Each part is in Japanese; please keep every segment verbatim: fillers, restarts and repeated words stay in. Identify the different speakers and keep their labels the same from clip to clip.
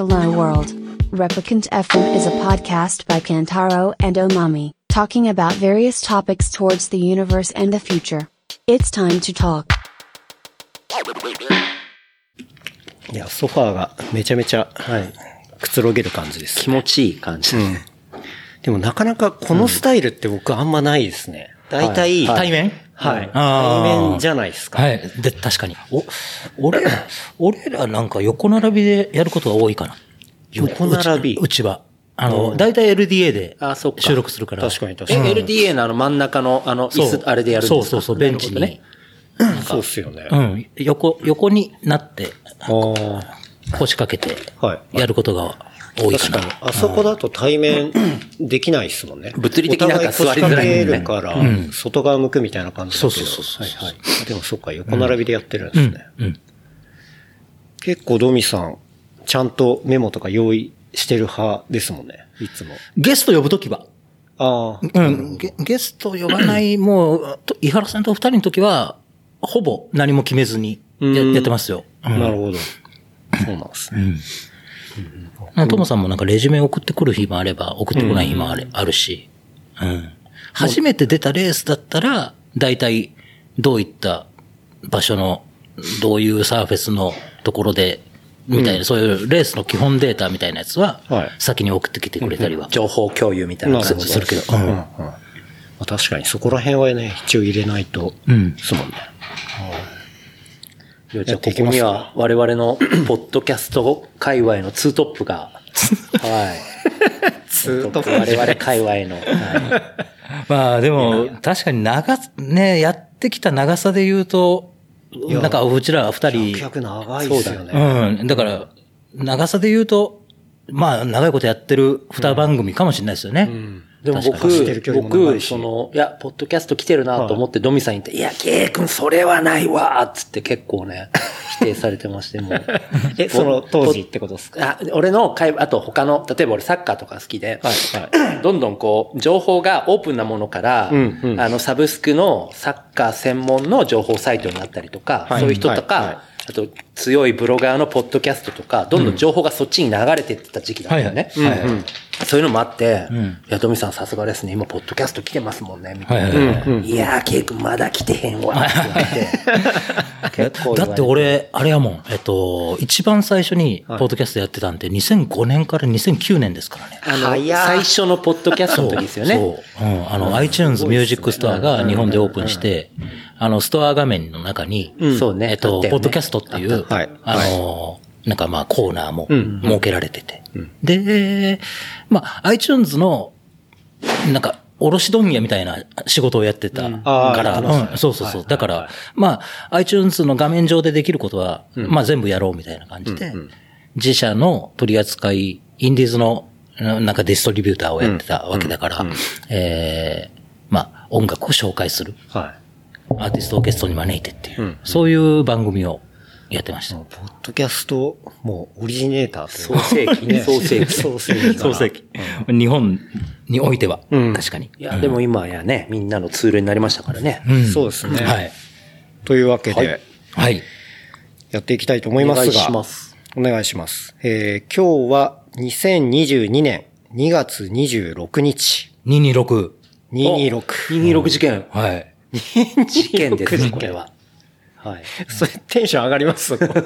Speaker 1: Hello World. Replicant エフエム is a podcast by Kantaro and Omami, talking about various topics towards the universe and the future. It's time to talk.
Speaker 2: いや、ソファーがめちゃめちゃ、はい、くつろげる感じです、ね。
Speaker 3: 気持ちいい感じ、うん。
Speaker 2: でもなかなかこのスタイルって僕あんまないですね。だいたい、
Speaker 4: 対面
Speaker 2: はい。対面じゃないですか。
Speaker 4: はい。で、確かに。お、俺ら、俺らなんか横並びでやることが多いかな。
Speaker 2: 横並び
Speaker 4: うちは。あの、だいたい エルディーエー で収録するから。
Speaker 2: 確かに確かに。
Speaker 3: え、エルディーエー のあの真ん中のあの椅子、あれでやるんですか？
Speaker 4: そうそうそう、ベンチにね。
Speaker 2: そうっすよね。
Speaker 4: うん。横、横になって、腰掛けて、やることが多いかな。
Speaker 2: 確かに。あそこだと対面できないですもんね。
Speaker 3: 物理的になんか座りづらい、ね。
Speaker 2: お互い腰掛けるから、外側向くみたいな感じだけど。
Speaker 4: そうそうそう。
Speaker 2: はいはい。でもそっか、横並びでやってるんですね。うんうん、結構ドミさん、ちゃんとメモとか用意してる派ですもんね。いつも。
Speaker 4: ゲスト呼ぶときは。
Speaker 2: ああ。
Speaker 4: うんゲ。ゲスト呼ばない、もう、井原さんと二人のときは、ほぼ何も決めずにや、やってますよ。
Speaker 2: うん、なるほど。そうなんですね。
Speaker 4: うん。トモさんもなんかレジュメ送ってくる日もあれば、送ってこない日もある、うん、あるし。うん。初めて出たレースだったら、だいたいどういった場所の、どういうサーフェスのところで、みたいな、うん、そういうレースの基本データみたいなやつは、先に送ってきてくれたりは。
Speaker 3: 情報共有みたいな感じ
Speaker 4: するけど。うんうん、
Speaker 2: 確かにそこら辺はね、一応入れないと、うん。ですもんね。
Speaker 3: じゃあここには我々のポッドキャスト界隈のツートップが、はい。
Speaker 2: ツートップ
Speaker 3: 我々界隈の。はい、
Speaker 4: まあでも、確かに長、ね、やってきた長さで言うと、なんかうちら二人。
Speaker 2: 結局長いですよね。
Speaker 4: うん。だから、長さで言うと、まあ長いことやってる二番組かもしれないですよね。うんうん
Speaker 3: でも僕、僕、その、いや、ポッドキャスト来てるなと思ってドミさんに言って、いや、ケイ君それはないわーっつって結構ね、否定されてまして、もう。
Speaker 2: え、その当時ってことですか？
Speaker 3: あ、俺の会話、あと他の、例えば俺サッカーとか好きで、はいはい、どんどんこう、情報がオープンなものから、うんうん、あの、サブスクのサッカー専門の情報サイトになったりとか、はい、そういう人とか、はいはいあと、強いブロガーのポッドキャストとか、どんどん情報がそっちに流れていってた時期だったよね。そういうのもあって、うん、いや、ドミさんさすがですね、今、ポッドキャスト来てますもんね、みたいな。はいはいはい、いやー、ケイ君まだ来てへんわ、って言って。
Speaker 4: 結構だって俺、あれやもん、えっと、一番最初にポッドキャストやってたんで、にせんごねんからにせんきゅうねんですからね。
Speaker 3: あの、最初のポッドキャストの時ですよね。
Speaker 4: そう。うん、あの、iTunes Music Store が日本でオープンして、あの、ストア画面の中に、
Speaker 3: うん、そうね。
Speaker 4: えっと、ね、ポッドキャストっていう、あ, あの、なんかまあコーナーも設けられてて。うんうん、で、まあ iTunes の、なんか、卸問屋みたいな仕事をやってたから、うんうん、そうそうそう。はい、だから、はい、まあ iTunes の画面上でできることは、うん、まあ全部やろうみたいな感じで、うんうん、自社の取り扱い、インディーズのなんかディストリビューターをやってたわけだから、うんうん、えー、まあ音楽を紹介する。はいアーティストをゲストに招いてっていう、うん、そういう番組をやってました。
Speaker 2: ポッドキャスト、もうオリジネーター
Speaker 3: という創世記ね。創世記。
Speaker 4: 創世記。創世記。日本においては、うん、確かに。
Speaker 3: いや、でも今やね、みんなのツールになりましたからね。
Speaker 2: うん、そうですね。はい。というわけで、はい。やっていきたいと思いますが。お願いします。お願いします。えー、今日はにせんにじゅうにねんにがつにじゅうろくにち。
Speaker 4: にひゃくにじゅうろく。
Speaker 2: にひゃくにじゅうろく。
Speaker 3: にひゃくにじゅうろく事件。
Speaker 4: はい。
Speaker 3: 事件ですね、これは。
Speaker 2: はい。それテンション上がります、そこ。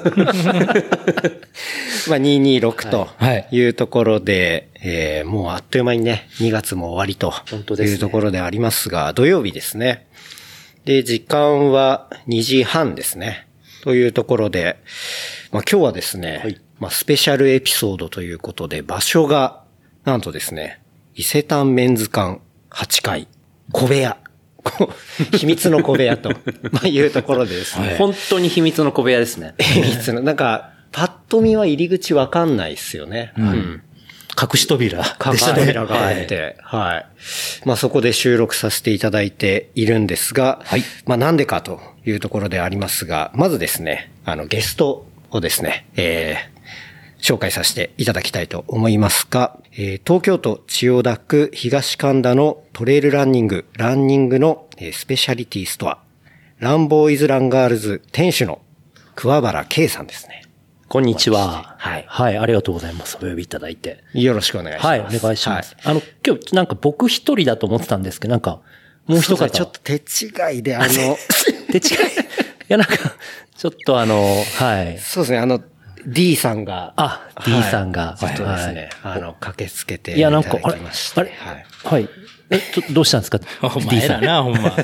Speaker 2: まあ、にひゃくにじゅうろくというところで、はいえー、もうあっという間にね、にがつも終わりというところでありますが、土曜日ですね。で、時間はにじはんですね。というところで、まあ今日はですね、はい、まあスペシャルエピソードということで、場所が、なんとですね、伊勢丹メンズ館はちかい、小部屋。秘密の小部屋と、まあ、いうところでですね。
Speaker 3: 本当に秘密の小部屋ですね。
Speaker 2: 秘密の、なんか、パッと見は入り口わかんないですよね。うん。うん、
Speaker 4: 隠し扉。
Speaker 2: 隠し扉があって、はい、はい。まあそこで収録させていただいているんですが、はい。まあなんでかというところでありますが、まずですね、あのゲストをですね、えー、紹介させていただきたいと思いますが、えー、東京都千代田区東神田のトレイルランニング、ランニングの、えー、スペシャリティストア、ランボーイズランガールズ店主の桑原圭さんですね。
Speaker 3: こんにちは。
Speaker 2: はい。
Speaker 3: はい、ありがとうございます。お呼びいただいて。
Speaker 2: よろしくお願いします。
Speaker 3: はい、お願いします。はい、あの、今日なんか僕一人だと思ってたんですけど、なんか、もう一方。
Speaker 2: ちょっと手違いで、あの、
Speaker 3: 手違いいや、なんか、ちょっとあの、はい。
Speaker 2: そうですね、あの、D さんが。
Speaker 3: あ、D さんが。
Speaker 2: ちょっとですね、あの、駆けつけて
Speaker 3: いや、なんか、あれ、
Speaker 2: あ
Speaker 3: れはい。え、ちょっとどうしたんですか
Speaker 4: ?D さん。な、ほんま。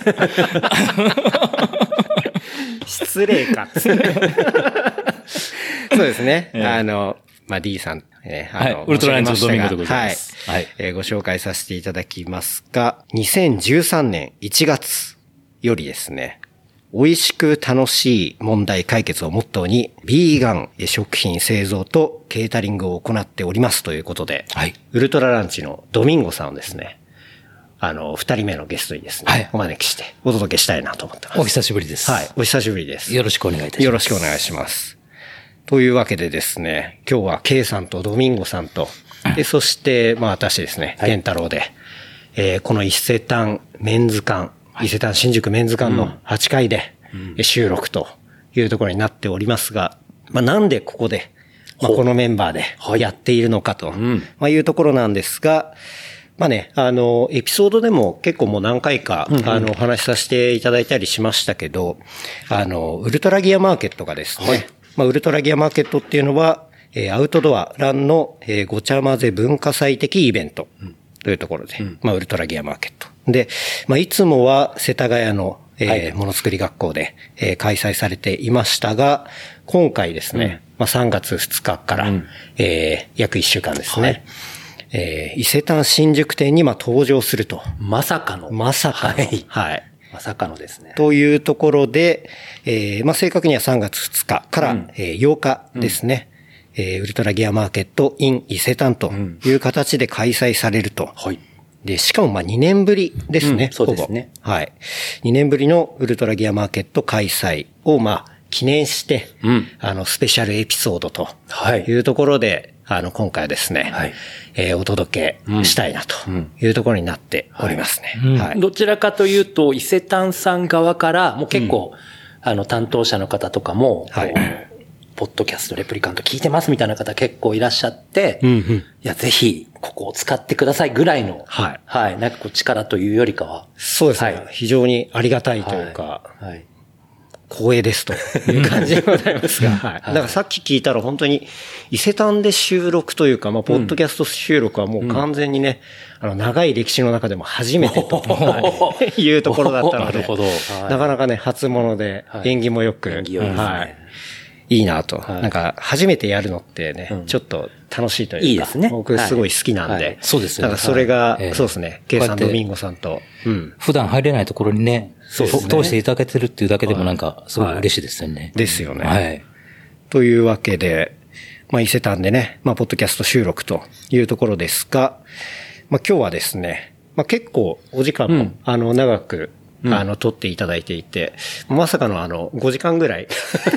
Speaker 2: 失礼か。そうですね。あの、まあ、D さん、
Speaker 4: えー、はい、ウルトラランチのドミンゴでございます。
Speaker 2: はい。はい、えー、ご紹介させていただきますが、にせんじゅうさんねんいちがつよりですね、美味しく楽しい問題解決をモットーに、ビーガン食品製造とケータリングを行っておりますということで、はい、ウルトラランチのドミンゴさんをですね、あの、二人目のゲストにですね、はい、お招きしてお届けしたいなと思ってます。
Speaker 4: お久しぶりです。
Speaker 2: はい、お久しぶりです。
Speaker 4: よろしくお願いいたします。
Speaker 2: よろしくお願いします。というわけでですね、今日は K さんとドミンゴさんと、で、そして、まあ私ですね、ケンタロウで、えー、この伊勢丹メンズ館、伊勢丹新宿メンズ館のはちかいで収録というところになっておりますが、まあなんでここで、まあこのメンバーでやっているのかと、まあいうところなんですが、まあね、あの、エピソードでも結構もう何回か、うんうん、あの、お話しさせていただいたりしましたけど、あの、ウルトラギアマーケットがですね、はい、まあ、ウルトラギアマーケットっていうのは、えー、アウトドア、ランの、えー、ごちゃ混ぜ文化祭的イベントというところで、うん、まあ、ウルトラギアマーケット。で、まあ、いつもは世田谷の、えーはい、ものづくり学校で、えー、開催されていましたが、今回ですね、うん、まあ、さんがつふつかから、うん、えー、約いっしゅうかんですね。はい、えー、伊勢丹新宿店にまあ登場すると。
Speaker 3: まさかの。
Speaker 2: まさかの。
Speaker 3: はい。
Speaker 2: はい。
Speaker 3: まさかのですね。
Speaker 2: というところで、えー、まあ正確にはさんがつふつかから、うん、えー、ようかですね。うん、えー、ウルトラギアマーケット in 伊勢丹という形で開催されると。うん、はい。で、しかもまあにねんぶりですね。うん、
Speaker 3: そうですね。
Speaker 2: はい。にねんぶりのウルトラギアマーケット開催をまあ記念して、うん、あの、スペシャルエピソードというところで、はい、あの、今回はですね、はい、えー、お届けしたいなというところになっておりますね。
Speaker 3: うんはいはい、どちらかというと、伊勢丹さん側からもう結構、うん、あの、担当者の方とかも、はい、ポッドキャストレプリカント聞いてますみたいな方結構いらっしゃって、うんうん、いや、ぜひ、ここを使ってくださいぐらいの、はい。はい。なんかこう力というよりかは。
Speaker 2: そうですね。はい、非常にありがたいというか、はい。はい光栄ですという感じでございますが。はい。だからさっき聞いたら本当に伊勢丹で収録というか、まあ、ポッドキャスト収録はもう完全にね、うん、あの、長い歴史の中でも初めてと、はい、いうところだったので、なるほど。なかなかね、初物で縁起もよく、はい、縁起良いですね。はい。いいなと、はい。なんか、初めてやるのってね、うん、ちょっと楽しいというか。
Speaker 3: いいですね。
Speaker 2: 僕すごい好きなんで。はいはい、
Speaker 4: そうですよね。
Speaker 2: だからそれが、はい、そうですね。ケイさんとミンゴさんと。
Speaker 4: うん。普段入れないところにね、そうですね。通していただけてるっていうだけでもなんか、すごい嬉しいですよね。はい、
Speaker 2: ですよね。
Speaker 4: はい。
Speaker 2: というわけで、まあ、伊勢丹でね、まあ、ポッドキャスト収録というところですが、まあ、今日はですね、まあ、結構お時間も、うん、あの、長く、あの、撮っていただいていて、うん、まさかのあの、ごじかんぐらい。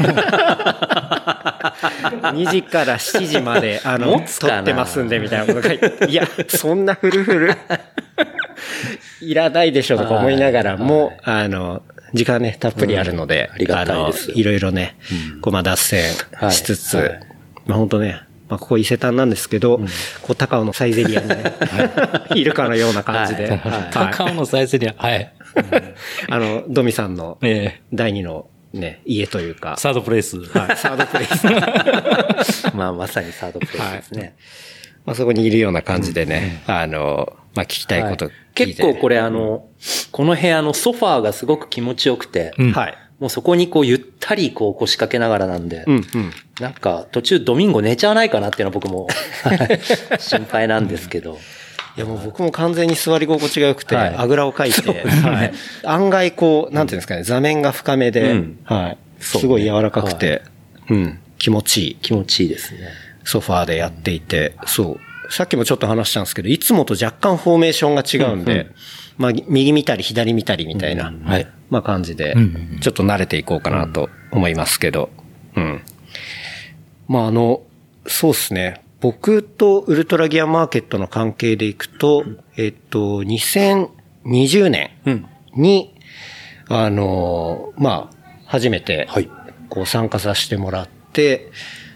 Speaker 2: にじからしちじまで、あの、撮ってますんで、みたいなことが言って、いや、そんなフルフル、いらないでしょとか思いながらも、あの、時間ね、たっぷりあるので、
Speaker 3: うん、ありがたいです。
Speaker 2: いろいろね、うん、こう、まあ、脱線しつつ、はいはい、まあ、本当ね、まあ、ここ伊勢丹なんですけど、うん、こう、高尾のサイゼリアにね、はい、いるかのような感じで。はいはい、
Speaker 4: 高尾のサイゼリア、はい。
Speaker 2: あの、ドミさんの第二のね、家というか。
Speaker 4: サードプレイス。
Speaker 2: はい、サードプレイ
Speaker 3: ス。まあ、まさにサードプレイスですね。はい、
Speaker 2: まあ、そこにいるような感じでね、うん、あの、まあ、聞きたいこと聞いて、
Speaker 3: はい、結構これあの、この部屋のソファーがすごく気持ちよくて、うん、はい。もうそこにこうゆったりこう腰掛けながらなんで、うんうん、なんか途中ドミンゴ寝ちゃわないかなっていうのは僕も心配なんですけど。
Speaker 2: いやもう僕も完全に座り心地が良くて、はい、あぐらをかいて、はい、案外こう、なんていうんですかね、座面が深めで、うん、はい、すごい柔らかくて、はい、うん、気持ちいい。
Speaker 3: 気持ちいいですね。
Speaker 2: ソファーでやっていて、そう。さっきもちょっと話したんですけど、いつもと若干フォーメーションが違うんで、うんうん、まあ、右見たり左見たりみたいな、うんうん、はい、まあ感じで、ちょっと慣れていこうかなと思いますけど、うん。まああの、そうですね。僕とウルトラギアマーケットの関係でいくと、えっと、にせんにじゅうねんに、うん、あの、まあ、初めて、こう参加させてもらって、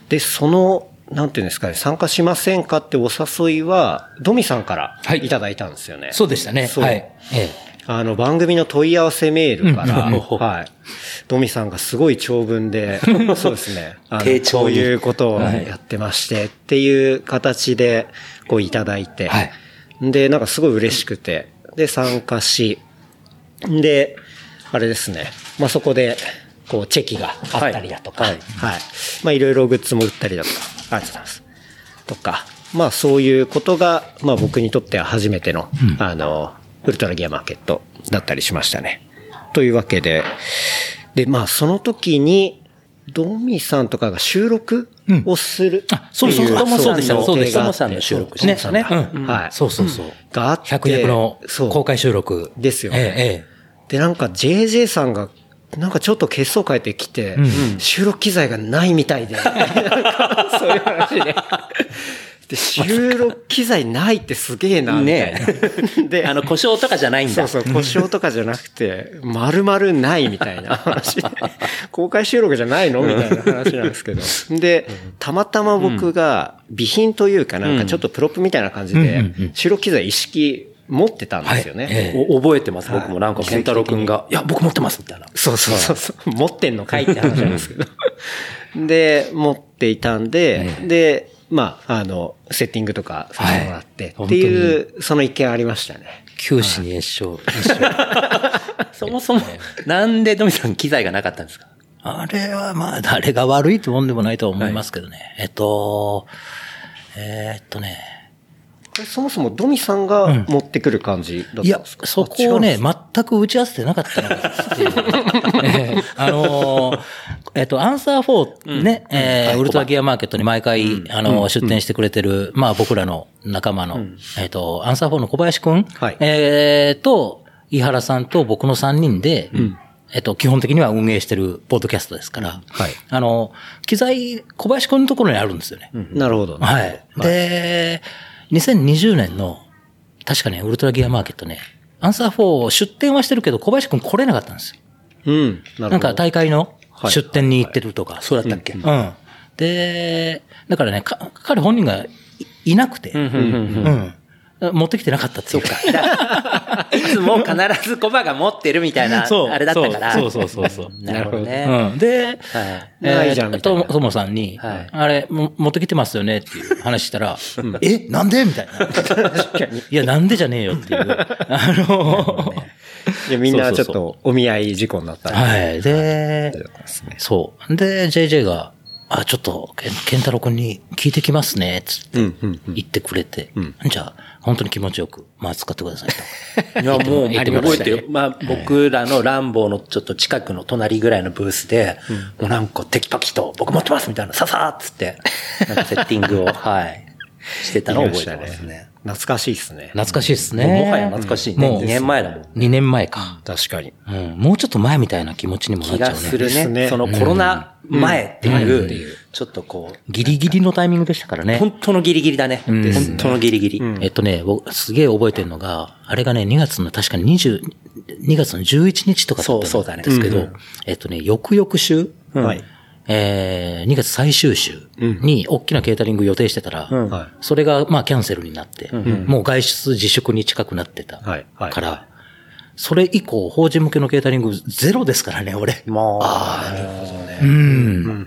Speaker 2: で、その、なんていうんですかね、参加しませんかってお誘いは、ドミさんからいただいたんですよね。はい、
Speaker 4: そうでしたね。
Speaker 2: そう。
Speaker 4: はい。ええ、
Speaker 2: あの、番組の問い合わせメールから、うん、はい。ドミさんがすごい長文で、そうですね。あの、こういうことをやってまして、っていう形で、こういただいて、はい。で、なんかすごい嬉しくて、で、参加し、で、あれですね。まあ、そこで、こう、チェキがあったりだとか、はい。はい。まあ、いろいろグッズも売ったりだとか、ありがとうございます。とか、まあ、そういうことが、まあ、僕にとっては初めての、うん、あの、ウルトラギアマーケットだったりしましたね。というわけで、で、まあ、その時に、ドミさんとかが収録をする、
Speaker 4: うん。あ、そうそう、そうそうでした。そうでした。
Speaker 3: ドモさんの収録しましたね。
Speaker 4: うん。はい。そうそうそう。があって。百役の公開収録。
Speaker 2: ですよね。ええ。で、なんか ジェージェー さんが、なんかちょっと血相変えてきて、うん、収録機材がないみたいで、なんかそういう話で。で、収録機材ないってすげえな、みたいな。
Speaker 3: ね、で、あの、故障とかじゃないんだ。
Speaker 2: そうそう、故障とかじゃなくて、丸々ないみたいな話。公開収録じゃないのみたいな話なんですけど。で、たまたま僕が備品というかなんかちょっとプロップみたいな感じで、収録機材一式持ってたんですよね。はい
Speaker 3: ええ、覚えてます。僕もなんか、健太郎くんが、いや、僕持ってますみたいな。
Speaker 2: そうそうそうそう。持ってんのかいって話なんですけど。で、持っていたんで、で、まあ、あの、セッティングとかさせてもらって、はい、っていう、その一件ありましたね。
Speaker 4: 九死に一生。
Speaker 3: そもそも、なんでドミさん機材がなかったんですか？
Speaker 4: あれはまあ、誰が悪いってもんでもないとは思いますけどね。はい、えっと、えー、っとね、
Speaker 2: そもそもドミさんが持ってくる感じだったんですか？うん、いや、
Speaker 4: そこをね、全く打ち合わせてなかったのが、えー、あのー、えっと、アンサーフォーね、うん、えー、ウルトラギアマーケットに毎回、うん、あのー、出展してくれてる、まあ僕らの仲間の、うん、えっと、アンサーフォーの小林くん、はい、えー、と、井原さんと僕のさんにんで、うんえっと、基本的には運営してるポッドキャストですから、はい。あの、機材、小林くんのところにあるんですよね。
Speaker 2: うん、なるほど。
Speaker 4: はい。で、にせんにじゅうねんの、確かね、ウルトラギアマーケットね、アンサーフォー出展はしてるけど、小林くん来れなかったんですよ。
Speaker 2: うん。なるほど。
Speaker 4: なんか大会の出展に行ってるとか。はい
Speaker 3: はい、そうだったっけ、
Speaker 4: うん、うん。で、だからね、か彼本人が い, いなくて、うん、うんうん持ってきてなかったっていうか。
Speaker 3: いつも必ずコバが持ってるみたいな、あれだったから。
Speaker 4: そうそうそうそう。
Speaker 3: なるほどね。
Speaker 4: うん、で、はい、えー、と、ともさんに、はい、あれも、持ってきてますよねっていう話したら、うん、え、なんでみたいな。いや、なんでじゃねえよっていう。あの、
Speaker 2: いやみんなちょっとお見合い事故になったんで。
Speaker 4: はい。で、そう。で、ジェイジェイ が、あ、ちょっと、ケンタロウ君に聞いてきますね、つって言ってくれて、うんうんうん、じゃあ、本当に気持ちよく、まあ、使ってくださいと。
Speaker 3: いや、もう、覚えてる。まあ、僕らのランボーのちょっと近くの隣ぐらいのブースで、うん、もうなんかテキパキと、僕持ってますみたいな、ささーっつって、なんかセッティングを、はい、してたのを覚えてますね。
Speaker 2: 懐かしいっすね。
Speaker 4: 懐かしいっすね。
Speaker 3: もはや懐かしいね。もうにねんまえだもん。
Speaker 4: にねんまえか。
Speaker 2: 確かに。
Speaker 4: うん。もうちょっと前みたいな気持ちにもなっちゃうね。
Speaker 3: 気がするね。そのコロナ前っていう、ちょっとこう。
Speaker 4: ギリギリのタイミングでしたからね。
Speaker 3: 本当のギリギリだね。本当のギリギリ。
Speaker 4: えっとね、すげえ覚えてるのが、あれがね、にがつの確かに20、にがつのじゅういちにちとかだったんですけど、えっとね、翌々週。はい。えー、にがつ最終週に大きなケータリング予定してたら、うんはい、それがまあキャンセルになって、うん、もう外出自粛に近くなってたから、はいはい、それ以降法人向けのケータリングゼロですからね、俺。
Speaker 2: まあ、あなるほどね。
Speaker 4: うん。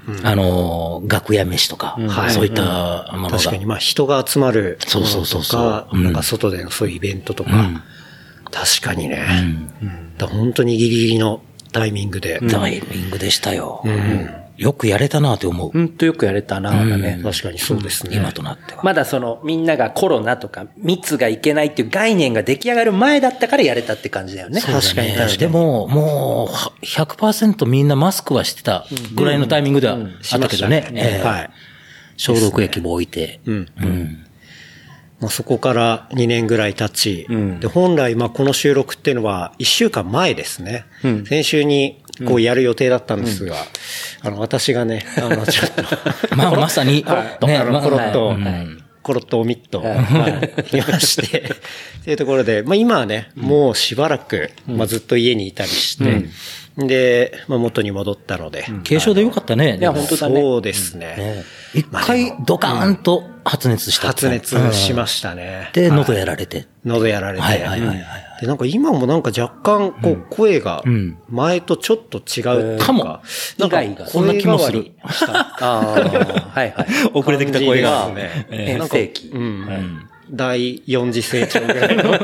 Speaker 4: うん、あの、楽屋飯とか、うん、そういったものが。
Speaker 2: 確かに、まあ人が集まるとか、そうそうそうそう、なんか外でのそういうイベントとか、うん、確かにね、うんうん、だ本当にギリギリのタイミングで。
Speaker 4: タイミングでしたよ。うんよくやれたなって思う。
Speaker 3: うんとよくやれたなぁ、ね
Speaker 2: うん。確かにそうですね。
Speaker 4: 今となっては。
Speaker 3: まだそのみんながコロナとか密がいけないっていう概念が出来上がる前だったからやれたって感じだよね。
Speaker 4: そう確かに確かに。でももう ひゃくパーセント みんなマスクはしてたぐらいのタイミングではあったけどね。うんうんえーはい、消毒液も置いて。うんうん
Speaker 2: まあ、そこからにねんぐらい経ち、うん、で本来まあこの収録っていうのはいっしゅうかんまえですね。うん、先週にこうやる予定だったんですが、うん、あの私がね、あのちょっと
Speaker 4: まあまさに、
Speaker 2: ね、あのコロッと、はい、コロッとオミット、はい、いまして、っていうところで、まあ今はね、もうしばらく、まあずっと家にいたりして、うん、 で、まあ、元に戻ったので。
Speaker 4: 軽症でよかったね。
Speaker 3: いや、本当だね。
Speaker 2: そうですね。
Speaker 4: 一回ドカーンと発熱した。
Speaker 2: 発熱しましたね。
Speaker 4: で、喉やられて。
Speaker 2: 喉やられて。
Speaker 4: はいはいはいはい。
Speaker 2: で、なんか今もなんか若干、こう、声が、前とちょっと違う
Speaker 4: かも。
Speaker 2: なんか、
Speaker 4: こんな気もする。
Speaker 3: ああ、はいはい。
Speaker 4: 遅れてきた声が。
Speaker 3: 変声期。
Speaker 2: 第四次成長ぐらいの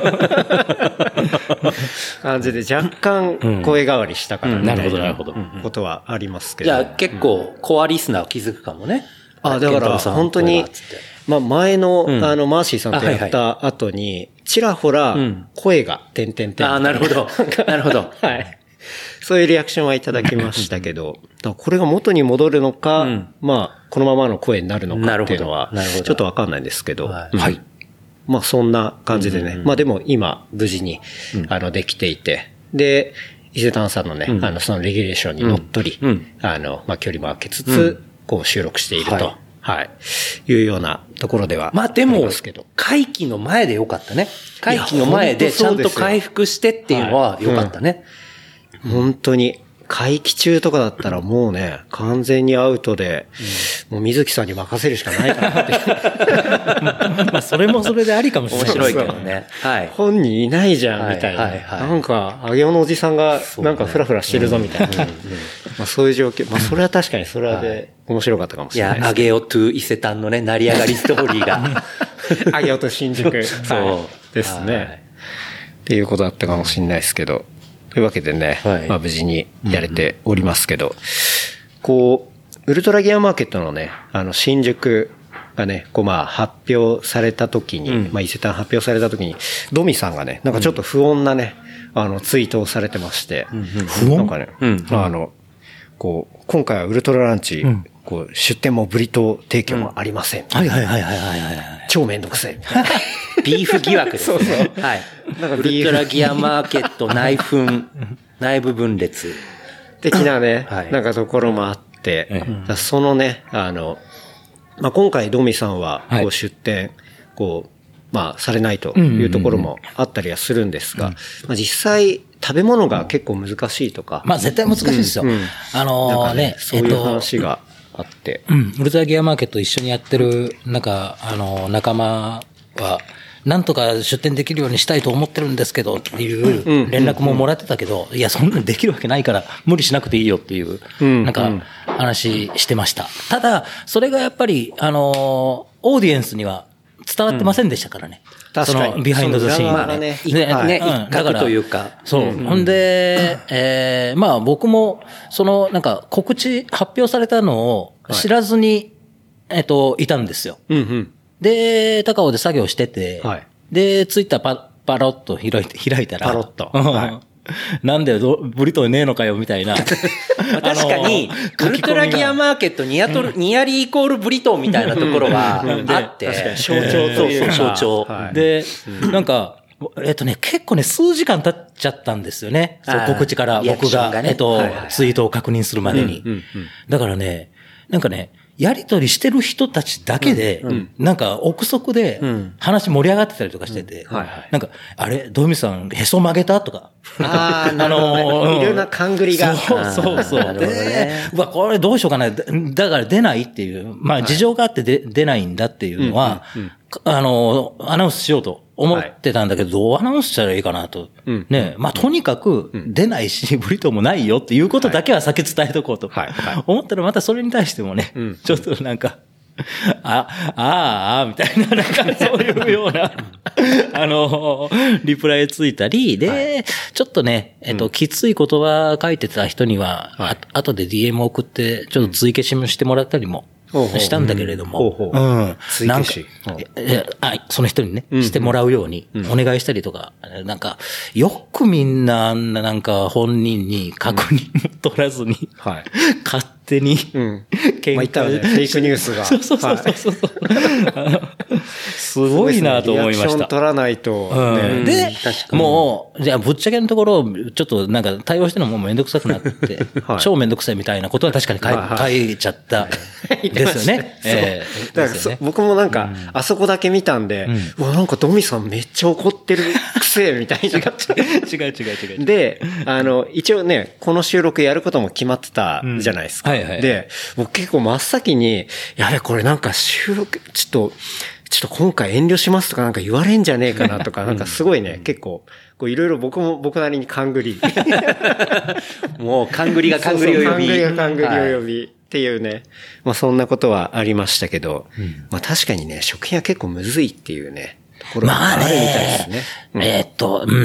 Speaker 2: 感じで若干声変わりしたから
Speaker 4: なるほどなるほど。
Speaker 2: ことはありますけど。
Speaker 3: じゃあ結構コアリスナー気づくかもね。
Speaker 2: あ、だから本当に、まあ前のあのマーシーさんとやった後に、ちらほら声が点々点。
Speaker 3: あ、なるほど。なるほど。
Speaker 2: はい。そういうリアクションはいただきましたけど、これが元に戻るのか、まあこのままの声になるのかっていうのは、ちょっとわかんないんですけど。はい。まあそんな感じでね。まあでも今無事に、あのできていて。で、伊勢丹さんのね、あのそのレギュレーションにのっとり、あの、まあ距離も空けつつ、こう収録していると。はい。いうようなところでは。
Speaker 3: まあでも、会期の前でよかったね。会期の前でちゃんと回復してっていうのはよかったね。
Speaker 2: 本当に。会期中とかだったらもうね、完全にアウトで、うん、もう水木さんに任せるしかないかなって。
Speaker 4: まあそれもそれでありかもしれない。
Speaker 3: 面白いけどね。はい。
Speaker 2: 本人いないじゃん、みたいな。はいはいはい、なんか、あげおのおじさんがなんかフラフラしてるぞ、みたいな。まあそういう状況。まあそれは確かにそれはで面白かったかもしれないです、ね。
Speaker 3: いや、あげおと伊勢丹のね、成り上がりストーリーが。
Speaker 2: あげおと新宿。そうですね。っていうことだったかもしれないですけど。というわけでね、はい、まあ無事にやれておりますけど、うんうん、こう、ウルトラギアマーケットのね、あの、新宿がね、こうまあ発表された時に、うん、まあ伊勢丹発表された時に、ドミさんがね、なんかちょっと不穏なね、あの、ツイートをされてまして、うんうん、
Speaker 4: 不穏
Speaker 2: なんかね、うんうん、あの、こう、今回はウルトラランチ、うん、こう、出店もブリトー提供もありません。
Speaker 4: うん、はいはいはいはいはいはい。
Speaker 2: 超めんどくせえ。
Speaker 3: ビーフ疑惑です。そうそう。はい。なんかウルトラギアマーケット内分、内部分裂。
Speaker 2: 的なね、はい、なんかところもあって、うん、そのね、あの、まあ、今回ドミさんは、こう出店、こう、まあ、されないというところもあったりはするんですが、まあ、実際、食べ物が結構難しいとか。
Speaker 4: まあ、絶対難しいですよ。うんうん、あのー、ね、ね、
Speaker 2: そういう話があって。
Speaker 4: うん、ウルトラギアマーケット一緒にやってる、なんか、あのー、仲間は、なんとか出店できるようにしたいと思ってるんですけどっていう連絡ももらってたけど、いや、そんなにできるわけないから無理しなくていいよっていう、なんか話してました。ただ、それがやっぱり、あの、オーディエンスには伝わってませんでしたからね。
Speaker 2: 確かに。
Speaker 4: そのビハインドザシーンがね。
Speaker 3: ね、一角というか。
Speaker 4: そう。ほんで、えー、まあ僕も、その、なんか告知発表されたのを知らずに、えっと、いたんですよ。
Speaker 2: うんうん。
Speaker 4: で、高尾で作業してて、はい、で、ツイッターパ、パロッと開いて、開いたら、
Speaker 2: パロッと。はい、
Speaker 4: なんだよ、ブリトーねえのかよ、みたいな。
Speaker 3: 確かに、ウルトラギアマーケットニアトル、ニアリーイコールブリトーみたいなところがあって、
Speaker 2: 確かに象徴というか。
Speaker 3: 象徴。
Speaker 4: はい、で、なんか、えっとね、結構ね、数時間経っちゃったんですよね。そう告知から僕が、ね、えっと、はいはいはい、ツイートを確認するまでに。うんうんうん、だからね、なんかね、やりとりしてる人たちだけで、うんうん、なんか憶測で話盛り上がってたりとかしてて、うんはいはい、なんか、あれ、ドミさんへそ曲げたとか。
Speaker 2: ああ、なるほど、ね。あのー、いろんな勘繰りが。
Speaker 4: そうそうそう。で、ね、うわ、これどうしようかな。だから出ないっていう、まあ事情があってで、はい、出ないんだっていうのは、うんうんうん、あのー、アナウンスしようと思ってたんだけど、どうアナウンスしたらいいかなと。うん、ね、まあとにかく出ないし、ブリトーもないよっていうことだけは先伝えとこうと。はいはい、思ったらまたそれに対してもね、うん、ちょっとなんか、あ、ああ、ああ、みたいな、なんかそういうような、あの、リプライついたり、で、はい、ちょっとね、えっと、うん、きつい言葉書いてた人には、はい、あ後で ディーエム 送って、ちょっと追消ししてもらったりも、したんだけれども、うん。なんか、あ、その人にね、してもらうようにお願いしたりとか、なんか、よくみんな、なんか本人に確認も取らずに、勝手に、
Speaker 2: うん。まあ、言ったらね、フェイクニュースが。
Speaker 4: そうそうそうそう。 すごいなと思いました。リアクショ
Speaker 2: ン取らないと、ね。
Speaker 4: うん、で、もう、じゃあぶっちゃけのところ、ちょっとなんか対応してるのもめんどくさくなって、はい、超めんどくさいみたいなことは確かに書い、はい、書いちゃったですよね。え
Speaker 2: ー、だからね僕もなんか、うん、あそこだけ見たんで、うん、うわ、なんかドミさんめっちゃ怒ってるくせえみたいな。
Speaker 4: 違う違う違う違う。
Speaker 2: で、あの、一応ね、この収録やることも決まってたじゃないですか。うんはいはい、で、僕結構真っ先に、やべ、これなんか収録、ちょっと、ちょっと今回遠慮しますとかなんか言われんじゃねえかなとか、なんかすごいね、結構、こういろいろ僕も僕なりに勘繰り。
Speaker 3: もう勘繰りが勘繰りを呼び。
Speaker 2: 勘繰りが勘繰りを呼び。っていうね。まあそんなことはありましたけど、うん、まあ確かにね、食品は結構むずいっていうね、ところがあるみたいですね。
Speaker 4: まあね、うん、えー、っと、うん。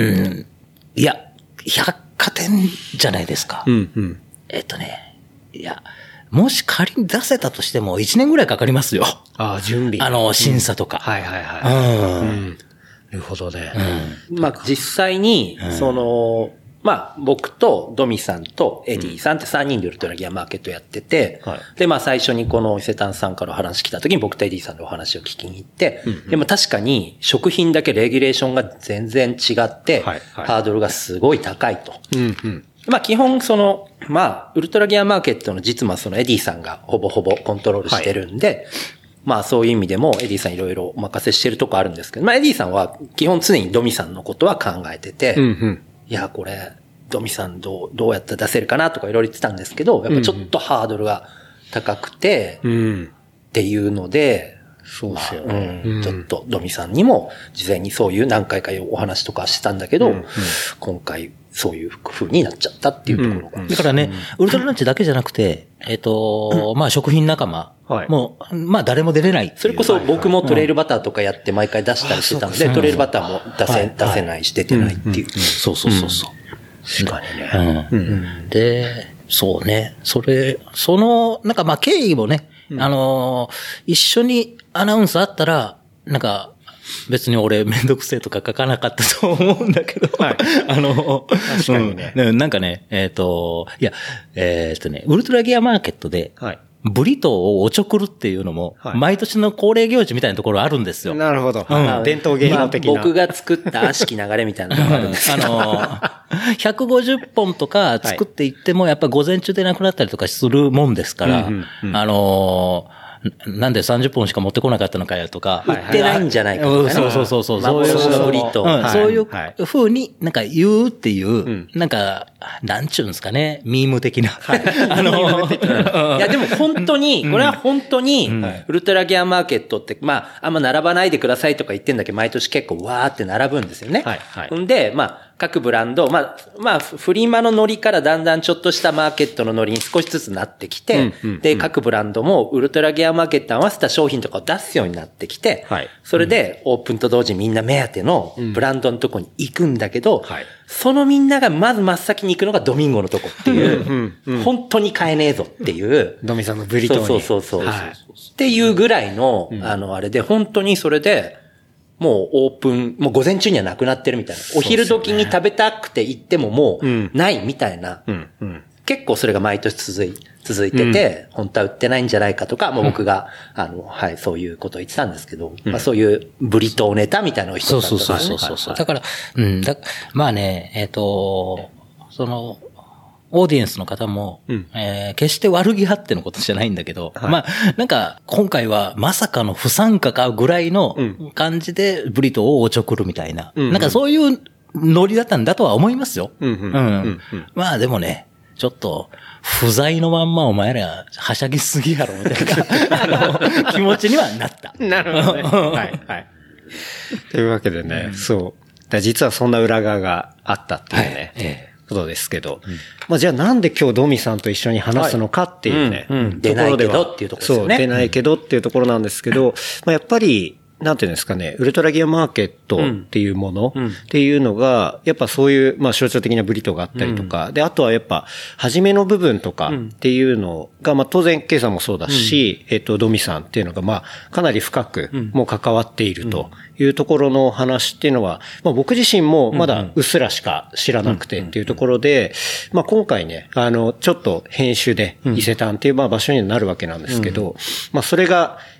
Speaker 4: いや、百貨店じゃないですか。
Speaker 2: うんうん、
Speaker 4: えー、っとね、いや、もし仮に出せたとしてもいちねんぐらいかかりますよ。
Speaker 2: ああ、準備。
Speaker 4: あの、審査とか。
Speaker 2: うん、はいはいはい。うん。うん、なるほどね。
Speaker 3: うん、まあ実際に、うん、その、まあ僕とドミさんとエディさんってさんにんでウルトラギアマーケットやってて、うんはい、でまあ最初にこの伊勢丹さんから話来た時に僕とエディさんでお話を聞きに行って、うんうん、でも確かに食品だけレギュレーションが全然違って、はいはい、ハードルがすごい高いと。
Speaker 2: うんうん
Speaker 3: まあ基本その、まあ、ウルトラギアマーケットの実はそのエディさんがほぼほぼコントロールしてるんで、はい、まあそういう意味でもエディさんいろいろお任せしてるとこあるんですけど、まあエディさんは基本常にドミさんのことは考えてて、
Speaker 2: うんうん、
Speaker 3: いやこれドミさんどう、どうやって出せるかなとかいろいろ言ってたんですけど、やっぱちょっとハードルが高くて、
Speaker 2: うん、
Speaker 3: っていうので、
Speaker 2: そうですよ
Speaker 3: ね、まあうん。ちょっとドミさんにも事前にそういう何回かお話とかしてたんだけど、うんうん、今回、そういう風になっちゃったっていうところが。
Speaker 4: うん、だからね、うん、ウルトラランチだけじゃなくて、えっ、ー、と、うん、まあ食品仲間、はい、もう、まあ誰も出れない。
Speaker 3: それこそ僕もトレイルバターとかやって毎回出したりしてたので、うん、トレイルバターも出せ、はい、出せないし出てないっていう。うんうん、
Speaker 4: そうそうそうそう。
Speaker 2: 確かにね、
Speaker 4: うんうん。で、そうね。それ、その、なんかまあ経緯もね、うん、あのー、一緒にアナウンスあったら、なんか、別に俺めんどくせえとか書かなかったと思うんだけど、はい、あの、
Speaker 2: 確かにね。
Speaker 4: うん、なんかね、えっ、ー、と、いや、えっ、ー、とね、ウルトラギアマーケットで、はい、ブリトーをおちょくるっていうのも、はい、毎年の恒例行事みたいなところあるんですよ。
Speaker 2: なるほど。うん、伝統芸能的な、
Speaker 3: まあ。僕が作った悪しき流れみたいなのがあるんです
Speaker 4: あの、ひゃくごじゅっぽんとか作っていっても、やっぱ午前中でなくなったりとかするもんですから、うんうんうん、あのー、なんでさんじゅっぽんしか持ってこなかったのかよとか。
Speaker 3: 売ってないんじゃないかとか、ね。
Speaker 4: そうそうそうそう。
Speaker 3: 幻のブリトー。
Speaker 4: そういう風になんか言うっていう、うん、なんか、なんちゅうんですかね、ミーム的な。はい、あの、
Speaker 3: いやでも本当に、これは本当に、ウルトラギアマーケットって、まあ、あんま並ばないでくださいとか言ってんだけど、毎年結構わーって並ぶんですよね。はいはい、んで、まあ、各ブランド、まあ、まあ、フリマのノリからだんだんちょっとしたマーケットのノリに少しずつなってきて、うんうんうん、で、各ブランドもウルトラギアマーケット合わせた商品とかを出すようになってきて、はい、それでオープンと同時にみんな目当てのブランドのとこに行くんだけど、うんはい、そのみんながまず真っ先に行くのがドミンゴのとこっていう、うんうんうん、本当に買えねえぞっていう。
Speaker 2: ドミさんのブリトーに。
Speaker 3: そうそうそうそう、はい。っていうぐらいの、うん、あの、あれで、本当にそれで、もうオープン、もう午前中にはなくなってるみたいな。お昼時に食べたくて行ってももうないみたいな。うんうん、結構それが毎年続い、続いてて、うん、本当は売ってないんじゃないかとか、もう僕が、うん、あの、はい、そういうことを言ってたんですけど、うん、まあそういうブリトーネタみたいなのを一つだったんですね。
Speaker 4: そうそうそうそう。はい、だから、うん、だまあね、えっ、ー、と、その、オーディエンスの方も、うんえー、決して悪気あってのことじゃないんだけど、はい、まあ、なんか、今回はまさかの不参加かぐらいの感じでブリトーをおちょくるみたいな、うん、なんかそういうノリだったんだとは思いますよ。うんうんうん、まあでもね、ちょっと、不在のまんまお前らはしゃぎすぎやろ、みたいなあの気持ちにはなった。
Speaker 2: なるほどね。はい、はい。というわけでね、うん、そう。だ実はそんな裏側があったっていうね。はいええことですけど、うん、まあじゃあなんで今日ドミさんと一緒に話すのかっていうね、
Speaker 3: はいうんうん、出ないけどっていうところですよね。
Speaker 2: そう、出ないけどっていうところなんですけど、うん、まあやっぱり、なんていうんですかね、ウルトラギアマーケットっていうものっていうのが、やっぱそういう、まあ象徴的なブリトーがあったりとか、うん、で、あとはやっぱ、初めの部分とかっていうのが、まあ当然、ケイさんもそうだし、うん、えっと、ドミさんっていうのが、まあ、かなり深くもう関わっているというところの話っていうのは、まあ僕自身もまだうっすらしか知らなくてっていうところで、まあ今回ね、あの、ちょっと編集で伊勢丹っていうまあ場所になるわけなんですけど、まあそれが、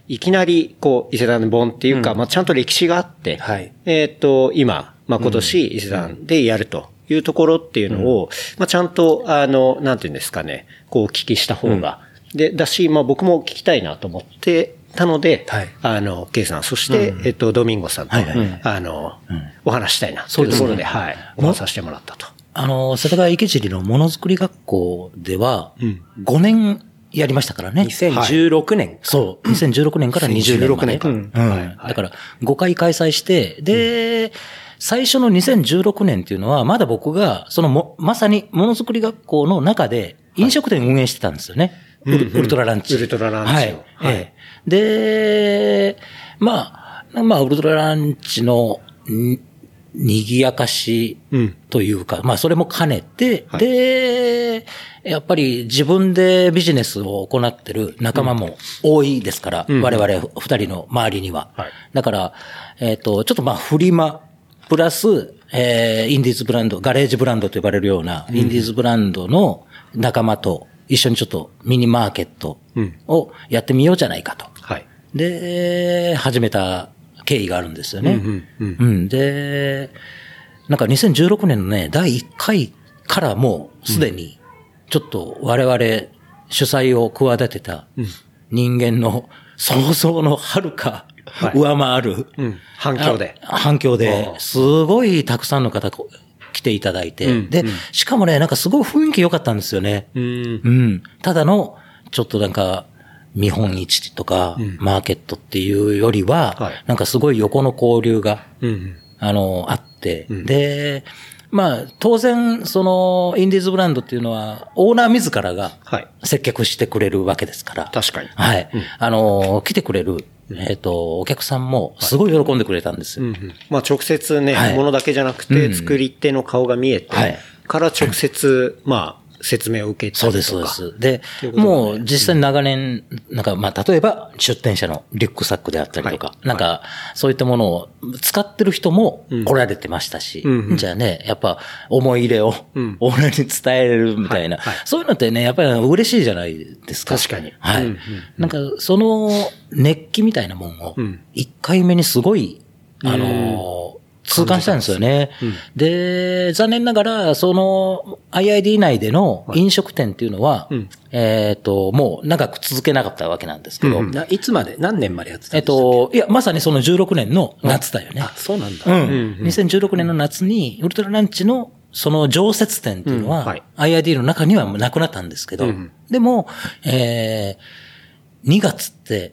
Speaker 2: いきなり、こう、伊勢丹本っていうか、うん、まあ、ちゃんと歴史があって、はい、えっと、今、まあ、今年、伊勢丹でやるというところっていうのを、うん、まあ、ちゃんと、あの、なんていうんですかね、こう、お聞きした方が、うん、で、だし、まあ、僕も聞きたいなと思って、たので、はい、あの、ケイさん、そして、うん、えっと、ドミンゴさんと、はいはい、あの、うん、お話したいな、というところで、はい、お話させてもらったと。
Speaker 4: あの、世田谷池尻のものづくり学校では、ごねんやりましたからね。
Speaker 3: にせんじゅうろくねん。はい、
Speaker 4: そう。にせんじゅうろくねんからにじゅうねんまで。にせんじゅうろくねんか。うん。うんはい、だから、ごかい開催して、で、うん、最初のにせんじゅうろくねんっていうのは、まだ僕が、そのも、まさにものづくり学校の中で、飲食店運営してたんですよね。はい、ウ, ルウルトラランチ。
Speaker 2: ウルトラランチ。
Speaker 4: はい。はい。で、まあ、まあ、ウルトラランチの、賑やかしというか、うん、まあそれも兼ねて、はい、で、やっぱり自分でビジネスを行ってる仲間も多いですから、うん、我々二人の周りには。はい、だから、えっと、ちょっとまあフリマ、プラス、えー、インディーズブランド、ガレージブランドと呼ばれるような、インディーズブランドの仲間と一緒にちょっとミニマーケットをやってみようじゃないかと。はい、で、始めた経緯があるんですよね。うんうんうんうん、で、なんかにせんじゅうろくねんのね、だいいっかいからもうすでに、ちょっと我々主催を企てた人間の想像のはるか上回る、はいうん、
Speaker 2: 反響で。
Speaker 4: 反響で、すごいたくさんの方来ていただいて、うん、で、しかもね、なんかすごい雰囲気良かったんですよね。うん、うん、ただの、ちょっとなんか、見本市とか、マーケットっていうよりは、うんはい、なんかすごい横の交流が、うん、あの、あって、うん、で、まあ、当然、その、インディーズブランドっていうのは、オーナー自らが、接客してくれるわけですから。
Speaker 2: 確かに。
Speaker 4: はい。うん、あの、来てくれる、えっと、お客さんも、すごい喜んでくれたんですよ。
Speaker 2: はいうんうん、まあ、直接ね、はい、ものだけじゃなくて、作り手の顔が見えて、はい、から直接、まあ、説明を受けたりとか。
Speaker 4: そうです、そうです。で、ね、もう実際に長年、なんかまあ例えば出店者のリュックサックであったりとか、はい、なんかそういったものを使ってる人も来られてましたし、うん、じゃあね、やっぱ思い入れをオーナーに伝えるみたいな、はいはい、そういうのってね、やっぱり嬉しいじゃないですか。
Speaker 2: 確かに。
Speaker 4: はい。うんうんうん、なんかその熱気みたいなもんを、一回目にすごい、あのー、痛感したんですよね。うん、で、残念ながら、その アイアイディー 内での飲食店っていうのは、はい、えっ、ー、と、もう長く続けなかったわけなんですけど。うん、
Speaker 3: いつまで、何年までやってたんですか？
Speaker 4: えっ、ー、と、いや、まさにそのじゅうろくねんの夏だよね。
Speaker 3: あ、そうなんだ。
Speaker 4: うん。うんうん、にせんじゅうろくねんの夏に、ウルトラランチのその常設店っていうのは、うんはい、アイアイディー の中にはなくなったんですけど、うん、でも、えー、にがつって、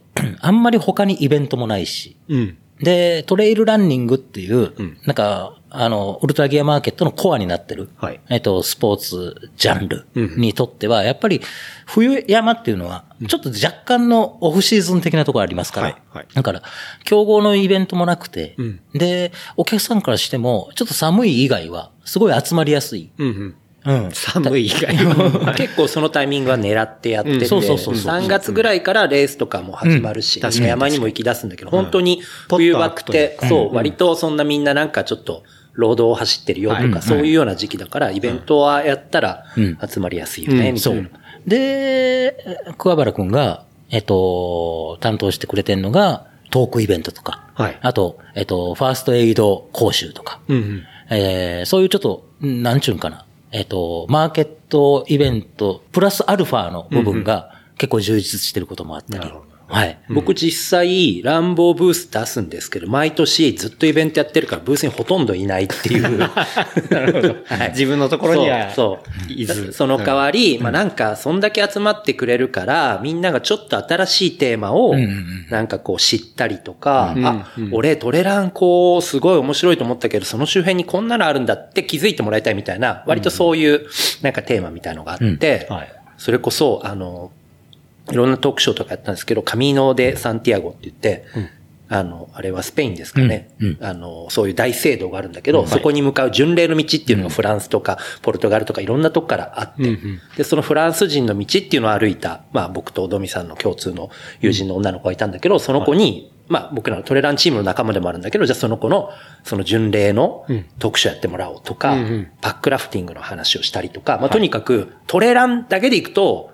Speaker 4: あんまり他にイベントもないし、うんで、トレイルランニングっていう、うん、なんか、あの、ウルトラギアマーケットのコアになってる、はい、えっと、スポーツジャンルにとっては、やっぱり、冬山っていうのは、ちょっと若干のオフシーズン的なところありますから、はいはい、だから、競合のイベントもなくて、うん、で、お客さんからしても、ちょっと寒い以外は、すごい集まりやすい。うんうん
Speaker 2: うん。寒い以外は。
Speaker 3: 結構そのタイミングは狙ってやってて、うん、そうそうそうそうさんがつぐらいからレースとかも始まるし、うん、山にも行き出すんだけど、本当に冬場って、うん、そう、割とそんなみんななんかちょっと、ロードを走ってるよとか、はい、そういうような時期だから、イベントはやったら集まりやすいよね、うん、みたいな。
Speaker 4: そう。で、桑原くんが、えっと、担当してくれてんのが、トークイベントとか、はい、あと、えっと、ファーストエイド講習とか、うんうんえー、そういうちょっと、なんちゅうんかな。えっと、マーケットイベント、プラスアルファの部分が結構充実してることもあったり。うんうん、はい。
Speaker 3: 僕実際、ランボーブース出すんですけど、毎年ずっとイベントやってるからブースにほとんどいないっていう。な
Speaker 2: るほど。はい。自分のところには。
Speaker 3: そう。いず。その代わり、うん、まあなんか、そんだけ集まってくれるから、みんながちょっと新しいテーマを、なんかこう知ったりとか、うん、あ、うん、俺トレランこう、すごい面白いと思ったけど、その周辺にこんなのあるんだって気づいてもらいたいみたいな、割とそういう、なんかテーマみたいのがあって、うんはい、それこそ、あの、いろんなトークショーとかやったんですけど、カミーノ・デ・サンティアゴって言って、うん、あの、あれはスペインですかね、うんうん。あの、そういう大聖堂があるんだけど、うん、そこに向かう巡礼の道っていうのがフランスとか、ポルトガルとかいろんなとこからあって、うんうん、で、そのフランス人の道っていうのを歩いた、まあ僕とドミさんの共通の友人の女の子がいたんだけど、その子に、はいまあ僕らのトレランチームの仲間でもあるんだけど、じゃあその子のその巡礼の特集やってもらおうとか、うんうんうん、パックラフティングの話をしたりとか、まあとにかくトレランだけで行くと、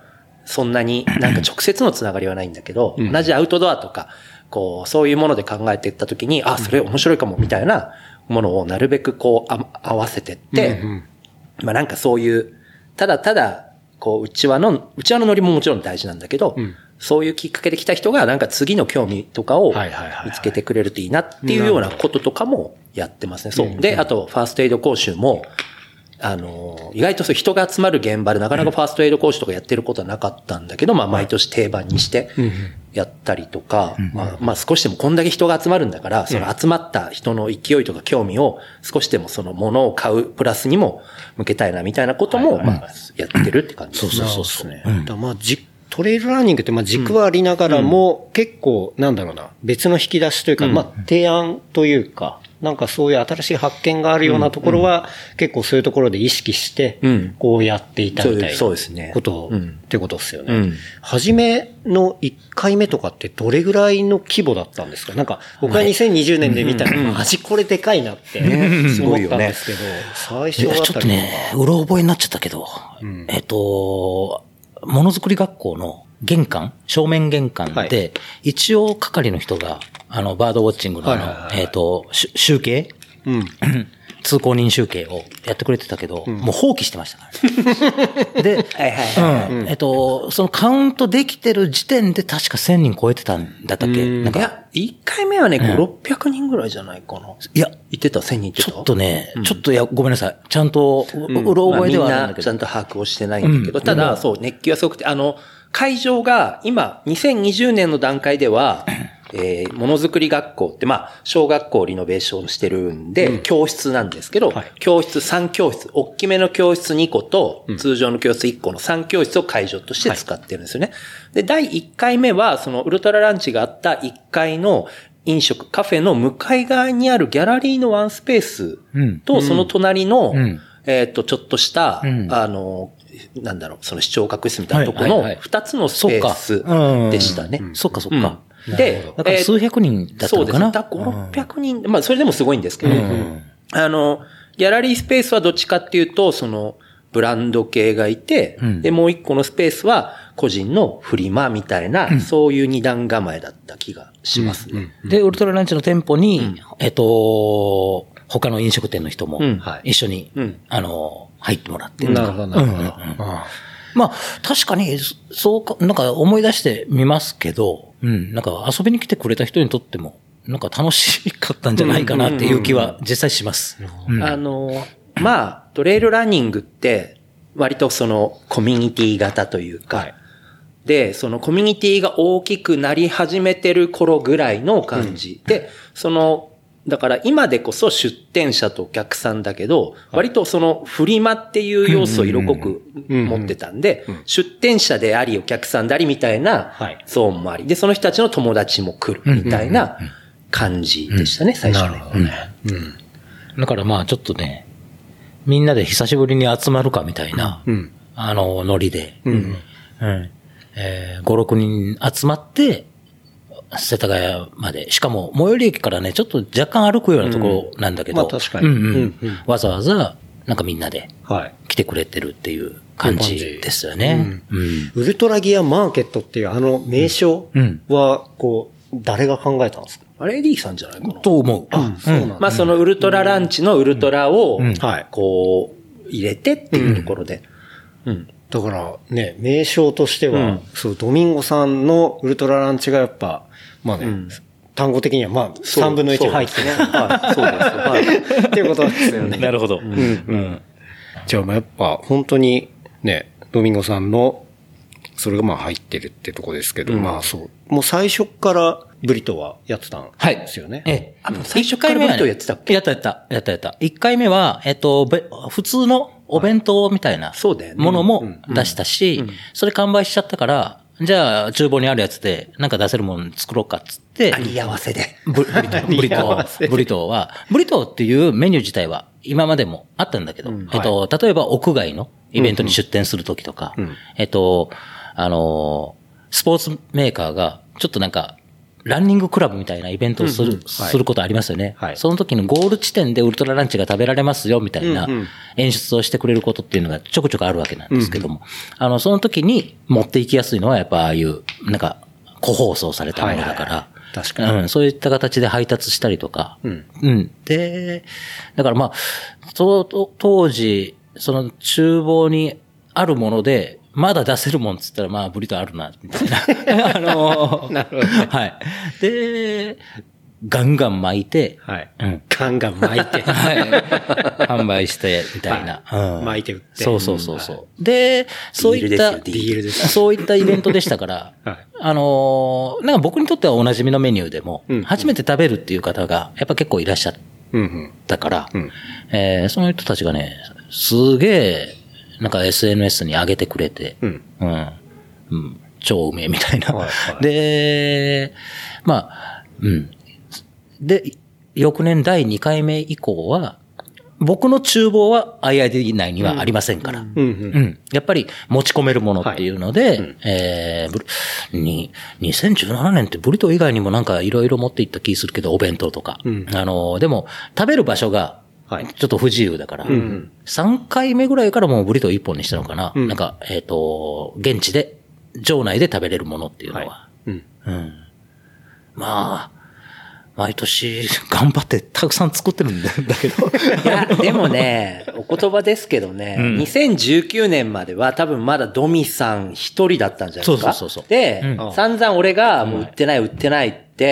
Speaker 3: そんなになんか直接のつながりはないんだけど、うん、同じアウトドアとか、こう、そういうもので考えていったときに、あ、それ面白いかも、みたいなものをなるべくこう、あ合わせてって、うんうん、まあなんかそういう、ただただ、こう、うちわの、うちわのノリももちろん大事なんだけど、うん、そういうきっかけで来た人がなんか次の興味とかを見つけてくれるといいなっていうようなこととかもやってますね。そう。で、あと、ファーストエイド講習も、あの、意外とそう人が集まる現場でなかなかファーストエイド講師とかやってることはなかったんだけど、まあ毎年定番にしてやったりとか、まあまあ少しでもこんだけ人が集まるんだから、その集まった人の勢いとか興味を少しでもそのものを買うプラスにも向けたいなみたいなことも、まあやってるって感じです。
Speaker 2: そうそうそうですね。まあじトレイルランニングってまあ軸はありながらも結構なんだろうな、別の引き出しというか、まあ提案というか、なんかそういう新しい発見があるようなところは、結構そういうところで意識して、こうやっていたみたいなことってことですよね。初めのいっかいめとかってどれぐらいの規模だったんですか？なんか僕はにせんにじゅうねんで見たら、マジこれでかいなって思ったんですけど、最初は
Speaker 4: ちょっとね、うろ覚えになっちゃったけど、えっと、ものづくり学校の玄関、正面玄関で、一応係の人が、あの、バードウォッチングのあの、えっと、集計、うん、通行人集計をやってくれてたけど、うん、もう放棄してましたからね。で、はいはいはい、うん、えっと、そのカウントできてる時点で確かせんにん超えてたんだったっけ？なんか
Speaker 3: いや、いっかいめはね、ごひゃく、ろっぴゃくにんぐらいじゃないかな。
Speaker 4: いや、
Speaker 3: 言ってた、せんにん言ってた。
Speaker 4: ちょっとね、うん、ちょっといや、ごめんなさい。ちゃんと、うろ覚えではあるんだけど、まあ、みんな
Speaker 3: ちゃんと把握をしてないんだけど、うん、ただ、そう、熱気はすごくて、あの、会場が今、にせんにじゅうねんの段階では、えー、ものづくり学校って、まあ、小学校をリノベーションしてるんで、うん、教室なんですけど、はい、教室さん教室、大きめの教室にこと、うん、通常の教室いっこのさん教室を会場として使ってるんですよね。はい、で、だいいっかいめは、そのウルトラランチがあったいっかいの飲食、カフェの向かい側にあるギャラリーのワンスペースと、うん、その隣の、うん、えっと、ちょっとした、うん、あの、なんだろう、その視聴覚室みたいなところのふたつのスペースでしたね。
Speaker 4: そっかそっか。
Speaker 3: で、
Speaker 4: だから数百人だったのかな？
Speaker 3: そうですね。ごひゃく、ろっぴゃくにん、まあそれでもすごいんですけど、あの、ギャラリースペースはどっちかっていうと、その、ブランド系がいて、で、もう一個のスペースは個人のフリマみたいな、そういう二段構えだった気がしますね。
Speaker 4: で、ウルトラランチの店舗に、えっと、他の飲食店の人も一緒に、あの、入ってもらって。
Speaker 2: なるほど、なるほど。
Speaker 4: まあ、確かに、そうか、なんか思い出してみますけど、うん、なんか遊びに来てくれた人にとっても、なんか楽しかったんじゃないかなっていう気は実際します。
Speaker 3: うん、あの、まあ、トレイルランニングって、割とそのコミュニティ型というか、はい、で、そのコミュニティが大きくなり始めてる頃ぐらいの感じ、うん、で、その、だから今でこそ出店者とお客さんだけど、割とそのフリマっていう要素を色濃く持ってたんで、出店者でありお客さんでありみたいなゾーンもあり、で、その人たちの友達も来るみたいな感じでしたね、最初ね。
Speaker 4: なるほどね。うん。だからまあちょっとね、みんなで久しぶりに集まるかみたいな、あの、ノリで、うんえー、ご、ろくにん集まって、世田谷まで。しかも、最寄り駅からね、ちょっと若干歩くようなところなんだけど。
Speaker 2: うん、まあ確かに、
Speaker 4: うんうんうん。わざわざ、なんかみんなで、来てくれてるっていう感じですよね。
Speaker 2: うんうん、ウルトラギアマーケットっていうあの名称は、こう、誰が考えたんですか？
Speaker 3: あれ、エディさんじゃないかな
Speaker 4: と思う。
Speaker 3: あ、そうなんだ。まあそのウルトラランチのウルトラを、こう、入れてっていうところで。
Speaker 2: うん。だからね、名称としては、うん、そう、ドミンゴさんのウルトラランチがやっぱ、まあね、うん、単語的にはまあ、さんぶんのいち入ってね。はい、そうです。はい。っていうことですよね。
Speaker 4: なるほど。うん。うん。
Speaker 2: じゃあ、やっぱ、本当にね、ドミンゴさんの、それがまあ入ってるってとこですけど、うん、まあそう。もう最初からブリトはやってたんですよね。
Speaker 4: はい、ええ。あ、最初からブリトやってたっけ？やったやった。やったやった。いっかいめは、えっと、普通のお弁当みたいなものも出したし、それ完売しちゃったから、じゃあ、厨房にあるやつで、なんか出せるもの作ろうかっつって。
Speaker 3: あり合わせで。
Speaker 4: ブリトー。ブリトー。ブリトーは、ブリトーっていうメニュー自体は今までもあったんだけど、うん、えっと、例えば屋外のイベントに出店するときとか、うんうん、えっと、あの、スポーツメーカーが、ちょっとなんか、 ランニングクラブみたいなイベントをする、うんうんはい、することありますよね、はい。その時のゴール地点でウルトラランチが食べられますよみたいな演出をしてくれることっていうのがちょくちょくあるわけなんですけども、うんうん、あの、その時に持っていきやすいのはやっぱああいう、なんか、個包装されたものだから、はいはい、
Speaker 2: 確かに、
Speaker 4: うん。そういった形で配達したりとか、うん。うん、で、だからまあ、その当時、その厨房にあるもので、まだ出せるもんっつったら、まあ、ブリトーあるな、みたいな。あのー、
Speaker 2: なるほど、ね。
Speaker 4: はい。で、ガンガン巻いて、
Speaker 2: はい。うん、ガンガン巻いて、
Speaker 4: はい。販売して、みたいな、
Speaker 2: はいうん。巻いて売って。
Speaker 4: そうそうそうそう、はい。で、そういった、
Speaker 3: ディールです。
Speaker 4: そういったイベントでしたから、はい、あのー、なんか僕にとってはお馴染みのメニューでも、うん、初めて食べるっていう方が、やっぱ結構いらっしゃったから、うんうんえー、その人たちがね、すげえ、なんか エスエヌエス に上げてくれて、うん。うん。うん、超うめえみたいな。はいはい、で、まあ、うん。で、翌年だいにかいめ以降は、僕の厨房は アイアイディー 内にはありませんから。うん。うんうん、やっぱり持ち込めるものっていうので、はいうん、えー、に、にせんじゅうななねんってブリトー以外にもなんかいろいろ持っていった気するけど、お弁当とか。うん、あの、でも、食べる場所が、はい、ちょっと不自由だから、うんうん、さんかいめぐらいからもうブリトーいっぽんにしたのかな、うん、なんか、えっ、ー、と、現地で、場内で食べれるものっていうのは。はいうんうん、まあ、毎年頑張ってたくさん作ってるんだけど。
Speaker 3: いや、でもね、お言葉ですけどね、うん、にせんじゅうきゅうねんまでは多分まだドミさん一人だったんじゃないですか。そうそうそうそう。で、うん、散々俺がもう売ってない売ってないって、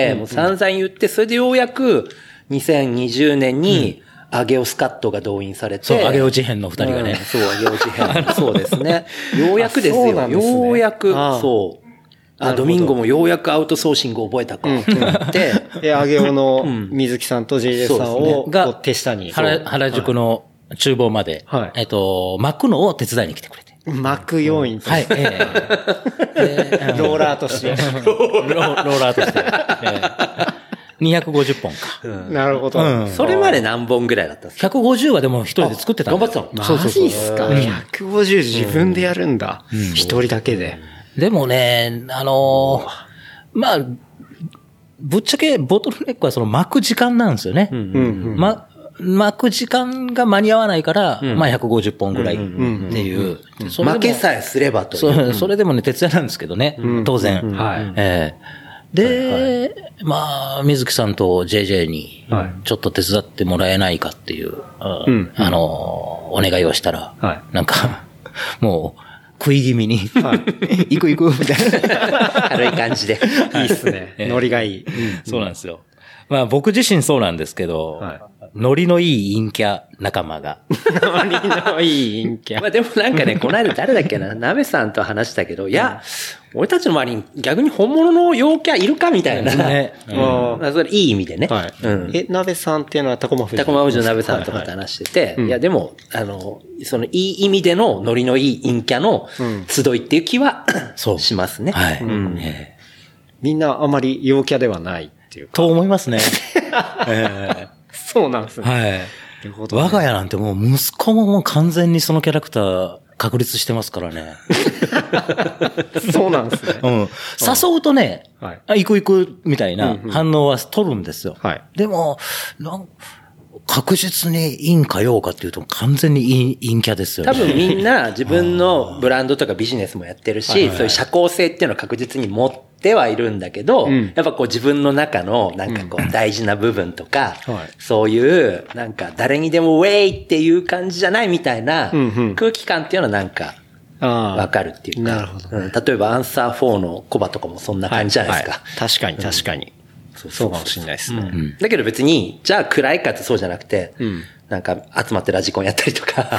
Speaker 3: うん、もう散々言って、それでようやくにせんにじゅうねんに、うんアゲオスカットが動員されて。
Speaker 4: そう、アゲオ事変の二人がね。うん、
Speaker 3: そう、アゲオ事変。そうですね。ようやくですよ。すね、ようやく、そう。あ、ドミンゴもようやくアウトソーシングを覚えたかってなって。
Speaker 2: で、アゲオの水木さんと ジェイジェイ さんを、が、手下に。
Speaker 4: 原宿の厨房まで、はい、えっと、巻くのを手伝いに来てくれて。
Speaker 2: 巻く要員として。はい。えー、ローラーとして。ロ
Speaker 4: ーラーとして。えーにひゃくごじゅっぽんか。
Speaker 2: うん、なるほど、う
Speaker 3: ん。それまで何本ぐらいだったんですか？
Speaker 4: ひゃくごじゅう はでも一人で作ってたんだ。
Speaker 3: 頑張ってたの？
Speaker 2: そうそうそう。マジっすか？ ひゃくごじゅう 自分でやるんだ。一、うん、人だけで。
Speaker 4: でもね、あのー、まあ、ぶっちゃけボトルネックはその巻く時間なんですよね。うんうんうんま巻く時間が間に合わないから、うん、まあひゃくごじゅっぽんぐらいっていう。
Speaker 3: 負けさえすればという。
Speaker 4: そ, うそれでもね、徹夜なんですけどね。うん、当然。うん、はい。えーで、はいはい、まあ、水木さんと ジェイジェイ に、ちょっと手伝ってもらえないかっていう、はい、あの、お願いをしたら、はい、なんか、もう、食い気味に、はい、行く行く、みたい
Speaker 3: な。軽い感じで。
Speaker 2: いいっすね。ノリがいい、うん。
Speaker 4: そうなんですよ。まあ、僕自身そうなんですけど、はいノリのいい陰キャ仲間が。
Speaker 2: ノリのいい陰キャ。
Speaker 3: まあでもなんかね、この間誰だっけな、鍋さんと話したけど、いや、うん、俺たちの周りに逆に本物の陽キャいるかみたいな。ね。うん。まあそれいい意味でね。はい。うん。
Speaker 2: え、鍋さんっていうのはタコマフジ。
Speaker 3: タコマフジの鍋さんとかと話してて、はいはい、いやでも、あの、そのいい意味でのノリのいい陰キャの集いっていう気は、うん、しますね。はい。うん。
Speaker 2: えー、みんなあまり陽キャではないっていうか。
Speaker 4: と思いますね。え
Speaker 2: ーそうなんですね。はい。
Speaker 4: ね、我が家なんてもう息子ももう完全にそのキャラクター確立してますからね。
Speaker 2: そうなんですね。
Speaker 4: うん。誘うとね、はい、あ、行く行くみたいな反応は取るんですよ。はい。でも、なん確実に陰か陽かっていうと完全に陰キャですよね。
Speaker 3: 多分みんな自分のブランドとかビジネスもやってるし、はいはい、そういう社交性っていうのを確実に持ってはいるんだけど、うん、やっぱこう自分の中のなんかこう大事な部分とか、うんはい、そういうなんか誰にでもウェイっていう感じじゃないみたいな空気感っていうのはなんかわかるっていうか、なるほど、うん、例えばアンサーフォーのコバとかもそんな感じじゃないですか。
Speaker 2: はいはい、確かに確かに。うんそうそうかもしれないですね、うん。
Speaker 3: だけど別に、じゃあ暗いかってそうじゃなくて、うん、なんか集まってラジコンやったりとか。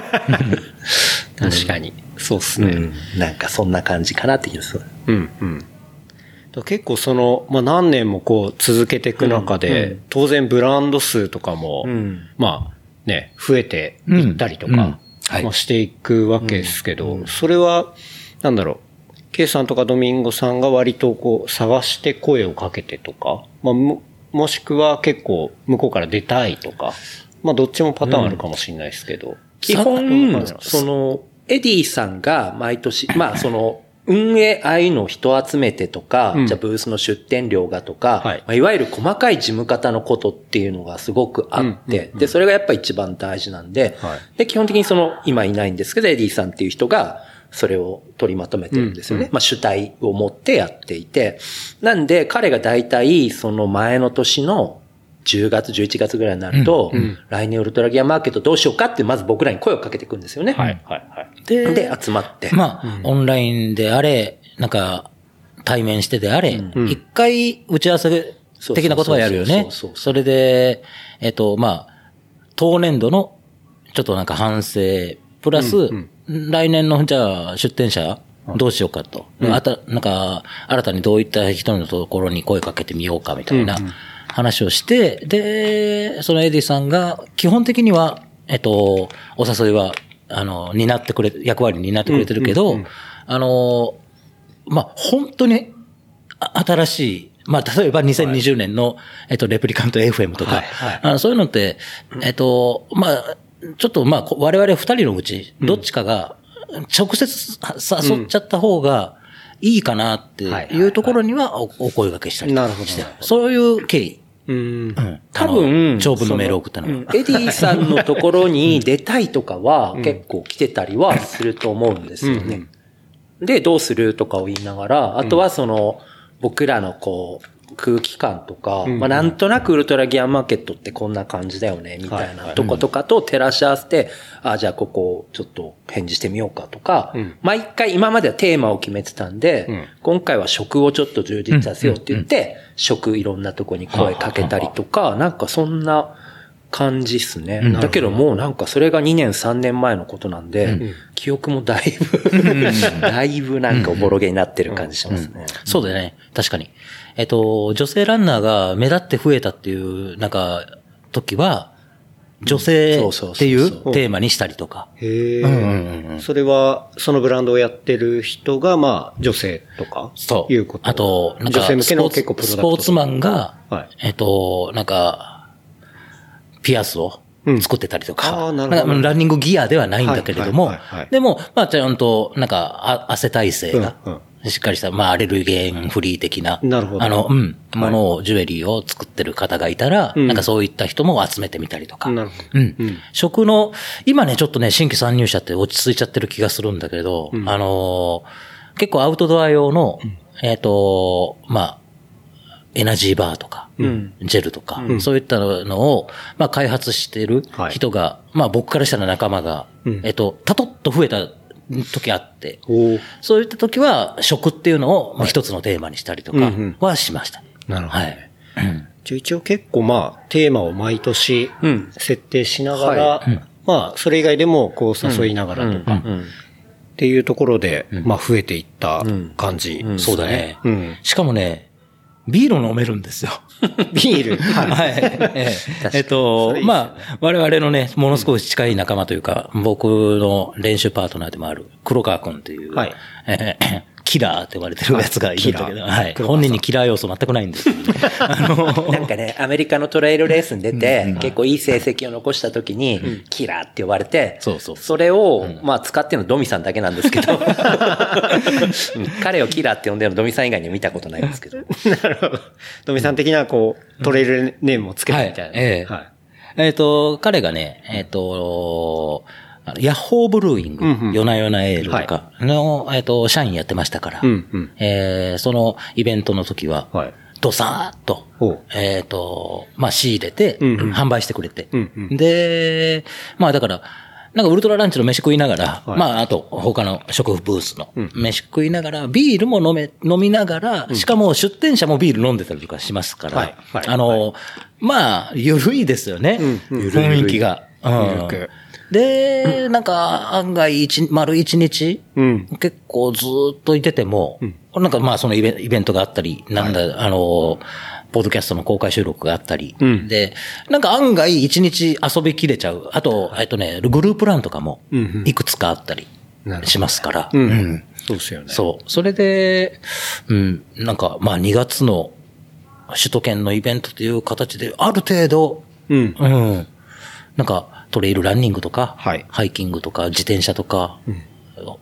Speaker 2: 確かに。そうですね、うん。
Speaker 3: なんかそんな感じかなって気がする。うんうん。
Speaker 2: 結構その、まあ何年もこう続けていく中で、うんうん、当然ブランド数とかも、うん、まあね、増えていったりとか、うんうんはいまあ、していくわけですけど、うんうん、それは、なんだろう。K さんとかドミンゴさんが割とこう探して声をかけてとか、まあ、も, もしくは結構向こうから出たいとか、まあどっちもパターンあるかもしれないですけど。うん、
Speaker 3: 基本、その、エディさんが毎年、まあその、 運営ああいうのを人集めてとか、うん、じゃあブースの出店料がとか、はいまあ、いわゆる細かい事務方のことっていうのがすごくあって、うんうんうん、で、それがやっぱ一番大事なんで、はい、で、基本的にその、今いないんですけど、エディさんっていう人が、それを取りまとめてるんですよね。うんうん、まあ主体を持ってやっていて。なんで彼が大体その前の年のじゅうがつ、じゅういちがつぐらいになると、うんうん、来年ウルトラギアマーケットどうしようかってまず僕らに声をかけていくんですよね。はいはいはい。で、で集まって。
Speaker 4: まあ、うん、オンラインであれ、なんか対面してであれ、一、うん、回打ち合わせ的なことはやるよね。それで、えっと、まあ、当年度のちょっとなんか反省、プラス、うんうん、来年のじゃあ出店者どうしようかと。うん、あた、なんか、新たにどういった人のところに声かけてみようかみたいな話をして、で、そのエディさんが基本的には、えっと、お誘いは、あの、担ってくれ、役割に担ってくれてるけど、うんうんうん、あの、まあ、本当に新しい、まあ、例えばにせんにじゅうねんの、はい、えっと、レプリカント エフエム とか、はいはい、あのそういうのって、えっと、まあ、ちょっとまあ、我々二人のうち、どっちかが直接誘っちゃった方がいいかなっていうところにはお声掛けしたりして、なるほど。そういう経緯。うん。
Speaker 3: 多分、
Speaker 4: 長文のメールを送ったのは。
Speaker 3: エディさんのところに出たいとかは結構来てたりはすると思うんですよね。で、どうするとかを言いながら、あとはその、僕らのこう、空気感とか、うん、まあなんとなくウルトラギアマーケットってこんな感じだよね、みたいなとことかと照らし合わせて、ああ、じゃあここちょっと返事してみようかとか、うん、毎回今まではテーマを決めてたんで、うん、今回は食をちょっと充実させようって言って、うんうん、食いろんなとこに声かけたりとか、なんかそんな感じっすね。うん、だけどもうなんかそれがにねんさんねんまえのことなんで、うん、記憶もだいぶ、だいぶなんかおぼろげになってる感じしますね。
Speaker 4: うんうん、そうだよね。確かに。えっと、女性ランナーが目立って増えたっていう、なんか、時は、女性っていうテーマにしたりとか。
Speaker 2: へえ。それは、そのブランドをやってる人が、まあ、女性とか
Speaker 4: そう。
Speaker 2: いうこと。
Speaker 4: あと、なんか、女性向けの結構プロダクトスポーツマンが、はい、えっと、なんか、ピアスを作ってたりとか。うん、あなるほど。ランニングギアではないんだけれども、でも、まあ、ちゃんと、なんか、汗耐性が、うんうんしっかりした、まあ、アレルゲンフリー的な、なるほど。あの、うん、ものを、ジュエリーを作ってる方がいたら、うん、なんかそういった人も集めてみたりとか。なるほど。うん。うん、食の、今ね、ちょっとね、新規参入者って落ち着いちゃってる気がするんだけど、うん、あのー、結構アウトドア用の、うん、えっと、まあ、エナジーバーとか、うん、ジェルとか、うん、そういったのを、まあ、開発してる人が、はい、まあ、僕からしたら仲間が、うん、えっと、たとっと増えた、時あって、そういった時は食っていうのを一つのテーマにしたりとかはしました。
Speaker 2: なるほど。はい。一応結構まあテーマを毎年設定しながら、まあそれ以外でもこう誘いながらとかっていうところでまあ増えていった感じ。
Speaker 4: そうだね。しかもね、ビール飲めるんですよ。
Speaker 2: ビール
Speaker 4: はい。ええっと、まあ、我々のね、ものすごく近い仲間というか、僕の練習パートナーでもある黒川くんという、はい、えー、キラーって呼ばれてるやつがいるんだけど、はい。本人にキラー要素全くないんですけど、ね。あ
Speaker 3: のなんかね、アメリカのトレイルレースに出て、うん、結構いい成績を残した時に、うん、キラーって呼ばれて、そうそうそれを、うん、まあ使ってるのドミさんだけなんですけど、彼をキラーって呼んでるのドミさん以外には見たことないんですけど。
Speaker 2: なるほど。ドミさん的なこう、トレイルネームをつけてみたいな。はい、え
Speaker 4: ーはい、えっ、ー、と、彼がね、えっ、ー、と、ヤッホーブルーイング、うんうん、夜な夜なエールとかの、はい、えっと、社員やってましたから、うんうん、えー、そのイベントの時は、はい、ドサーッと、えっと、まあ、仕入れて、うんうん、販売してくれて、うんうん、で、まあ、だから、なんかウルトラランチの飯食いながら、はい、まあ、あと他の食ブースの飯食いながら、ビールも飲め、飲みながら、しかも出店者もビール飲んでたりとかしますから、はいはい、あの、はい、まあ、ゆるいですよね、うんうん、雰囲気が。うん、で、なんか、案外一、丸一日、うん、結構ずっといてても、うん、なんかまあそのイベ、イベントがあったり、なんだ、はい、あの、ポッドキャストの公開収録があったり、うん、で、なんか案外一日遊びきれちゃう。あと、えっとね、グループランとかも、いくつかあったりしますから。うんうん、
Speaker 2: そうですよね。
Speaker 4: そう。それで、うん、なんかまあにがつの首都圏のイベントという形で、ある程度、うん、うん、なんか、トレイルランニングとか、はい、ハイキングとか、自転車とか、うん、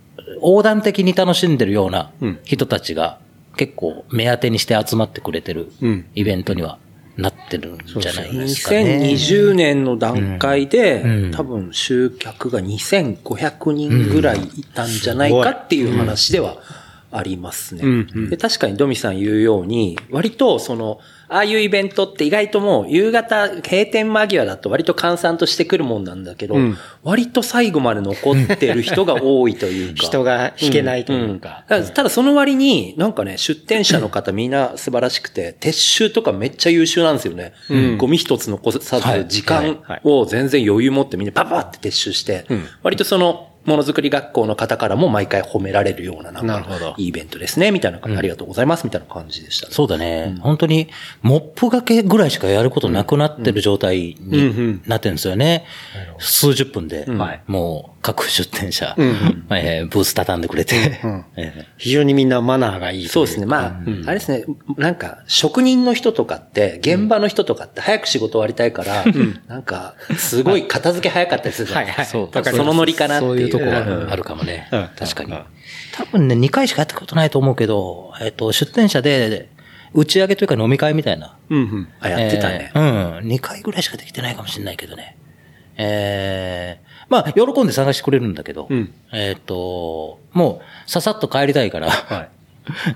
Speaker 4: 横断的に楽しんでるような人たちが結構目当てにして集まってくれてるイベントにはなってるんじゃないですかね。
Speaker 3: にせんにじゅうねんの段階で、うん、多分集客がにせんごひゃくにんぐらいいたんじゃないかっていう話ではありますね。うんうん、で確かにドミさん言うように、割とその、ああいうイベントって意外ともう夕方閉店間際だと割と閑散としてくるもんなんだけど、うん、割と最後まで残ってる人が多いというか。
Speaker 2: 人が引けないというか。
Speaker 3: うんうん、ただその割になんかね、出店者の方みんな素晴らしくて、撤収とかめっちゃ優秀なんですよね。うん、ゴミ一つ残さず時間を全然余裕持ってみんなパパって撤収して、うん、割とその、ものづくり学校の方からも毎回褒められるような、なんか、いいイベントですね、みたいな、ありがとうございます、みたいな感じでしたね。
Speaker 4: そうだね。うん、本当に、モップがけぐらいしかやることなくなってる状態になってるんですよね。数十分で、もう、各出店者、うんえー、ブース畳んでくれて、うん
Speaker 2: えー。非常にみんなマナーがいい。
Speaker 3: そうですね。まあ、うん、あれですね、なんか、職人の人とかって、現場の人とかって早く仕事終わりたいから、うん、なんか、すごい片付け早かったりするじゃないですか。はいはい、そのノリかなっていう。
Speaker 4: そういうとこがあるかもね。うん、確かに。多分ね、にかいしかやったことないと思うけど、えっと、出店者で、打ち上げというか飲み会みたいな。
Speaker 3: うんうん。あ、やってたね。
Speaker 4: えー、うん。にかいぐらいしかできてないかもしれないけどね。ええー、まあ、喜んで探してくれるんだけど、うん、えっ、ー、と、もう、ささっと帰りたいから、はい、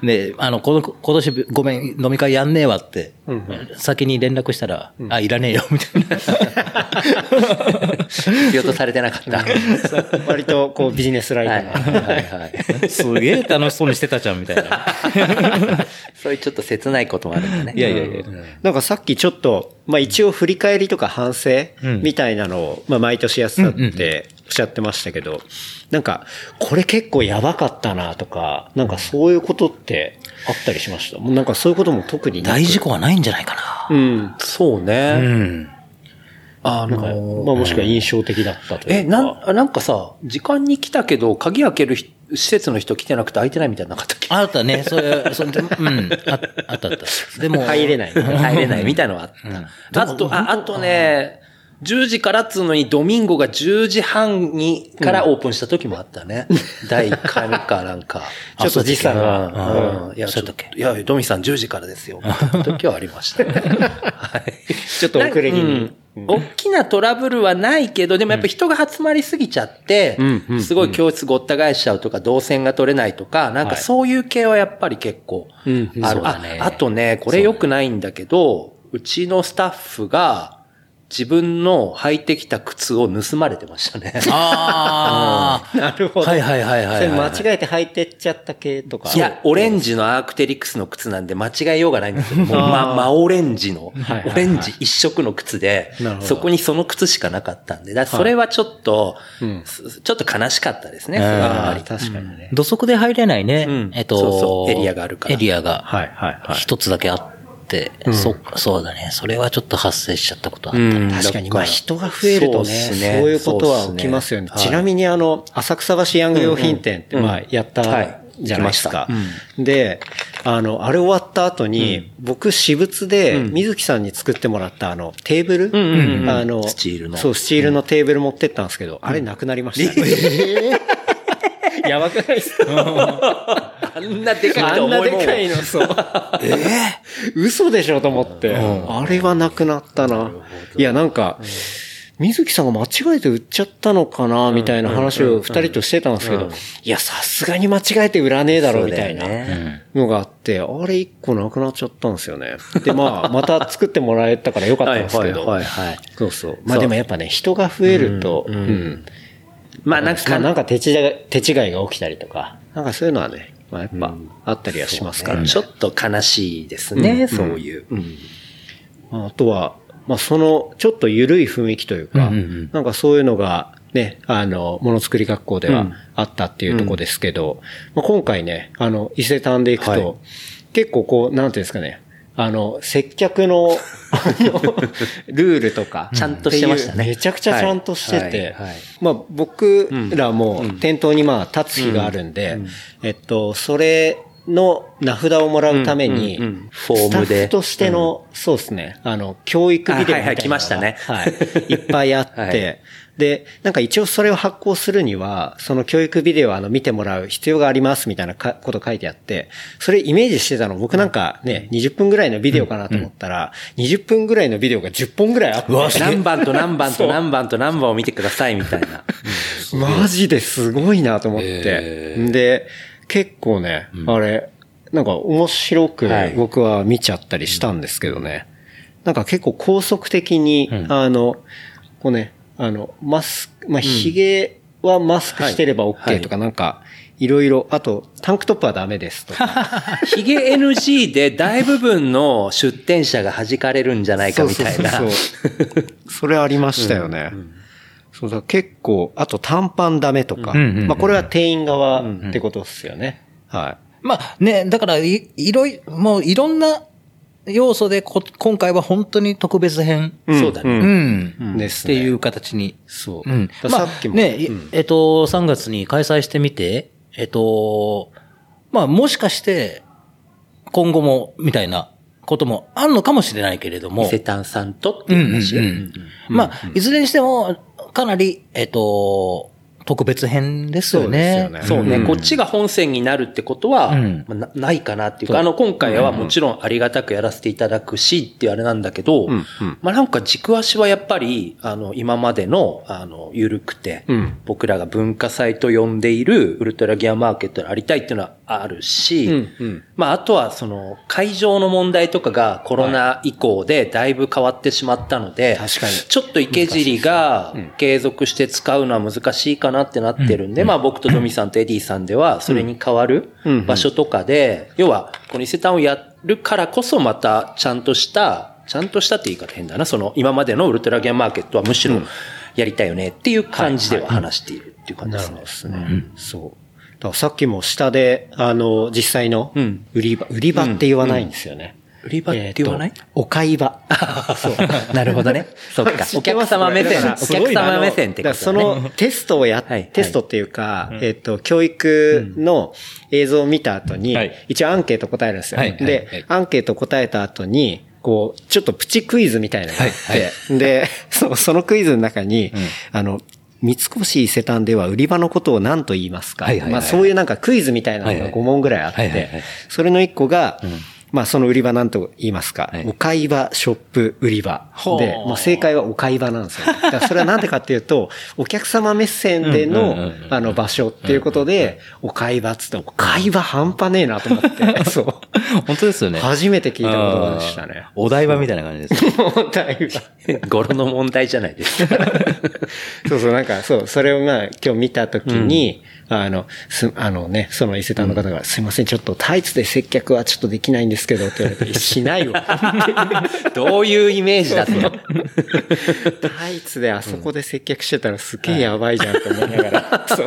Speaker 4: で、あの、この、今年ごめん、飲み会やんねえわって、うんうん、先に連絡したら、うん、あ、いらねえよ、みたいな。
Speaker 3: 必要とされてなかった。
Speaker 2: 割と、こう、ビジネスライター。はい
Speaker 4: はいはい、すげえ楽しそうにしてたじゃん、みたいな。
Speaker 3: そういうちょっと切ないこともあるんだね。
Speaker 2: いやいやいや。うん、なんかさっきちょっと、まあ一応振り返りとか反省みたいなのを、まあ毎年やってたっておっしゃってましたけど、なんか、これ結構やばかったなとか、なんかそういうことってあったりしました？もうなんかそういうことも特に
Speaker 4: 大事故はないんじゃないかな。
Speaker 3: うん。そうね。うん。
Speaker 2: あのー、まあもしくは印象的だったというか。
Speaker 3: え、なん、なんかさ、時間に来たけど、鍵開ける施設の人来てなくて開いてないみたいななかったっけ？
Speaker 4: あったね。それ、それで、うん。あったあった。
Speaker 2: でも、入れない。
Speaker 3: 入れないみたいなのはあった。うん、あと、あ、あとね、じゅうじからっつうのにドミンゴがじゅうじはんにからオープンした時もあったね。うん、だいいっかいめかなんか。
Speaker 2: ちょっと時差が。
Speaker 3: うん。いや、ちょっと、いや、ドミさんじゅうじからですよ。時はありましたね。はい。
Speaker 2: ちょっと遅れ気味。
Speaker 3: 大きなトラブルはないけど、でもやっぱ人が集まりすぎちゃって、すごい教室ごった返しちゃうとか、動線が取れないとか、なんかそういう系はやっぱり結構ある。あ、あとね、これ良くないんだけど、うちのスタッフが、自分の履いてきた靴を盗まれてましたね。
Speaker 2: ああ、なるほど。
Speaker 4: はいはいはいはい、はい。
Speaker 2: それ間違えて履いてっちゃった系とか。
Speaker 3: いや、オレンジのアークテリクスの靴なんで間違えようがないんですよ。もうま、真オレンジの、オレンジ一色の靴で、そこにその靴しかなかったんで、だそれはちょっと、はい、ちょっと悲しかったですね。
Speaker 2: ああ、確かにね。
Speaker 4: 土足で入れないね。うん、えっと、
Speaker 3: そうそう、エリアがあるから。
Speaker 4: エリアが、はいはいはい。一つだけあって。うん、そっか、そうだね。それはちょっと発生しちゃったことあったね。うん、
Speaker 2: 確かに、まあ人が増えるとね、そういうことは起きますよね。ちなみにあの、浅草橋ヤング用品店ってまあやったじゃないですか。で、あの、あれ終わった後に、僕私物で水木さんに作ってもらったあの、テーブル、あの、
Speaker 3: スチールの。
Speaker 2: そう、スチールのテーブル持ってったんですけど、あれなくなりましたね。やばくないですか？
Speaker 3: あんなでかいの
Speaker 2: あんなでかいの、そう。えー、嘘でしょと思って、うん。あれはなくなったな。いや、なんか、うん、水木さんが間違えて売っちゃったのかな、みたいな話を二人としてたんですけど、うんうんうん、いや、さすがに間違えて売らねえだろ、みたいなのがあって、あれ一個なくなっちゃったんですよね。で、まあ、また作ってもらえたからよかったんですけど。はいはいはい、はい。そうそう。まあでもやっぱね、人が増えると、うん。うんうんまあなんか、なんか手違い、手違いが起きたりとか、なんかそういうのはね、まあやっぱあったりはしますからね。
Speaker 3: ねちょっと悲しいですね、うん、そういう。うん
Speaker 2: うん、あとは、まあその、ちょっと緩い雰囲気というか、うんうんうん、なんかそういうのがね、あの、ものづくり学校ではあったっていうところですけど、うんまあ、今回ね、あの、伊勢丹で行くと、はい、結構こう、なんていうんですかね、あの、接客の、あの、ルールとか、
Speaker 3: ちゃんとしてましたね。
Speaker 2: めちゃくちゃちゃんとしてて、まあ僕らも店頭にまあ立つ日があるんで、えっと、それの名札をもらうために、
Speaker 3: フォームで。
Speaker 2: スタッフとしての、そうですね、あの、教育ビデオみたいなのが。はいはい、
Speaker 3: 来ましたね。
Speaker 2: はい。いっぱいあって、はい、で、なんか一応それを発行するには、その教育ビデオをあの見てもらう必要がありますみたいなこと書いてあって、それイメージしてたの僕なんかね、にじゅっぷんぐらいのビデオかなと思ったら、うん、にじゅっぷんぐらいのビデオがじゅっぽんぐらいあって。
Speaker 3: 何番と何番と何番と何番を見てくださいみたいな。
Speaker 2: マジですごいなと思って。で、結構ね、うん、あれ、なんか面白く僕は見ちゃったりしたんですけどね。はい、なんか結構高速的に、うん、あの、こうね、あの、マスク、まあ、髭はマスクしてれば OK とか、なんか、いろいろ、あと、タンクトップはダメですとか。
Speaker 3: 髭 エヌジー で大部分の出店者が弾かれるんじゃないかみたいな。そうそう
Speaker 2: そうそう。それありましたよね。うんうん、そうだ、結構、あと短パンダメとか。うんうんうん、まあ、これは店員側ってことですよね。うんうん、はい。
Speaker 4: まあ、ね、だからい、いろいろ、もういろんな、要素でこ、今回は本当に特別編。
Speaker 2: うん、そうだね。うん。
Speaker 4: うん、ですね。っていう形に。
Speaker 2: そう。
Speaker 4: うん。まあ、さっきも。ね、うん、えっと、さんがつに開催してみて、えっと、まあ、もしかして、今後も、みたいなこともあるのかもしれないけれども。
Speaker 3: 伊勢丹さんとっていう話。うんうんうん。
Speaker 4: まあ、いずれにしても、かなり、えっと、特別編ですよね。
Speaker 3: そうですよね。そうね、うん。こっちが本線になるってことは、うんまあ、な, ないかなっていうか、あの、今回はもちろんありがたくやらせていただくしっていうあれなんだけど、うんうん、まあなんか軸足はやっぱり、あの、今までの、あの、緩くて、うん、僕らが文化祭と呼んでいるウルトラギアマーケットでありたいっていうのはあるし、うんうん、まああとはその、会場の問題とかがコロナ以降でだいぶ変わってしまったので、
Speaker 2: 確かに
Speaker 3: ちょっと池尻が継続して使うのは難しいかなってなってるんで、うん、まあ僕とドミさんとエディさんではそれに代わる場所とかで、要はこの伊勢丹をやるからこそまたちゃんとした、ちゃんとしたって言い方変だな、その今までのウルトラギアマーケットはむしろやりたいよねっていう感じでは話しているっていう感じですね。
Speaker 2: なるほどですね。うん、そう。だからさっきも下で、あの、実際の売り場、売り場って言わないんですよね。
Speaker 3: うんうん売り場って言わない、
Speaker 2: えー、お買い場。
Speaker 3: そう。なるほどね。そっか。お客様目線。お客様目線ってことだね。
Speaker 2: そのテストをやっ、はい、テストっていうか、はい、えっ、ー、と、教育の映像を見た後に、はい、一応アンケート答えるんですよ。はい、で、はい、アンケート答えた後に、こう、ちょっとプチクイズみたいなのがあって、はい、で、そそのクイズの中に、うん、あの、三越伊勢丹では売り場のことを何と言いますか、はいはいはい、まあそういうなんかクイズみたいなのがご問ぐらいあって、はいはいはいはい、それのいっこが、うんまあその売り場なんと言いますか、はい、お買い場、ショップ、売り場。で、もう正解はお買い場なんですよ。だからそれはなんでかっていうと、お客様目線での、あの場所っていうことで、お買い場っつって、お買い場半端ねえなと思って。そう。
Speaker 4: 本当ですよね。
Speaker 2: 初めて聞いた言葉でしたね。
Speaker 4: お台場みたいな感じです。
Speaker 2: お台場。
Speaker 3: 語呂の問題じゃないですか。
Speaker 2: そうそう、なんかそう、それをまあ今日見たときに、うん、あの、す、あのね、その伊勢丹の方が、うん、すいません、ちょっとタイツで接客はちょっとできないんですけどって言われて、しないわ。
Speaker 3: どういうイメージだったの？
Speaker 2: タイツであそこで接客してたらすげえやばいじゃんと思いながら。そう。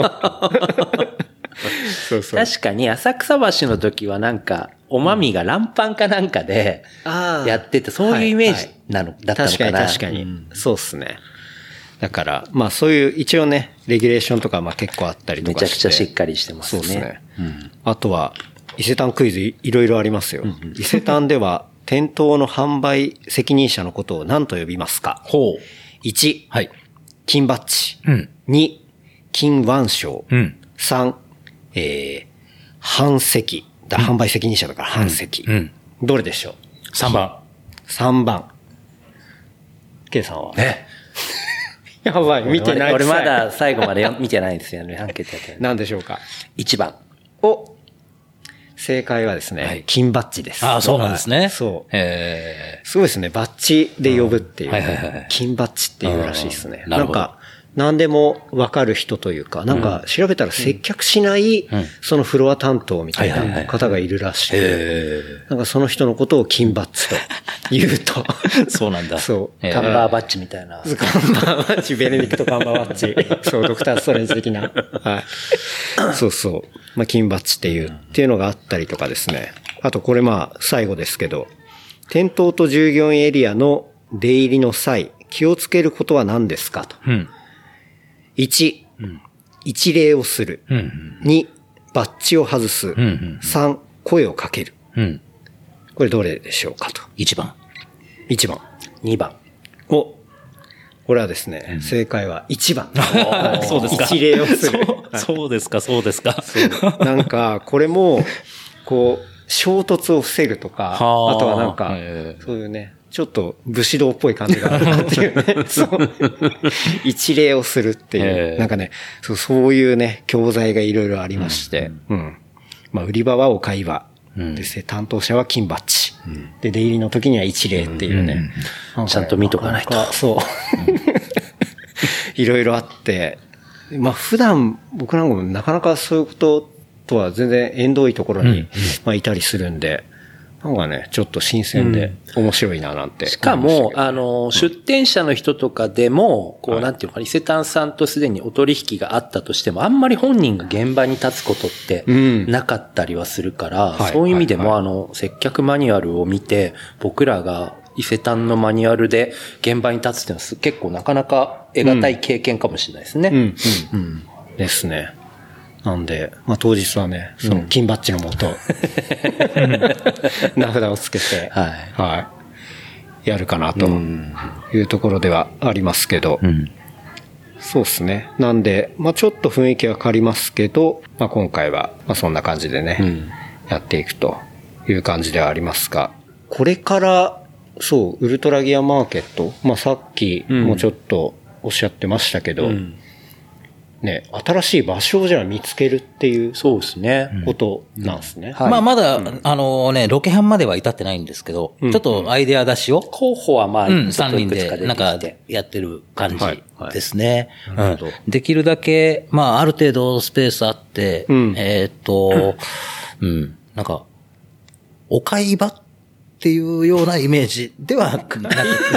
Speaker 3: そうそう。確かに浅草橋の時はなんか、おまみがランパンかなんかで、やってて、そういうイメージなの、だったのかな。
Speaker 2: 確かに確かに。うん、そうっすね。だから、まあそういう一応ね、レギュレーションとかまあ結構あったりとかして。
Speaker 3: めちゃくちゃしっかりしてますね。
Speaker 2: そうですね。うん、あとは、伊勢丹クイズ い, いろいろありますよ。うんうん、伊勢丹では、店頭の販売責任者のことを何と呼びますか？
Speaker 4: ほう。
Speaker 2: いち、
Speaker 4: はい。
Speaker 2: 金バッジ。うん。に、金腕章。うん。さん、えー、販責。だ、販売責任者だから販責。うん。うん、どれでしょう？
Speaker 4: さん 番。
Speaker 2: さんばん。K さんは？
Speaker 3: え
Speaker 2: やばい、見てない。
Speaker 3: 俺まだ最後まで見てないんですよね、アンケートやって。
Speaker 2: 何でしょうか？
Speaker 3: いちばん。
Speaker 2: お、正解はですね、はい、金バッジです。
Speaker 4: ああ、そうなんですね。
Speaker 2: そう。へー。すごいですね。バッジで呼ぶっていう。はいはいはい。金バッジっていうらしいですね。なるほど。なんか、何でもわかる人というか、なんか調べたら接客しない、そのフロア担当みたいな方がいるらしくて、なんかその人のことを金バッジと言うと。
Speaker 4: そうなんだ。
Speaker 2: そう。
Speaker 3: カンバーバッジみたいな。
Speaker 2: カンバーバッジ、ベネディクトカンバーバッジ。そう、ドクターストレンジ的な。はい。そうそう。まあ、金バッジっていう、っていうのがあったりとかですね。あとこれまあ、最後ですけど、店頭と従業員エリアの出入りの際、気をつけることは何ですかと。うんいち、うん、一礼をする。うんうん、に、バッジを外す。うんうん、さん、 声をかける。
Speaker 4: うん。
Speaker 2: これどれでしょうかと。
Speaker 4: いちばん。
Speaker 2: いちばん。
Speaker 3: にばん。
Speaker 2: お、これはですね、うん、正解はいちばん。
Speaker 4: そうですか。
Speaker 2: 一礼をする。
Speaker 4: そう、そうですか、そうですか。
Speaker 2: そうなんか、これも、こう、衝突を防ぐとか、あとはなんか、そういうね、ちょっと武士道っぽい感じがあるなっていうね。そう。一礼をするっていう。なんかね、そう、そういうね、教材がいろいろありまして、うん。うん、まあ、売り場はお会話。ですね、担当者は金バッジ。うん、で、出入りの時には一礼っていうね。うん
Speaker 3: うん、ちゃんと見とかないと。
Speaker 2: そう。いろいろあって、まあ普段僕なんかもなかなかそういうこととは全然縁遠いところに、うんうん、まあいたりするんで、なんかね、ちょっと新鮮で面白いななんて、
Speaker 3: うん。しかも、あの、うん、出店者の人とかでも、こう、はい、なんていうのかな、伊勢丹さんとすでにお取引があったとしても、あんまり本人が現場に立つことってなかったりはするから、うん、そういう意味でも、はいはいはい、あの、接客マニュアルを見て、僕らが伊勢丹のマニュアルで現場に立つっていうのは結構なかなか得難い経験かもしれないですね。うん。うん。
Speaker 2: うん、ですね。なんで、まあ当日はね、その金バッジのもと、うん、名札をつけて、はい。はい。やるかなというところではありますけど、うん、そうですね。なんで、まあちょっと雰囲気は変わりますけど、まあ今回は、まあそんな感じでね、うん、やっていくという感じではありますが、これから、そう、ウルトラギアマーケット、まあさっきもちょっとおっしゃってましたけど、うんね、新しい場所をじゃあ見つけるっていう。
Speaker 3: そうですね。
Speaker 2: ことなんですね。
Speaker 4: うんはい、まあまだ、うん、あのね、ロケハンまでは至ってないんですけど、うん、ちょっとアイデア出しを。
Speaker 3: 候補はまあ、
Speaker 4: うん、さんにんでなんかやってる感じですね。はいはい、うん。できるだけ、まあある程度スペースあって、うん、えっと、うん、なんか、お買い場っていうようなイメージではなくて。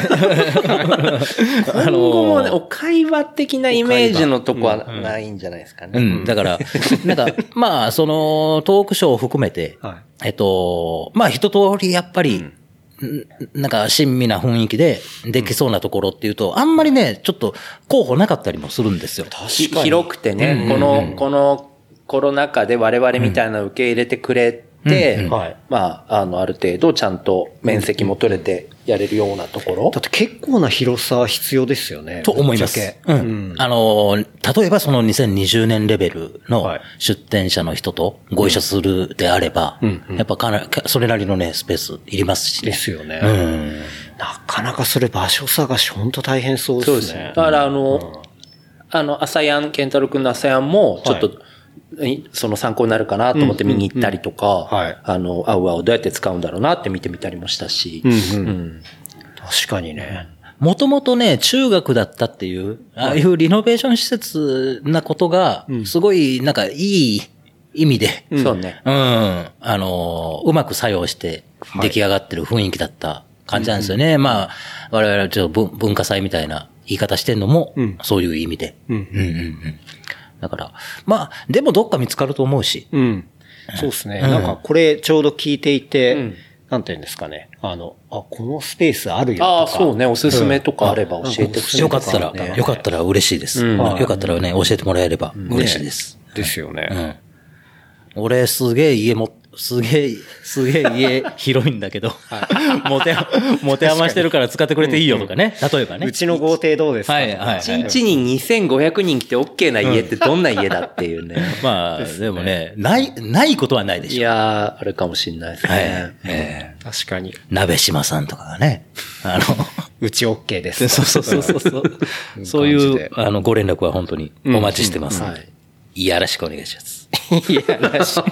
Speaker 3: 今後もね、お会話的なイメージのとこはないんじゃないですかね。
Speaker 4: うん。うん、だから、なんか、まあ、その、トークショーを含めて、はい、えっと、まあ、一通りやっぱり、うん、なんか、親身な雰囲気でできそうなところっていうと、あんまりね、ちょっと候補なかったりもするんですよ。
Speaker 3: 確かに。広くてね、うん、この、このコロナ禍で我々みたいなの受け入れてくれて、で、うんうん、まあ、あの、ある程度ちゃんと面積も取れてやれるようなところ。
Speaker 2: だって結構な広さ必要ですよね。
Speaker 4: と思います。うん。うん、あの、例えばそのにせんにじゅうねんレベルの出店者の人とご一緒するであれば、うんうん、やっぱかな、それなりのね、スペースいりますし
Speaker 2: ね。ですよね。うん。なかなかそれ場所探し本当大変そうですね。そうですね。
Speaker 3: だからあの、うん、あの、アサヤン、ケンタロウ君のアサヤンも、ちょっと、はいその参考になるかなと思って見に行ったりとか、うんうんうんはい、あの、アウアをどうやって使うんだろうなって見てみたりもしたし。うんうん
Speaker 2: うん、確かにね。
Speaker 4: もともとね、中学だったっていう、ああいうリノベーション施設なことが、すごい、なんかいい意味で、
Speaker 3: うん、そうね。
Speaker 4: うん。あの、うまく作用して出来上がってる雰囲気だった感じなんですよね。はい、まあ、我々はちょっと文化祭みたいな言い方してんのも、そういう意味で。うんうんうんうんだから、まあ、でもどっか見つかると思うし。
Speaker 2: うん。そうですね。うん、なんかこれちょうど聞いていて、うん、なんていうんですかね。あの、あ、このスペースあるよとか。
Speaker 3: ああ、そうね。おすすめとかあれば教えてほしい、ね、
Speaker 4: よかったら、よかったら嬉しいです。うん、よかったらね、教えてもらえれば嬉しいです。
Speaker 2: ね、ですよね。
Speaker 4: うん。俺すげえ家も、すげえ、すげえ家広いんだけど、はい、持て、持て余してるから使ってくれていいよとかね。例えばね。
Speaker 2: うちの豪邸どうですか
Speaker 4: はいはい。
Speaker 3: いちにちににせんごひゃくにん来て OK な家ってどんな家だっていうね。
Speaker 4: まあ、でもね、ない、ないことはないでしょ。
Speaker 3: いやー、あるかもしれないですね。はい
Speaker 2: えー、確かに。
Speaker 4: 鍋島さんとかがね、あの、
Speaker 2: うち OK です。
Speaker 4: そうそうそうそう。そういう、あの、ご連絡は本当にお待ちしてます。うんうんはい。いやらしくお願いします。
Speaker 2: いやらしい。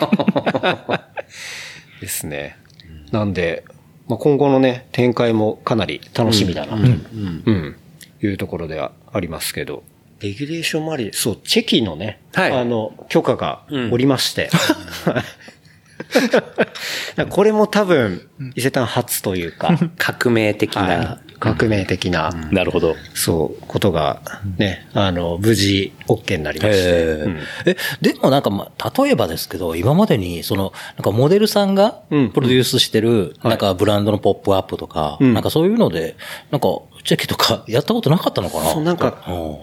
Speaker 2: ですね。なんで、まあ、今後のね、展開もかなり楽しみだな、と、うんうん、うん、いうところではありますけど、レギュレーション周り、そう、チェキのね、はい、あの、許可がおりまして、うん、これも多分、伊勢丹初というか、
Speaker 3: 革命的な、
Speaker 2: はい、革命的な、
Speaker 4: うん、なるほど。
Speaker 2: そう、ことが、ね、あの、無事、OK になりまして。
Speaker 4: うん、え、でもなんか、まあ、例えばですけど、今までに、その、なんかモデルさんが、プロデュースしてる、なんかブランドのポップアップとか、うん、なんかそういうので、なんか、チェキとかやったことなかったのかな
Speaker 2: そう、なんか、勝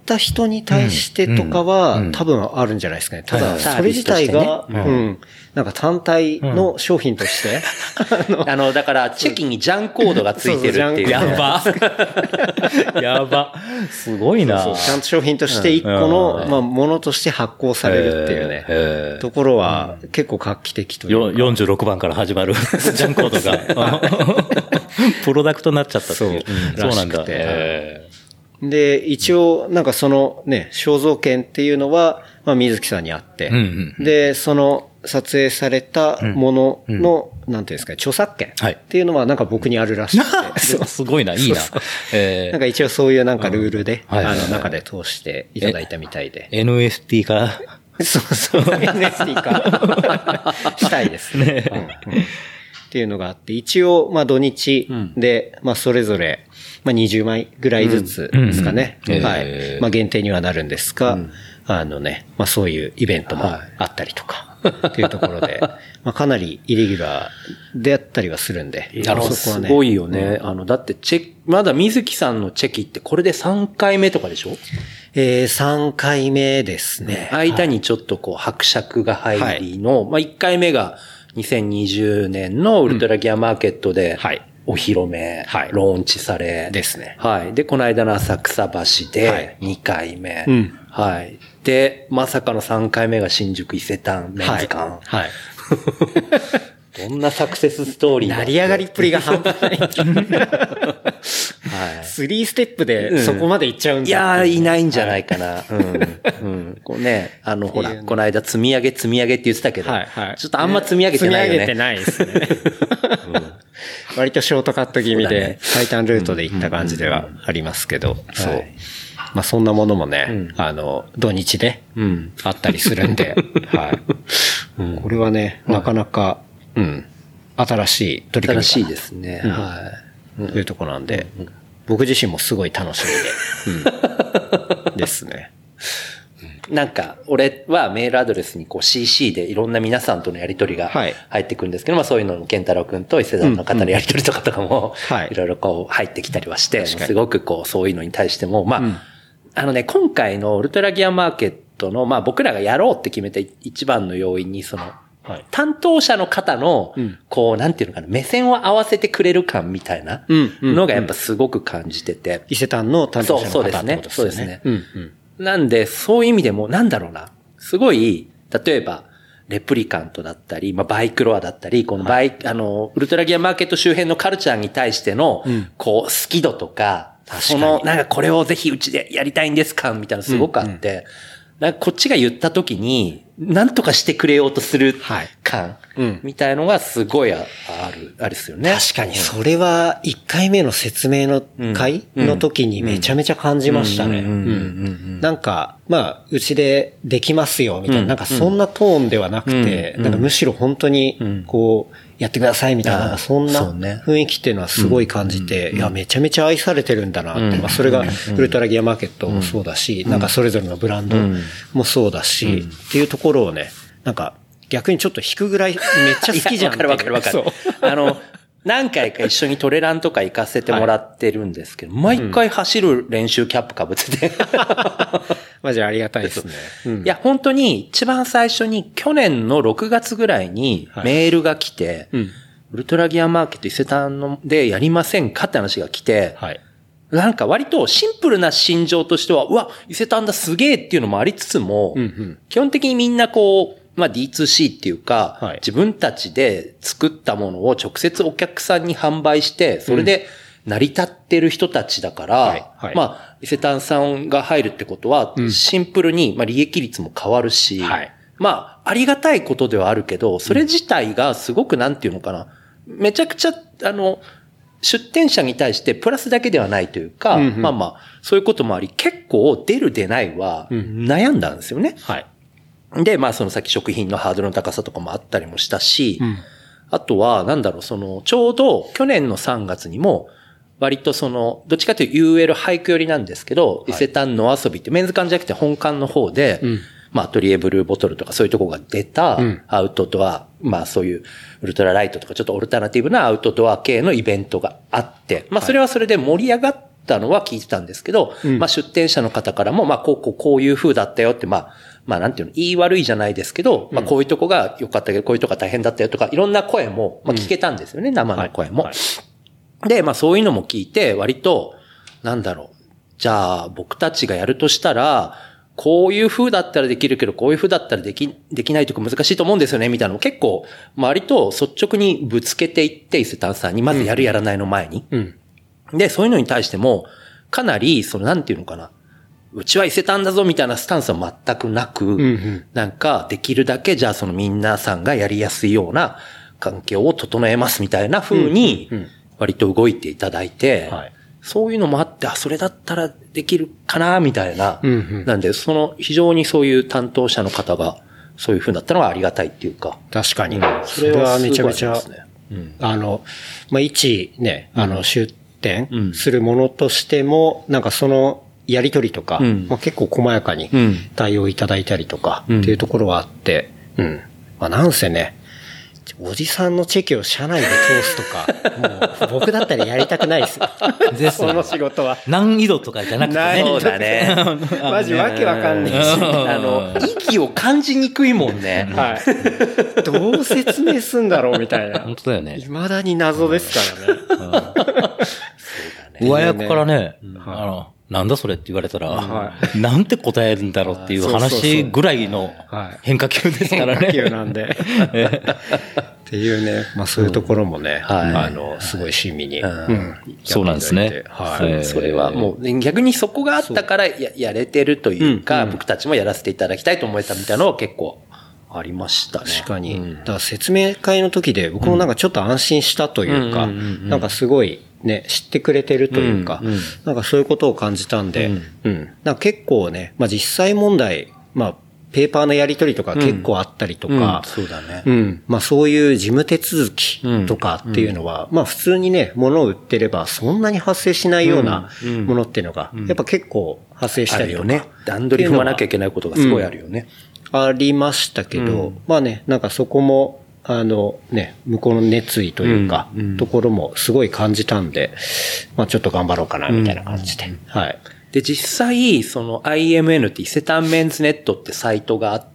Speaker 2: った人に対してとかは、多分あるんじゃないですかね。ただ、それ自体が、うん、なんか単体の商品として、
Speaker 3: あの、だから、チェキにジャンコードがついてるっていう。
Speaker 4: やば。やば。すごいな。
Speaker 2: そうそう、ちゃんと商品として一個の、まあ、ものとして発行されるっていうね、ところは結構画期的というか。
Speaker 4: よんじゅうろくばんから始まるジャンコードが、プロダクトになっちゃったっていう。そうなんだ。
Speaker 2: で、一応、なんかそのね、肖像権っていうのは、まあ、水木さんにあって、で、その、撮影されたものの、うん、なんていうんですかね、著作権っていうのはなんか僕にあるらしくて。
Speaker 4: すごいな、いいな。そうそう
Speaker 2: えー、なんか一応そういうなんかルールで、うん、あの中で通していただいたみたいで。
Speaker 4: エヌエフティー か
Speaker 2: そうそう、エヌエフティー 化したいですね。うんうん、っていうのがあって、一応、まあ土日で、まあそれぞれ、まあにじゅうまいぐらいずつですかね。うんうん、はい。まあ限定にはなるんですが、うん、あのね、まあそういうイベントもあったりとか。っていうところで、まあかなりイレギュラーであったりはするんで。
Speaker 3: なるほど。すごいよね。うん、あの、だってチェまだ水木さんのチェキってこれでさんかいめとかでしょ？
Speaker 2: えー、さんかいめですね。
Speaker 3: 間にちょっとこう伯爵が入りの、はい、まあいっかいめがにせんにじゅうねんのウルトラギアマーケットで、はい。お披露目、はい、ローンチされ。
Speaker 2: ですね。
Speaker 3: はい。で、この間の浅草橋でにかいめ。はい。うん、はい。で、まさかのさんかいめが新宿伊勢丹メンズ館。はい。はい、どんなサクセスストーリー
Speaker 2: 成り上がりっぷりが半端ない。はい。スリーステップでそこまで行っちゃうんだ、ね、
Speaker 3: いやー、いないんじゃないかな。うん。うん。こうね、あの、ほら、この間積み上げ積み上げって言ってたけど、はいはい。ちょっとあんま積み上げてないよね。
Speaker 2: 積み上げてないですね。うん割とショートカット気味で、最短ルートで行った感じではありますけど、そう。まあそんなものもね、うん、あの、土日であったりするんで、はい、うん。これはね、なかなか、うん、新しい取り組み。
Speaker 3: 新しいですね。うん、は
Speaker 2: い。というとこなんで、うん、僕自身もすごい楽しみで、うん、ですね。
Speaker 3: なんか、俺はメールアドレスにこう シーシー でいろんな皆さんとのやりとりが入ってくるんですけど、はい、まあそういうのも健太郎くんと伊勢丹の方のやりとりとかとかも、いろいろこう入ってきたりはして、すごくこうそういうのに対しても、まあ、うん、あのね、今回のウルトラギアマーケットの、まあ僕らがやろうって決めた一番の要因に、その、はい、担当者の方の、うん、こう、なんていうのかな、目線を合わせてくれる感みたいなのがやっぱすごく感じてて。
Speaker 2: 伊勢丹の担当者の方ってことですね。
Speaker 3: そうですね。そうですね。なんで、そういう意味でも、なんだろうな。すごい、例えば、レプリカントだったり、まあ、バイクロアだったり、このバイ、はい、あの、ウルトラギアマーケット周辺のカルチャーに対しての、うん、こう、好き度とか、その、なんかこれをぜひうちでやりたいんですかみたいなのすごくあって、うんうん、なんかこっちが言った時に、なんとかしてくれようとする感、はいうん、みたいのがすごいある、あれですよね。
Speaker 2: 確かに、それはいっかいめの説明の会の時にめちゃめちゃ感じましたね。なんか、まあ、うちでできますよ、みたいな、うん、なんかそんなトーンではなくて、うん、なんかむしろ本当に、こう、やってくださいみたいな、なんかそんな雰囲気っていうのはすごい感じて、いや、めちゃめちゃ愛されてるんだなって、まあそれがウルトラギアマーケットもそうだし、なんかそれぞれのブランドもそうだし、っていうところをね、なんか逆にちょっと引くぐらいめっちゃ好きじゃんって。
Speaker 3: わかるわかるわかる。あの、何回か一緒にトレランとか行かせてもらってるんですけど、はい、毎回走る練習キャップ被ってて。
Speaker 2: マジありがたいですね。
Speaker 3: うん、いや、本当に一番最初に去年のろくがつぐらいにメールが来て、はいうん、ウルトラギアマーケット伊勢丹のでやりませんかって話が来て、はい、なんか割とシンプルな心情としては、うわ、伊勢丹だすげえっていうのもありつつも、うんうん、基本的にみんなこう、まあ ディーツーシー っていうか、はい、自分たちで作ったものを直接お客さんに販売して、それで成り立ってる人たちだから、うんはいはい、まあ、伊勢丹さんが入るってことは、シンプルに、まあ利益率も変わるし、はい、まあ、ありがたいことではあるけど、それ自体がすごくなんていうのかな、めちゃくちゃ、あの、出店者に対してプラスだけではないというか、うんうん、まあまあ、そういうこともあり、結構出る出ないは悩んだんですよね。うん、はい。で、まあその先食品のハードルの高さとかもあったりもしたし、うん、あとはなんだろう、そのちょうど去年のさんがつにも割とそのどっちかというと ユーエル 俳句寄りなんですけど、はい、伊勢丹の遊びってメンズ館じゃなくて本館の方で、うん、まあアトリエブルーボトルとかそういうとこが出たアウトドア、うん、まあそういうウルトラライトとかちょっとオルタナティブなアウトドア系のイベントがあって、まあそれはそれで盛り上がったのは聞いてたんですけど、うん、まあ出店者の方からも、まあこうこうこういう風だったよって、まあ、まあなんていうの、言い悪いじゃないですけど、まあこういうとこが良かったけど、こういうとこが大変だったよとか、いろんな声も、まあ聞けたんですよね、うん、生の声も、はいはい。で、まあそういうのも聞いて、割と、なんだろう、じゃあ僕たちがやるとしたら、こういう風だったらできるけど、こういう風だったらでき、できないとか難しいと思うんですよね、みたいなのを結構、割と率直にぶつけていって、伊勢丹さんに、まずやるやらないの前に。うんうん、で、そういうのに対しても、かなり、その、なんていうのかな。うちは伊勢丹だぞ、みたいなスタンスは全くなく、うんうん、なんか、できるだけ、じゃあその皆さんがやりやすいような環境を整えます、みたいな風に、割と動いていただいて、はい、そういうのもあって、あ、それだったらできるかな、みたいな。うんうん、なんで、その、非常にそういう担当者の方が、そういう風だったのはありがたいっていうか。
Speaker 2: 確かに。うん、それはめちゃめちゃ、うん、あの、まあ、一ね、あの、出店するものとしても、うん、なんかその、やりとりとか、うん、まあ、結構細やかに対応いただいたりとか、っていうところはあって、うん。まあ、なんせね、おじさんのチェキを車内で通すとか、もう僕だったらやりたくないですよ。
Speaker 4: です
Speaker 2: その仕事は。
Speaker 4: 難易度とかじゃなくてね。
Speaker 3: そうだね。
Speaker 2: マジわけわかんないし。
Speaker 3: あの、息を感じにくいもんね。
Speaker 2: はい。どう説明すんだろうみたいな。
Speaker 4: 本当だよね。
Speaker 2: 未だに謎ですからね。そうだね。
Speaker 4: 上役からね、あの、なんだそれって言われたら、はい、なんて答えるんだろうっていう話ぐらいの変化球ですからね。
Speaker 2: 変化球なんで。っていうね、まあそういうところもね、うん、あの、すごい親身に、うんうん、
Speaker 4: そうなんですね。
Speaker 3: はい。それはもう逆にそこがあったからややれてるというか、うん、僕たちもやらせていただきたいと思えたみたいなのは結構ありましたね。
Speaker 2: 確かに。うん、だから説明会の時で僕もなんかちょっと安心したというか、なんかすごい、ね、知ってくれてるというか、うんうん、なんかそういうことを感じたんで、うん、うん。なんか結構ね、まあ実際問題、まあ、ペーパーのやり取りとか結構あったりとか、うんうん、
Speaker 3: そうだね。
Speaker 2: うん。まあそういう事務手続きとかっていうのは、うん、まあ普通にね、物を売ってればそんなに発生しないようなものっていうのが、やっぱ結構発生したりとか。あるよね。
Speaker 3: 段取り踏まなきゃいけないことがすごいあるよね。
Speaker 2: うん、ありましたけど、うん、まあね、なんかそこも、あのね、向こうの熱意というか、うんうん、ところもすごい感じたんで、まあちょっと頑張ろうかな、みたいな感じで。うんうん、はい。
Speaker 3: で、実際、その アイエムエヌ って伊勢丹メンズネットってサイトがあって、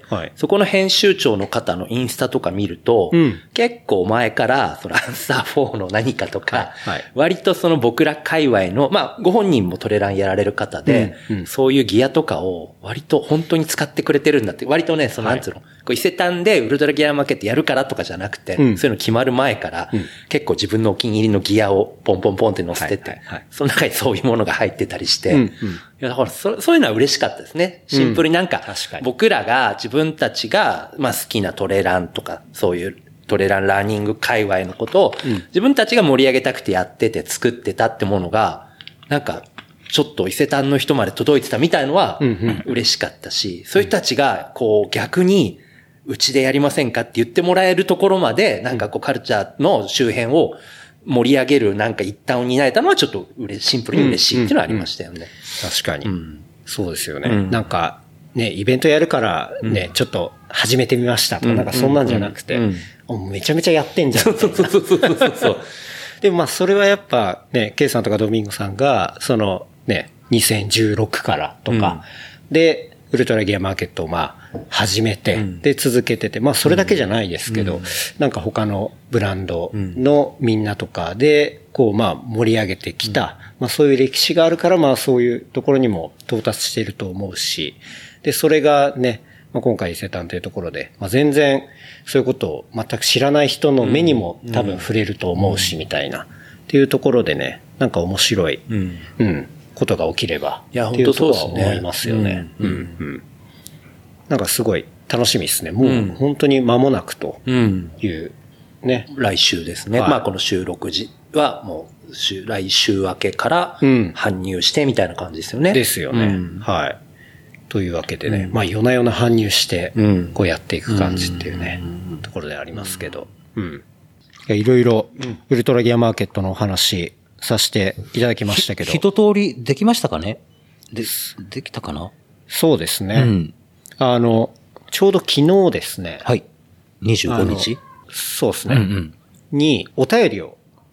Speaker 3: はい、そこの編集長の方のインスタとか見ると、うん、結構前から、そのアンサーフォーの何かとか、はいはい、割とその僕ら界隈の、まあ、ご本人もトレランやられる方で、うんうん、そういうギアとかを割と本当に使ってくれてるんだって、割とね、そのなんつうの、はい、こう伊勢丹でウルトラギアマーケットやるからとかじゃなくて、うん、そういうの決まる前から、うん、結構自分のお気に入りのギアをポンポンポンって載せてて、はいはいはい、その中にそういうものが入ってたりして、うんうん、いやだからそそういうのは嬉しかったですね。シンプルになんか、うん、僕らが自分たちが、まあ、好きなトレランとか、そういうトレランラーニング界隈のことを、うん、自分たちが盛り上げたくてやってて作ってたってものが、なんか、ちょっと伊勢丹の人まで届いてたみたいのは嬉しかったし、うんうん、そういう人たちが、こう逆に、うちでやりませんかって言ってもらえるところまで、なんかこうカルチャーの周辺を盛り上げるなんか一端を担えたのはちょっとシンプルに嬉しいっていうのはありましたよね。うんうんうん、
Speaker 2: 確かに、うん。そうですよね。うん、なんか、ね、イベントやるからね、うん、ちょっと始めてみましたとか、うん、なんかそんなんじゃなくて、うんうん、めちゃめちゃやってんじゃん。そうそうそうそうそうそう。でもまあそれはやっぱね、ケイさんとかドミンゴさんが、そのね、にせんじゅうろくからとか、うん、で、ウルトラギアマーケットをまあ始めて、うん、で続けてて、まあそれだけじゃないですけど、うん、なんか他のブランドのみんなとかで、こうまあ盛り上げてきた、うん、まあそういう歴史があるからまあそういうところにも到達していると思うし、で、それがね、まあ、今回伊勢丹というところで、まあ、全然そういうことを全く知らない人の目にも多分触れると思うし、みたいな、っていうところでね、なんか面白い、うん、うん、ことが起きれば、
Speaker 3: いや、本当そうですね。
Speaker 2: 思いますよね。うん、うん、うん。なんかすごい楽しみですね。もう本当に間もなくという、ね、
Speaker 3: うん。来週ですね。はい、まあこの収録時はもう週、来週明けから搬入してみたいな感じですよね。うん、
Speaker 2: ですよね。うん、はい。というわけでね、うん、まあ夜な夜な搬入して、こうやっていく感じっていうね、うん、ところでありますけど、うん。いろいろ、ウルトラギアマーケットのお話させていただきましたけど。
Speaker 4: 一通りできましたかね？で、できたかな？
Speaker 2: そうですね。うん、あの、ちょうど昨日ですね。
Speaker 4: はい。にじゅうごにち？
Speaker 2: そうですね。うんうん、に、お便りを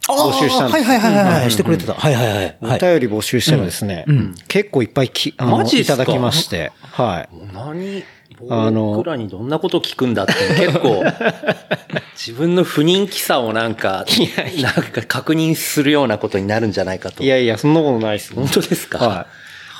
Speaker 2: 募集したんです。
Speaker 4: はいはいはいはい。してくれてた。はいはいはい。
Speaker 2: お便り募集したらですね、結構いっぱいき、あの、いただきまして。はい。
Speaker 3: 何あの、僕らにどんなこと聞くんだって結構、自分の不人気さをなんか、なんか確認するようなことになるんじゃないかと。
Speaker 2: いやいや、そんなことないです。
Speaker 3: 本当ですか？
Speaker 2: はい。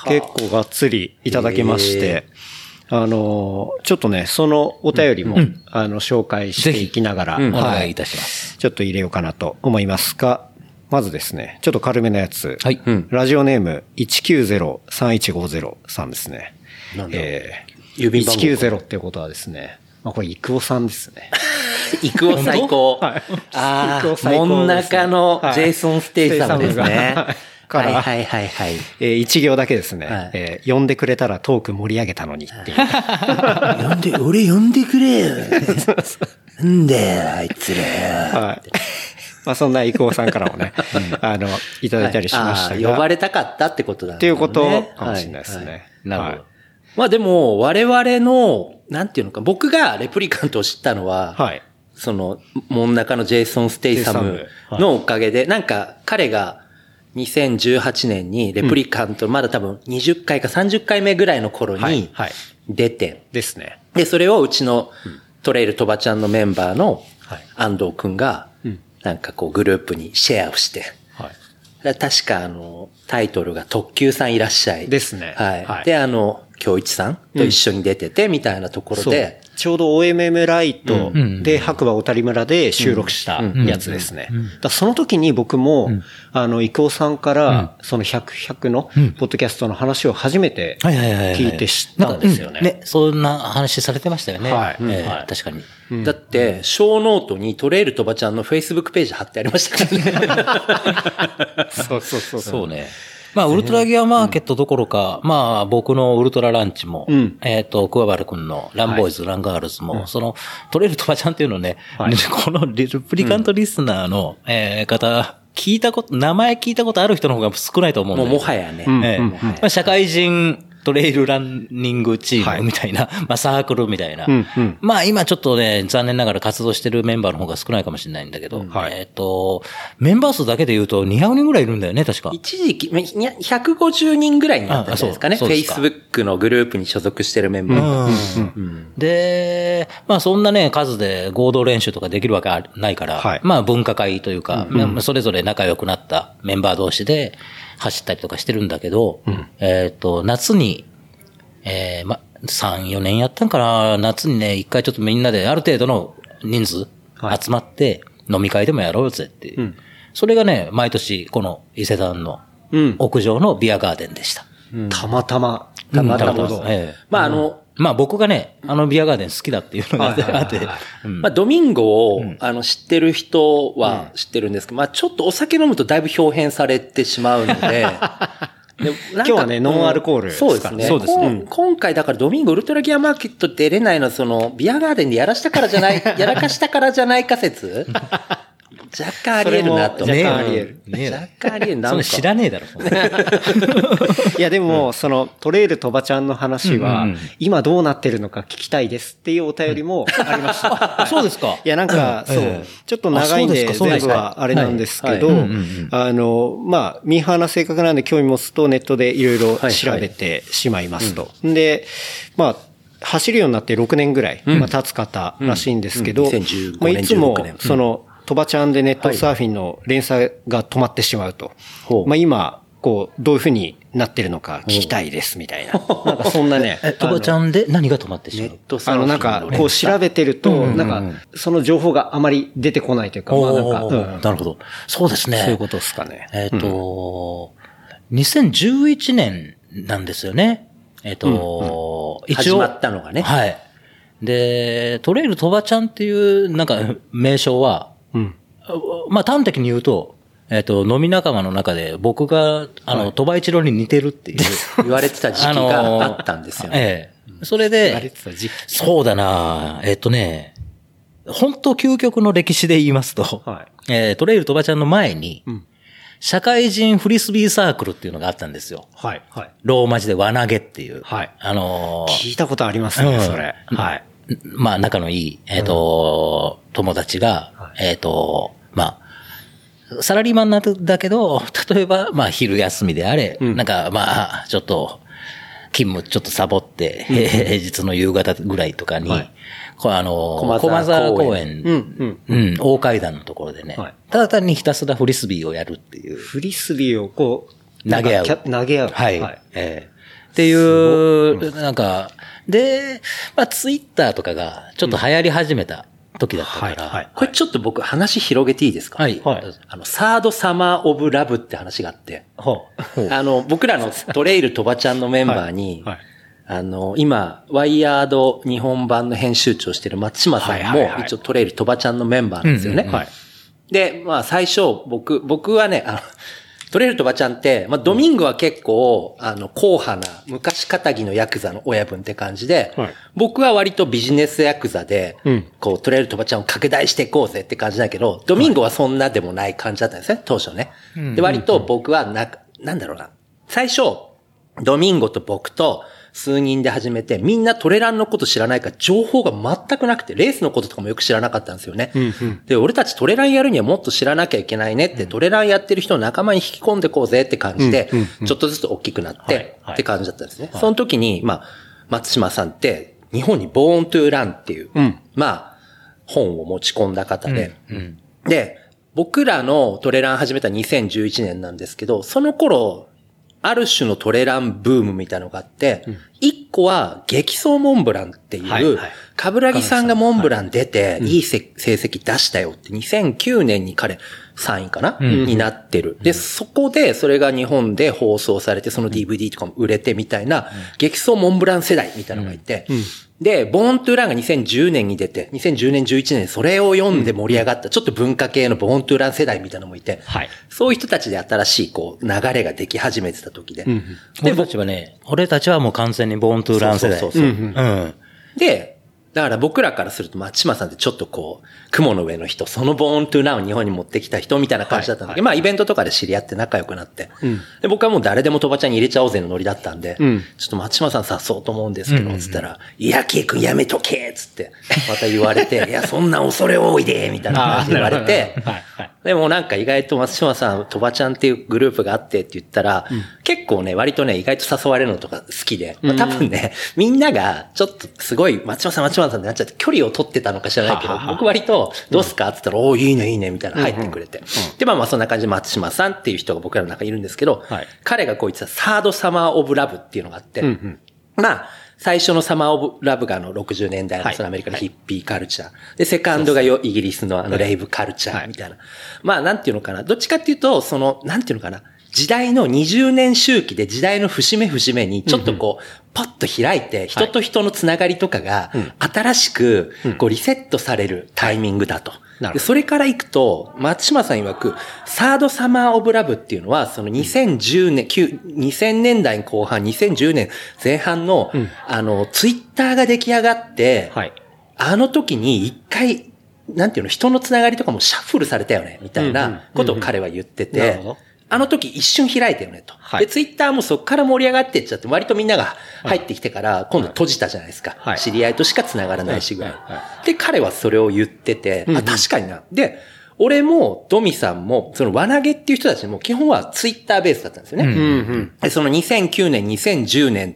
Speaker 2: 結構がっつりいただきまして、あの、ちょっとね、そのお便りも、うん、あの、紹介していきながら、
Speaker 4: うん、お願いいたします。
Speaker 2: ちょっと入れようかなと思いますが、まずですね、ちょっと軽めのやつ。
Speaker 4: はい。うん、
Speaker 2: ラジオネーム いちきゅうゼロさんいちごゼロ さんですね。
Speaker 3: なんだ
Speaker 2: えー、郵便番号いちきゅうゼロってことはですね、まあこれ、イクオさんですね。
Speaker 3: イクオ最高。
Speaker 2: はい。
Speaker 3: ああ、真ん中のジェイソン・ステイサムですね。
Speaker 2: から、
Speaker 3: はいはいはいはい。
Speaker 2: えー、一行だけですね、はい、えー、呼んでくれたらトーク盛り上げたのにっていう。
Speaker 3: 呼んで、俺呼んでくれよ。なんだよ、あいつら。
Speaker 2: はい。まあそんな伊藤さんからもね、あの、いただいたりしましたが、
Speaker 3: はい、呼ばれたかったってことだね。
Speaker 2: っていうことかもしれないですね。はいはい、
Speaker 3: なるほど。はい、まあでも、我々の、なんていうのか、僕がレプリカントを知ったのは、はい、その、真ん中のジェイソン・ステイサムのおかげで、はい、なんか彼が、にせんじゅうはちねんにレプリカント、まだ多分にじゅっかいかさんじゅっかいめぐらいの頃に出て、
Speaker 2: ですね。
Speaker 3: で、それをうちのトレイルとばちゃんのメンバーの安藤くんが、なんかこうグループにシェアをして、はい、確かあの、タイトルが特急さんいらっしゃい。
Speaker 2: ですね。
Speaker 3: はい。はい、で、あの、京一さんと一緒に出てて、みたいなところで、
Speaker 2: ちょうど オーエムエム ライトで白馬小谷村で収録したやつですね。だその時に僕も、あの、伊藤さんから、そのひゃく、ひゃくのポッドキャストの話を初めて聞いて知ったんですよね。
Speaker 4: ね、そんな話されてましたよね。
Speaker 2: はい。
Speaker 4: えー、確かに。
Speaker 3: だって、小ノートにトレイルとばちゃんの Facebook ページ貼ってありましたからね。
Speaker 2: そうそうそう。
Speaker 4: そうね。まあ、ウルトラギアマーケットどころか、うん、まあ、僕のウルトラランチも、うん、えっ、ー、と、桑原くんのランボーイズ、はい、ランガールズも、うん、その、トレイルとばちゃんっていうのね、はい、このレプリカントリスナーの、うん、えー、方、聞いたこと、名前聞いたことある人の方が少ないと思うんだよ。
Speaker 3: もうもはやね。
Speaker 4: うんえーうんまあ、社会人、トレイルランニングチームみたいな、はい、まあサークルみたいな、うんうん。まあ今ちょっとね、残念ながら活動してるメンバーの方が少ないかもしれないんだけど、うんはい、えっ、ー、と、メンバー数だけで言うとにひゃくにんぐらいいるんだよね、確か。
Speaker 3: 一時期、ひゃくごじゅうにんぐらいになったんですかね。Facebook のグループに所属してるメンバーが、うん
Speaker 4: うんうん。で、まあそんなね、数で合同練習とかできるわけないから、はい、まあ分科会というか、うんうん、それぞれ仲良くなったメンバー同士で走ったりとかしてるんだけど、うん、えっ、ー、と、夏に、えー、ま、さん、よねんやったんかな、夏にね、一回ちょっとみんなである程度の人数集まって、飲み会でもやろうぜっていう。はい、それがね、毎年この伊勢丹の屋上のビアガーデンでした。
Speaker 2: うん、たまたま。
Speaker 3: たまたま。ええ、まああの、
Speaker 4: まあ僕がね、あのビアガーデン好きだっていうのがあって、
Speaker 3: まあドミンゴを、あの知ってる人は知ってるんですけど、まあちょっとお酒飲むとだいぶ表変されてしまうので、
Speaker 2: で今日はね、ノンアルコールですからね。
Speaker 3: そうですね。そうですね。今回だからドミンゴウルトラギアマーケット出れないのは、その、ビアガーデンでやらしたからじゃない、やらかしたからじゃないか説若干あり得るなと。
Speaker 2: 若干あり得る。
Speaker 3: ね、若干あり得るな。
Speaker 4: その知らねえだろ。
Speaker 2: いやでも、その、トレイルとばちゃんの話は、今どうなってるのか聞きたいですっていうお便りもありました。
Speaker 4: そうですか。
Speaker 2: いやなんか、そう、ちょっと長いんで、全部はあれなんですけど、あの、まあ、ミーハーな性格なんで興味持つとネットでいろいろ調べてしまいますと。で、まあ、走るようになってろくねんぐらい、まあ、経つ方らしいんですけど、まあ、いつも、その、とばちゃんでネットサーフィンの連載が止まってしまうと。はい、まあ今、こう、どういう風になってるのか聞きたいです、みたいな。なんかそんなね。
Speaker 4: とばちゃんで何が止まってしまう？ネット
Speaker 2: サーフィンの。あの、なんか、こう調べてると、なんか、その情報があまり出てこないというか、まあなんか、
Speaker 4: うん、なるほど。そうですね。
Speaker 2: そういうことですかね。
Speaker 4: えっ、ー、と、うん、にせんじゅういちねんなんですよね。えっ、ー、と、
Speaker 3: うんうん、一応。始まったのがね。
Speaker 4: はい。で、トレイルとばちゃんっていう、なんか、名称は、うん、まあ端的に言うと、えっ、ー、と、飲み仲間の中で僕が、あの、鳥羽一郎に似てるっていう。
Speaker 3: 言われてた時期があったんですよね。
Speaker 4: ええ。それで、
Speaker 2: 言われてた時期。
Speaker 4: そうだなえっ、ー、とね、本当究極の歴史で言いますと、はい、えー、トレイルとばちゃんの前に、うん、社会人フリスビーサークルっていうのがあったんですよ。
Speaker 2: はい。はい。
Speaker 4: ローマ字で輪投げっていう。
Speaker 2: はい。
Speaker 4: あの
Speaker 2: ー、聞いたことありますね、うん、それ。はい。
Speaker 4: まあ、仲のいい、えっ、ー、と、うん、友達が、はい、えっ、ー、と、まあ、 サラリーマンなんだけど、例えば、まあ、昼休みであれ、うん、なんか、まあ、ちょっと、勤務ちょっとサボって、うん、平日の夕方ぐらいとかに、はい、こあの、駒沢公園、うんうんうん、大階段のところでね、はい、ただ単にひたすらフリスビーをやるっていう。
Speaker 2: フリスビーをこう、
Speaker 4: 投げ合う。
Speaker 2: 投げ合う。
Speaker 4: はい。はい、えー、っていう、なんか、で、まあ、ツイッターとかがちょっと流行り始めた時だったから、うんはいはい、
Speaker 3: これちょっと僕話広げていいですか？
Speaker 4: はい。はい、
Speaker 3: あの、サードサマーオブラブって話があって、はあ、あの、僕らのトレイルとばちゃんのメンバーに、はいはい、あの、今、ワイヤード日本版の編集長してる松島さんも、一応トレイルとばちゃんのメンバーなんですよね。はい、で、まあ最初、僕、僕はね、あの、トレイルとばちゃんって、まあドミンゴは結構、あの、硬派な、昔仇のヤクザの親分って感じで、はい、僕は割とビジネスヤクザで、うん、こう、トレイルとばちゃんを拡大していこうぜって感じだけど、ドミンゴはそんなでもない感じだったんですね、当初ね。で、割と僕はな、なんだろうな。最初、ドミンゴと僕と、数人で始めて、みんなトレランのこと知らないから情報が全くなくて、レースのこととかもよく知らなかったんですよね。うんうん、で、俺たちトレランやるにはもっと知らなきゃいけないねって、うん、トレランやってる人を仲間に引き込んでこうぜって感じで、うんうんうん、ちょっとずつ大きくなって、はいはい、って感じだったんですね。はい、その時に、まあ、松島さんって、日本にボーントゥーランっていう、うん、まあ、本を持ち込んだ方で、うんうん、で、僕らのトレラン始めたにせんじゅういちねんなんですけど、その頃、ある種のトレランブームみたいなのがあって、一、うん、個は激走モンブランっていう、はいはい、カブラギさんがモンブラン出て、いい成績出したよってにせんきゅうねんに彼さんいかな、うん、になってる。で、そこでそれが日本で放送されて、その ディーブイディー とかも売れてみたいな、うん、激走モンブラン世代みたいなのがいて、うんうんで、ボーントゥーランがにせんじゅうねんに出て、にせんじゅうねん、じゅういちねんそれを読んで盛り上がった、ちょっと文化系のボーントゥーラン世代みたいなのもいて、はい、そういう人たちで新しいこう流れができ始めてた時で。うんうん、
Speaker 4: で、俺たちはね、俺たちはもう完全にボーントゥーラン世代。そうそうそうそう、うんうん。
Speaker 3: で、だから僕らからすると松島さんってちょっとこう、雲の上の人、そのボーントゥーランを日本に持ってきた人みたいな感じだったんだけど、はいはい、まあイベントとかで知り合って仲良くなって、うん、で僕はもう誰でもとばちゃんに入れちゃおうぜのノリだったんで、うん、ちょっと松島さん誘そうと思うんですけど、つったら、いや、ケイ君やめとけつって、また言われて、いや、そんな恐れ多いでみたいな感じで言われて、はいはい、でもなんか意外と松島さん、とばちゃんっていうグループがあってって言ったら、うん、結構ね、割とね、意外と誘われるのとか好きで、まあ、多分ね、みんながちょっとすごい松島さん松島さんってなっちゃって距離を取ってたのか知らないけど、ははは僕割と、どうすかって言ったら、おー、いいね、いいね、みたいな入ってくれて。うんうん、で、まあまあそんな感じで松島さんっていう人が僕らの中にいるんですけど、はい、彼がこう言ってたサードサマーオブラブっていうのがあって、うんうん、まあ、最初のサマーオブラブがあのろくじゅうねんだいのそのアメリカのヒッピーカルチャー。はい、で、セカンドがよイギリスのあのレイブカルチャーみたいな。はい、まあ、なんていうのかな。どっちかっていうと、その、なんていうのかな。時代のにじゅうねん周期で時代の節目節目にちょっとこう、パッと開いて人と人のつながりとかが新しくこうリセットされるタイミングだと。でそれから行くと、松島さん曰く、サードサマーオブラブっていうのは、そのにせんじゅうねん、にせんねんだい後半、にせんじゅうねんぜん半の、あの、ツイッターが出来上がって、あの時に一回、なんていうの、人のつながりとかもシャッフルされたよね、みたいなことを彼は言ってて、あの時一瞬開いたよねと。はい、で、ツイッターもそこから盛り上がっていっちゃって、割とみんなが入ってきてから、今度閉じたじゃないですか。はい、知り合いとしか繋がらないしぐらい。はいはい、で、彼はそれを言ってて、うんうん、あ、確かにな。で、俺も、ドミさんも、その輪投げっていう人たちも基本はツイッターベースだったんですよね。うんうん、で、そのにせんきゅうねん、にせんじゅうねんって、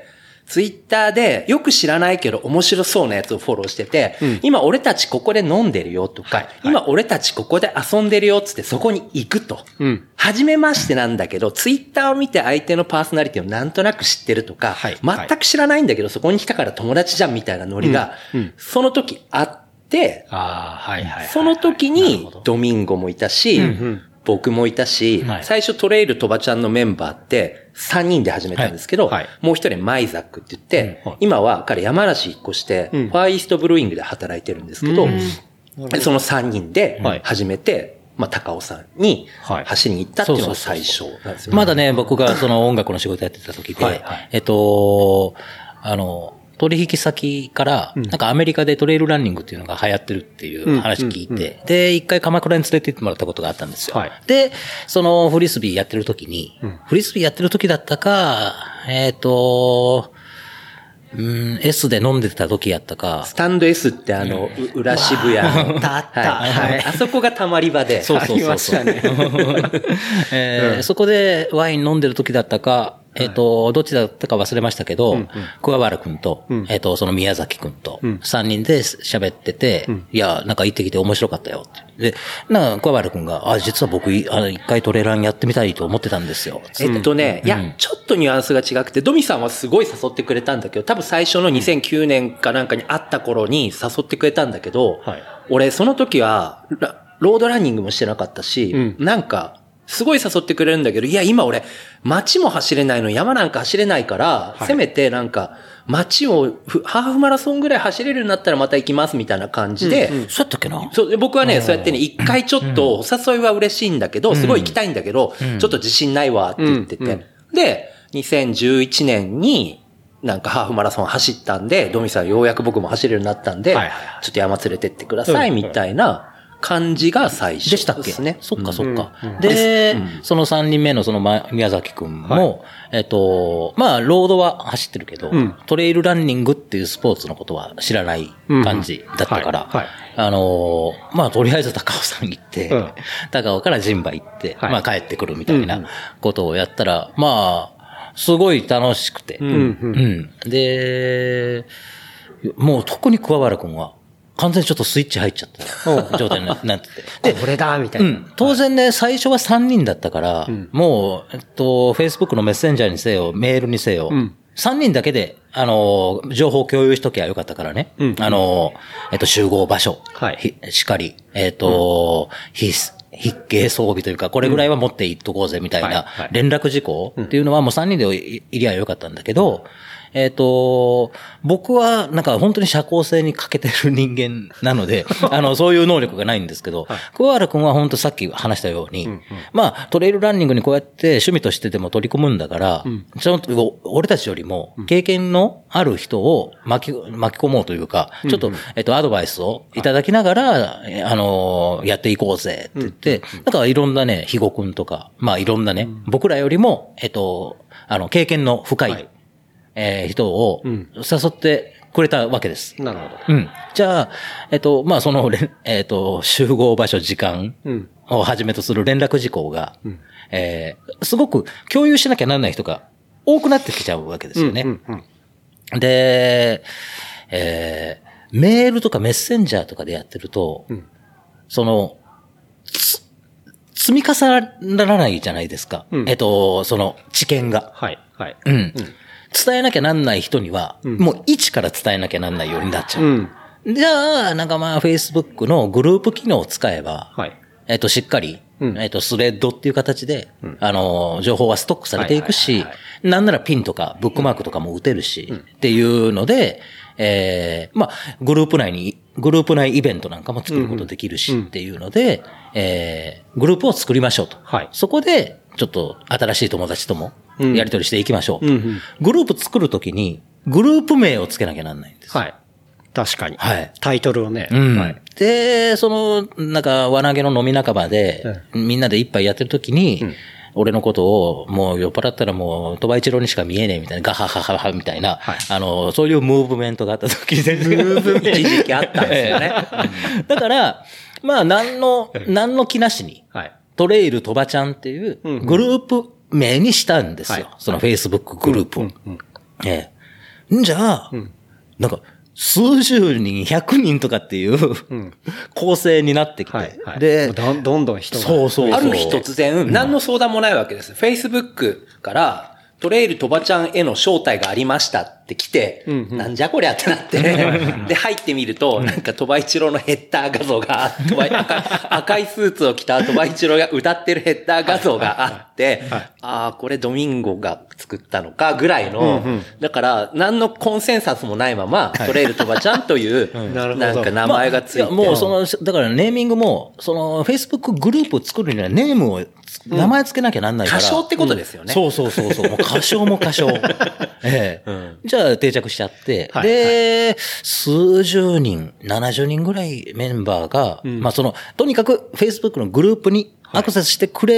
Speaker 3: ツイッターでよく知らないけど面白そうなやつをフォローしてて、うん、今俺たちここで飲んでるよとか、はいはい、今俺たちここで遊んでるよっつってそこに行くと。うん、初めましてなんだけど、ツイッターを見て相手のパーソナリティをなんとなく知ってるとか、はいはい、全く知らないんだけどそこに来たから友達じゃんみたいなノリが、うんうん、その時あって、あはいはいはいはい、その時にドミンゴもいたし、うんうん僕もいたし、はい、最初トレイルとばちゃんのメンバーってさんにんで始めたんですけど、はいはい、もう一人マイザックって言って、うんはい、今は彼山梨引っ越して、うん、ファーイーストブルーイングで働いてるんですけど、うん、そのさんにんで始めて、はい、まあ、高尾さんに走りに行ったっていうのが最初なんですよね。
Speaker 4: まだね、僕がその音楽の仕事やってた時で、はいはい、えっと、あの、取引先から、なんかアメリカでトレイルランニングっていうのが流行ってるっていう話聞いて、うんうんうん、で、一回鎌倉に連れて行ってもらったことがあったんですよ。はい、で、そのフリスビーやってる時に、うん、フリスビーやってる時だったか、えっと、 うん、S で飲んでた時やったか。
Speaker 3: スタンド S ってあの、うん、裏渋谷の。
Speaker 2: あったあった。
Speaker 3: はい。あそこがたまり場で。
Speaker 4: そうそうそうそう。ねえーうん、そこでワイン飲んでる時だったか、えっ、ー、と、どっちだったか忘れましたけど、うんうん、桑原くんと、うん、えっ、ー、と、その宮崎くんと、さんにんで喋ってて、うん、いや、なんか行ってきて面白かったよって。で、なんか桑原くんが、あ、実は僕、あの、一回トレランやってみたいと思ってたんですよ。
Speaker 3: えっとね、うん、いや、ちょっとニュアンスが違くて、ドミさんはすごい誘ってくれたんだけど、多分最初のにせんきゅうねんかなんかに会った頃に誘ってくれたんだけど、はい、俺、その時は、ロードランニングもしてなかったし、うん、なんか、すごい誘ってくれるんだけど、いや、今俺、街も走れないの、山なんか走れないから、はい、せめてなんか、街を、ハーフマラソンぐらい走れるようになったらまた行きますみたいな感じで。
Speaker 4: うんうん、そうやったっけな？
Speaker 3: そう、僕はね、そうやってね、一回ちょっと、お誘いは嬉しいんだけど、すごい行きたいんだけど、うん、ちょっと自信ないわって言ってて。うんうん、で、にせんじゅういちねんに、なんかハーフマラソン走ったんで、ドミさんようやく僕も走れるようになったんで、はいはいはい、ちょっと山連れてってくださいみたいな、感じが最初ですね。でしたっけね。
Speaker 4: そっかそっか。うんうん、で、うん、そのさんにんめのその宮崎くんも、はい、えっと、まあ、ロードは走ってるけど、うん、トレイルランニングっていうスポーツのことは知らない感じだったから、うんはいはい、あの、まあ、とりあえず高尾山行って、うん、高尾から陣馬行って、はい、まあ、帰ってくるみたいなことをやったら、うん、まあ、すごい楽しくて、うんうんうん、で、もう特に桑原くんは、完全にちょっとスイッチ入っちゃった状態になって
Speaker 2: て。これだみたいな、うん。
Speaker 4: 当然ね、最初はさんにんだったから、うん、もう、えっと、Facebook のメッセンジャーにせよ、メールにせよ、うん、さんにんだけで、あの、情報共有しときゃよかったからね。うん、あの、えっと、集合場所、はい、しかり、えっと、必須、筆形装備というか、これぐらいは持っていっとこうぜみたいな連絡事項っていうのはもうさんにんでいりゃよかったんだけど、えっと、僕はなんか本当に社交性に欠けてる人間なので、あの、そういう能力がないんですけど、はい、桑原くんは本当さっき話したように、うんうん、まあ、トレイルランニングにこうやって趣味としてでも取り組むんだから、うん、ちょっと俺たちよりも経験のある人を巻き、巻き込もうというか、ちょっと、えっと、アドバイスをいただきながら、はい、あの、やっていこうぜって言って、うんうん、だからいろんなね、ひごくんとか、まあいろんなね、うん、僕らよりも、えっと、あの、経験の深い、はい、えー、人を誘ってくれたわけです。
Speaker 2: うん、なるほど。
Speaker 4: うん。じゃあ、えっと、まあ、その、えっと、集合場所、時間をはじめとする連絡事項が、うん、えー、すごく共有しなきゃならない人が多くなってきちゃうわけですよね。うんうんうん、で、えー、メールとかメッセンジャーとかでやってると、うん、その、積み重ならないじゃないですか。うん、えっと、その知見が。
Speaker 2: はい。はい。
Speaker 4: うん。うん伝えなきゃなんない人には、うん、もう一から伝えなきゃなんないようになっちゃう。うん、じゃあ、なんかまあ、Facebook のグループ機能を使えば、はい、えっと、しっかり、うん、えっと、スレッドっていう形で、うん、あの、情報はストックされていくし、なんならピンとかブックマークとかも打てるし、うん、っていうので、えー、まあ、グループ内に、グループ内イベントなんかも作ることできるし、うん、っていうので、えー、グループを作りましょうと。はい、そこで、ちょっと新しい友達とも、やり取りしていきましょう、うんうんうん。グループ作るときに、グループ名をつけなきゃなんないんです。
Speaker 2: はい。確かに。はい。タイトルをね。
Speaker 4: うん。
Speaker 2: はい、
Speaker 4: で、その、なんか、輪投げの飲み仲間で、うん、みんなで一杯やってるときに、うん、俺のことを、もう酔っ払ったらもう、鳥羽一郎にしか見えねえみたいな、ガハハハハみたいな、はい、あの、そういうムーブメントがあったときに、ム
Speaker 3: ーブメント一時期あったんですよね。
Speaker 4: だから、まあ、何の、何の気なしに、はい、トレイル鳥羽ちゃんっていうグループ名にしたんですよ。はい、その Facebook グループを。うんうんうんええ、じゃあ、うん、なんか、数十人、百人とかっていう、うん、構成になってきて。はいはい、
Speaker 2: で、どんどん人が。
Speaker 4: そうそうそう。
Speaker 3: ある日突然、何の相談もないわけです。Facebook から、トレイル鳥羽ちゃんへの招待がありましたって来て、うんうん、なんじゃこりゃってなって、で、入ってみると、なんか鳥羽一郎のヘッダー画像が、赤, 赤いスーツを着た鳥羽一郎が歌ってるヘッダー画像があって、はいはい、ああ、これドミンゴが作ったのかぐらいの、うんうん、だから、何のコンセンサスもないまま、トレイル鳥羽ちゃんという、うん、なんか名前がついて、まあ、
Speaker 4: もうその、だからネーミングも、その、Facebook グループを作るにはネームを、名前つけなきゃなんないから。
Speaker 3: 歌唱ってことですよね。
Speaker 4: うん、そうそうそうそう。もう歌唱も歌唱。ええうん、じゃあ定着しちゃって、はい、で、はい、数十人、ななじゅうにんぐらいメンバーが、うん、まあその、とにかく Facebook のグループにアクセスしてくれる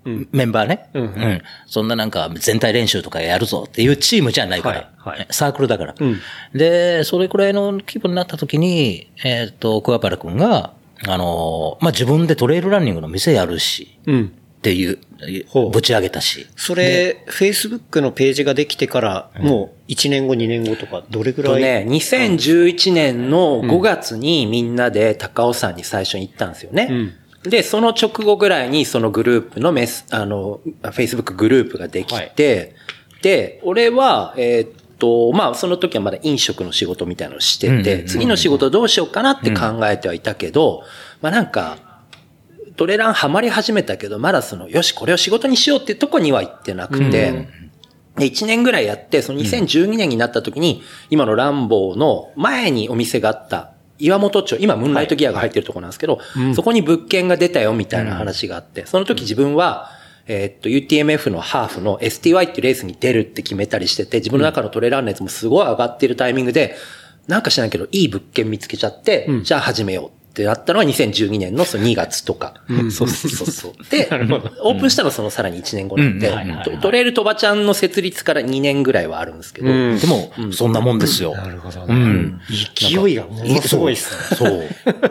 Speaker 4: メンバーね、うんうん。そんななんか全体練習とかやるぞっていうチームじゃないから。はいはい、サークルだから、うん。で、それくらいの規模になった時に、えっ、ー、と、桑原くんが、あのー、まあ、自分でトレイルランニングの店やるし、うん、っていう、ぶち上げたし。
Speaker 2: それ、Facebook のページができてから、もういちねんご、にねんごとか、どれぐらい？と
Speaker 3: ね、にせんじゅういちねんのごがつにみんなで高尾山に最初に行ったんですよね。うん、で、その直後ぐらいにそのグループのメス、あの、Facebook グループができて、はい、で、俺は、えー、っと、まあ、その時はまだ飲食の仕事みたいなのをしてて、うんうんうん、次の仕事どうしようかなって考えてはいたけど、うん、まあなんか、トレランハマり始めたけど、まだその、よし、これを仕事にしようってとこには行ってなくて、うん、で、いちねんぐらいやって、そのにせんじゅうにねんになった時に、今のランボーの前にお店があった、岩本町、今ムーンライトギアが入ってるところなんですけど、はいはい、そこに物件が出たよみたいな話があって、その時自分は、えー、っと、ユーティーエムエフ のハーフの エスティーワイ っていうレースに出るって決めたりしてて、自分の中のトレラン熱もすごい上がっているタイミングで、なんか知らんけど、いい物件見つけちゃって、うん、じゃあ始めようってなったのがにせんじゅうにねんのそのにがつとか。うん、そうそうそうそう。で、オープンしたのそのさらにいちねんごなんで、うんはいはい、トレイルトバちゃんの設立からにねんぐらいはあるんですけど。
Speaker 4: うん、でも、うん、そんなもんですよ。
Speaker 2: なるほどね。うん、勢いがものすごいっすね。
Speaker 3: そう。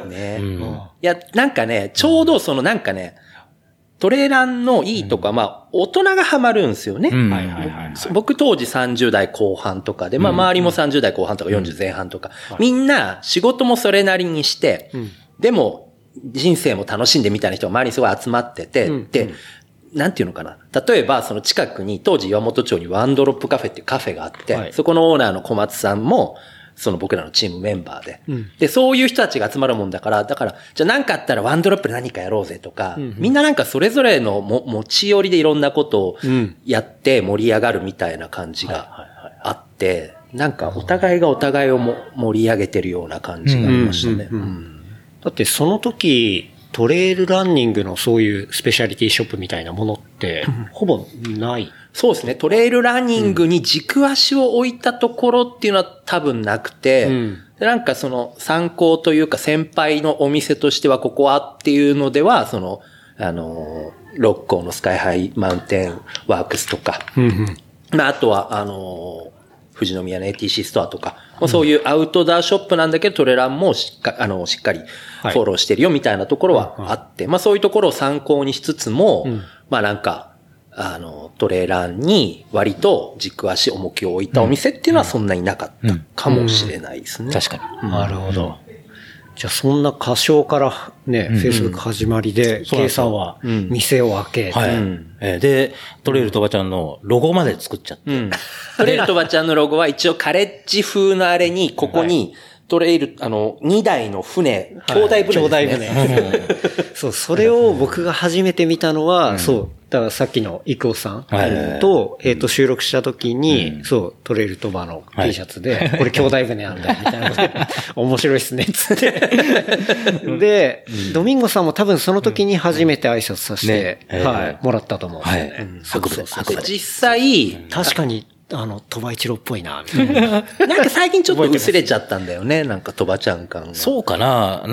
Speaker 3: ね、うん。いや、なんかね、ちょうどそのなんかね、トレランのいいとか、まあ、大人がハマるんですよね。うんはいはいはいはい、僕当時さんじゅうだいこう半とかで、まあ周りもさんじゅうだいこう半とかよんじゅうぜん半とか、うん、みんな仕事もそれなりにして、うん、でも人生も楽しんでみたいな人が周りにすごい集まってて、うん、で、なんていうのかな。例えばその近くに当時岩本町にワンドロップカフェっていうカフェがあって、はい、そこのオーナーの小松さんも、その僕らのチームメンバーで、うん。で、そういう人たちが集まるもんだから、だから、じゃあ何かあったらワンドロップで何かやろうぜとか、うんうん、みんななんかそれぞれのも持ち寄りでいろんなことをやって盛り上がるみたいな感じがあって、なんかお互いがお互いをも盛り上げてるような感じがありましたね。うんうんうん、
Speaker 2: だってその時、トレイルランニングのそういうスペシャリティショップみたいなものって、ほぼない。
Speaker 3: そうですね。トレイルランニングに軸足を置いたところっていうのは多分なくて、うん、でなんかその参考というか先輩のお店としてはここはっていうのでは、その、あの、六甲のスカイハイマウンテンワークスとか、うんうん、まああとは、あの、富士宮の エーティーシー ストアとか、うん、そういうアウトドアショップなんだけどトレランもしっかあの、しっかりフォローしてるよみたいなところはあって、はい、まあそういうところを参考にしつつも、うん、まあなんか、あの、トレランに割と軸足重きを置いたお店っていうのはそんなになかったかもしれないですね。
Speaker 4: うんうん、確かに。
Speaker 2: なるほど。じゃあそんな歌唱からね、うん、Facebook 始まりで、K さんは店を開け、
Speaker 4: はい、うん、で、トレイルトバちゃんのロゴまで作っちゃって。うん、
Speaker 3: トレイルトバちゃんのロゴは一応カレッジ風のあれに、ここに、トレイル、あの、にだいの船、兄弟船ですね。兄弟船。
Speaker 2: そう、それを僕が初めて見たのは、うん、そう、だからさっきのイクオさんと、はい、えっと、収録した時に、うん、そう、トレイルトバの T シャツで、はい、これ兄弟船なんだ、みたいなことで、面白いっすね、つって。で、うん、ドミンゴさんも多分その時に初めて挨拶させて、ね、はい、もらったと思うんですよね。はい、
Speaker 3: そうそうそう実際、
Speaker 2: 確かに、あの、鳥羽一郎っぽいな、みたいな。なん
Speaker 3: か最近ちょっと薄れちゃったんだよね、なんか鳥羽ちゃん感が。
Speaker 4: そうかな、うん、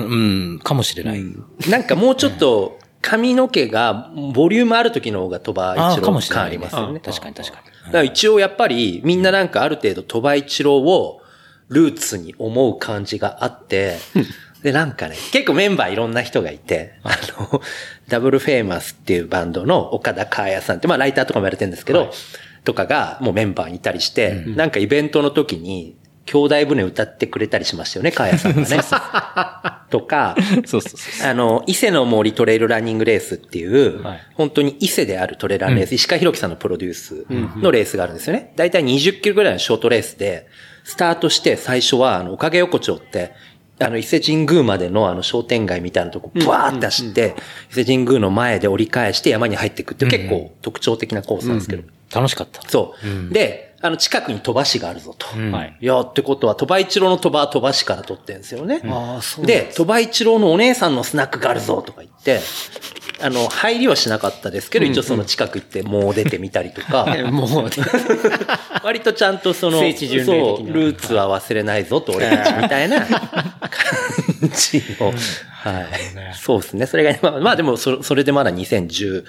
Speaker 4: かもしれない。うん、
Speaker 3: なんかもうちょっと、髪の毛が、ボリュームある時の方が鳥羽一郎感ありますよね。
Speaker 4: 確かに確かに。
Speaker 3: だから一応やっぱり、みんななんかある程度鳥羽一郎をルーツに思う感じがあって、で、なんかね、結構メンバーいろんな人がいて、あの、ダブルフェイマスっていうバンドの岡田カーヤさんって、まあライターとかもやれてるんですけど、はい、とかがもうメンバーにいたりして、うん、なんかイベントの時に、兄弟船歌ってくれたりしましたよね、カーヤさんがね。とか、そうそうそうあの、伊勢の森トレイルランニングレースっていう、はい、本当に伊勢であるトレランレース、うん、石川博樹さんのプロデュースのレースがあるんですよね。だいたいにじゅっキロぐらいのショートレースで、スタートして最初は、あの、おかげ横丁って、あの、伊勢神宮までのあの商店街みたいなとこ、ブワーって走って、伊勢神宮の前で折り返して山に入っていくっていう結構特徴的なコースなんですけど。
Speaker 4: 楽しかった。
Speaker 3: そう。うん、で、あの、近くに鳥羽市があるぞと。うん、いや、ってことは、鳥羽一郎の鳥羽は鳥羽市から取ってんですよね。うん、あそうで、で鳥羽一郎のお姉さんのスナックがあるぞとか言って、あの、入りはしなかったですけど、うんうん、一応その近く行って、もう出てみたりとか。もう出て。割とちゃんとその、そう、ルーツは忘れないぞと、俺たちみたいな感じを。はい。そうですね。それが、まあ、まあでもそ、それでまだにせんじゅう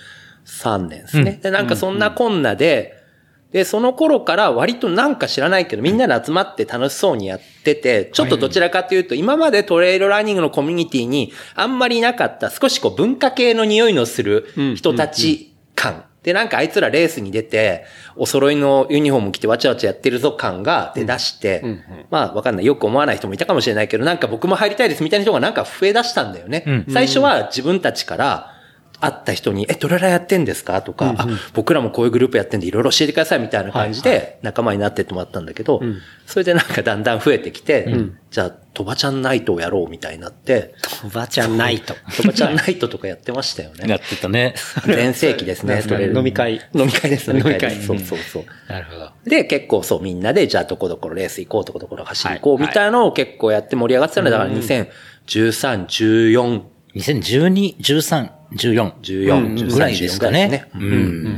Speaker 3: さんねんですね。うん、で、なんかそんなこんなで、で、その頃から割となんか知らないけどみんなで集まって楽しそうにやってて、ちょっとどちらかというと今までトレイルランニングのコミュニティにあんまりいなかった少しこう文化系の匂いのする人たち感。で、なんかあいつらレースに出て、お揃いのユニフォーム着てわちゃわちゃやってるぞ感が出だして、うんうんうん、まあわかんない。よく思わない人もいたかもしれないけど、なんか僕も入りたいですみたいな人がなんか増え出したんだよね。うんうん、最初は自分たちから、会った人に、え、トレラやってんですかとか、うんうん、あ、僕らもこういうグループやってんでいろいろ教えてくださいみたいな感じで仲間になってってもらったんだけど、はいはい、それでなんかだんだん増えてきて、うん、じゃあ、トバちゃんナイトをやろうみたいになって、
Speaker 2: トバちゃんナイト。
Speaker 3: トバちゃんナイトとかやってましたよね。
Speaker 4: やってたね。
Speaker 3: 全盛期ですね、トレール。
Speaker 2: 飲み会。
Speaker 3: 飲み会です、飲み会。
Speaker 2: 会
Speaker 3: そうそうそう。
Speaker 2: なるほど。
Speaker 3: で、結構そうみんなで、じゃあどこどこのレース行こう、どこどこの走り行こうみたいなのを結構やって盛り上がってたので、だからにせんじゅうさん、じゅうよん、
Speaker 4: にせんじゅうに、じゅうさん、じゅうよん。
Speaker 3: じゅうよん、
Speaker 4: ぐらいですかね。
Speaker 3: うん。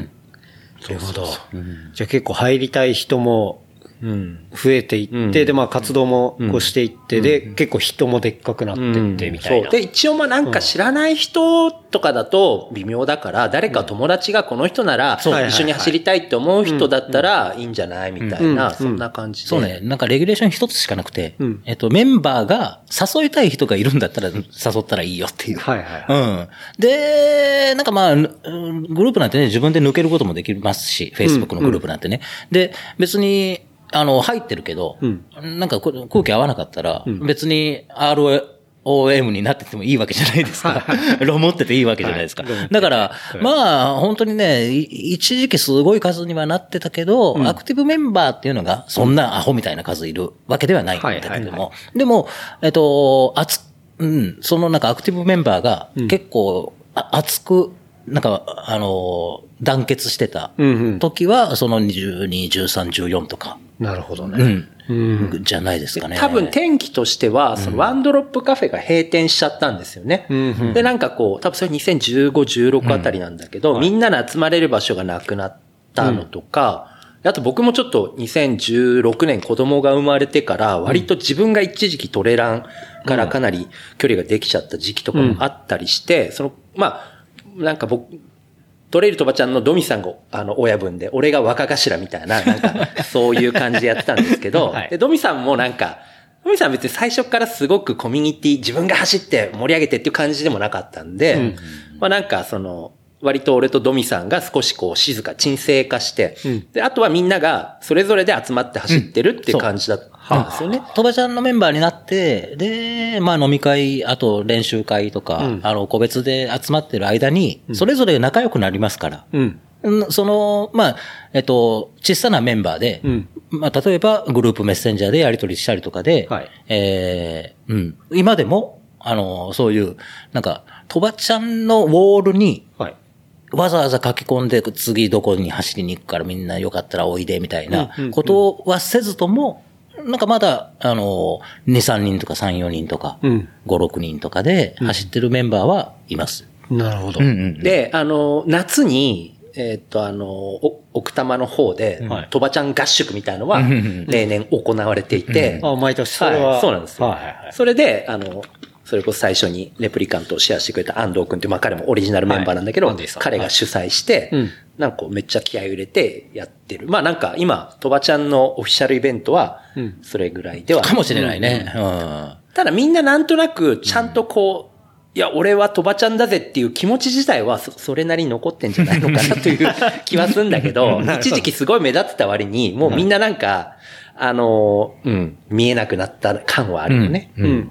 Speaker 2: なるほど。じゃあ結構入りたい人も、増えていって、うん、で、まあ活動もこうしていって、うん、で、結構人もでっかくなっていってみたいな。
Speaker 3: そう。で、一応まあなんか知らない人とかだと微妙だから、誰か友達がこの人なら一緒に走りたいって思う人だったらいいんじゃないみたいな、そんな感じで。
Speaker 4: そうね。なんかレギュレーション一つしかなくて、うん、えっと、メンバーが誘いたい人がいるんだったら誘ったらいいよっていう。
Speaker 2: はいはいはい。
Speaker 4: うん。で、なんかまあ、グループなんてね、自分で抜けることもできますし、Facebook のグループなんてね。うんうん、で、別に、あの、入ってるけど、うん、なんか空気合わなかったら、うん、別に アールオーエム になっててもいいわけじゃないですか。ロモってていいわけじゃないですか。はい、だから、まあ、本当にね、一時期すごい数にはなってたけど、うん、アクティブメンバーっていうのが、そんなアホみたいな数いるわけではないんだけども、でも、えっと、熱、うん、そのなんかアクティブメンバーが結構、熱く、なんか、あの、団結してた時は、うんうん、そのじゅうに、じゅうさん、じゅうよんとか。
Speaker 2: なるほどね。
Speaker 4: うん。うん、じゃないですかね。
Speaker 3: 多分天気としては、そのワンドロップカフェが閉店しちゃったんですよね。うんうん、で、なんかこう、多分それにせんじゅうご、じゅうろくあたりなんだけど、うん、みんなで集まれる場所がなくなったのとか、うん、あと僕もちょっとにせんじゅうろくねん子供が生まれてから、割と自分が一時期トレランからかなり距離ができちゃった時期とかもあったりして、その、まあ、なんか僕、トレイルとばちゃんのドミさんが、あの、親分で、俺が若頭みたいな、なんか、そういう感じでやってたんですけど、はい、で、ドミさんもなんか、ドミさん別に最初からすごくコミュニティ、自分が走って盛り上げてっていう感じでもなかったんで、うん、まあなんかその、割と俺とドミさんが少しこう静か、沈静化して、うん、で、あとはみんながそれぞれで集まって走ってるっていう感じだったんですよね。
Speaker 4: とばちゃんのメンバーになって、で、まあ飲み会、あと練習会とか、うん、あの、個別で集まってる間に、それぞれ仲良くなりますから、うんその、まあ、えっと、小さなメンバーで、うん、まあ、例えばグループメッセンジャーでやり取りしたりとかで、はい、えー、うん、今でも、あの、そういう、なんか、とばちゃんのウォールに、はいわざわざ書き込んで次どこに走りに行くからみんなよかったらおいでみたいなことはせずとも、なんかまだ、あの、に、さんにんとかさん、よにんとか、ご、ろくにんとかで走ってるメンバーはいます。
Speaker 2: なるほど。
Speaker 3: で、あの、夏に、えっと、あの、奥多摩の方で、とばちゃん合宿みたいのは、例年行われていて。
Speaker 2: あ、毎年それは。
Speaker 3: そうなんですよ。それで、あの、それこそ最初にレプリカントをシェアしてくれた安藤くんって、まあ彼もオリジナルメンバーなんだけど、はい、彼が主催して、はい、なんかこうめっちゃ気合を入れてやってる。まあなんか今、とばちゃんのオフィシャルイベントは、それぐらいでは、
Speaker 4: うん。かもしれないね。うん
Speaker 3: うん、ただみんななんとなくちゃんとこう、いや、俺はとばちゃんだぜっていう気持ち自体はそ、それなりに残ってんじゃないのかなという気はするんだけど、一時期すごい目立ってた割に、もうみんななんか、あの、うん、見えなくなった感はあるよね。うん、うん、うん。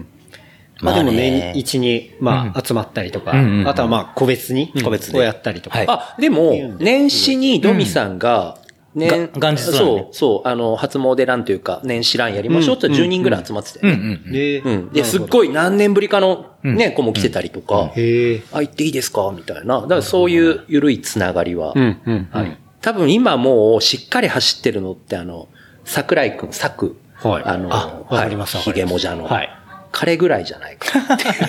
Speaker 2: まあでも年一に、まあ集まったりとか、あとはまあ個別に、個別で。をやったりとか。
Speaker 3: あ、でも、年始にドミさんが、
Speaker 4: 年、元日
Speaker 3: そう、そう、あの、初詣ランというか、年始ランやりましょうってじゅうにんぐらい集まってたよね。で、で、すっごい何年ぶりかのね、子も来てたりとか、へあ、行っていいですかみたいな。だからそういう緩いつながりは、はい。多分今もうしっかり走ってるのってあの、桜井くん、サク、はい。あの、
Speaker 2: わかります。
Speaker 3: ヒゲモジャの。はい。彼ぐらいじゃないかなっていう。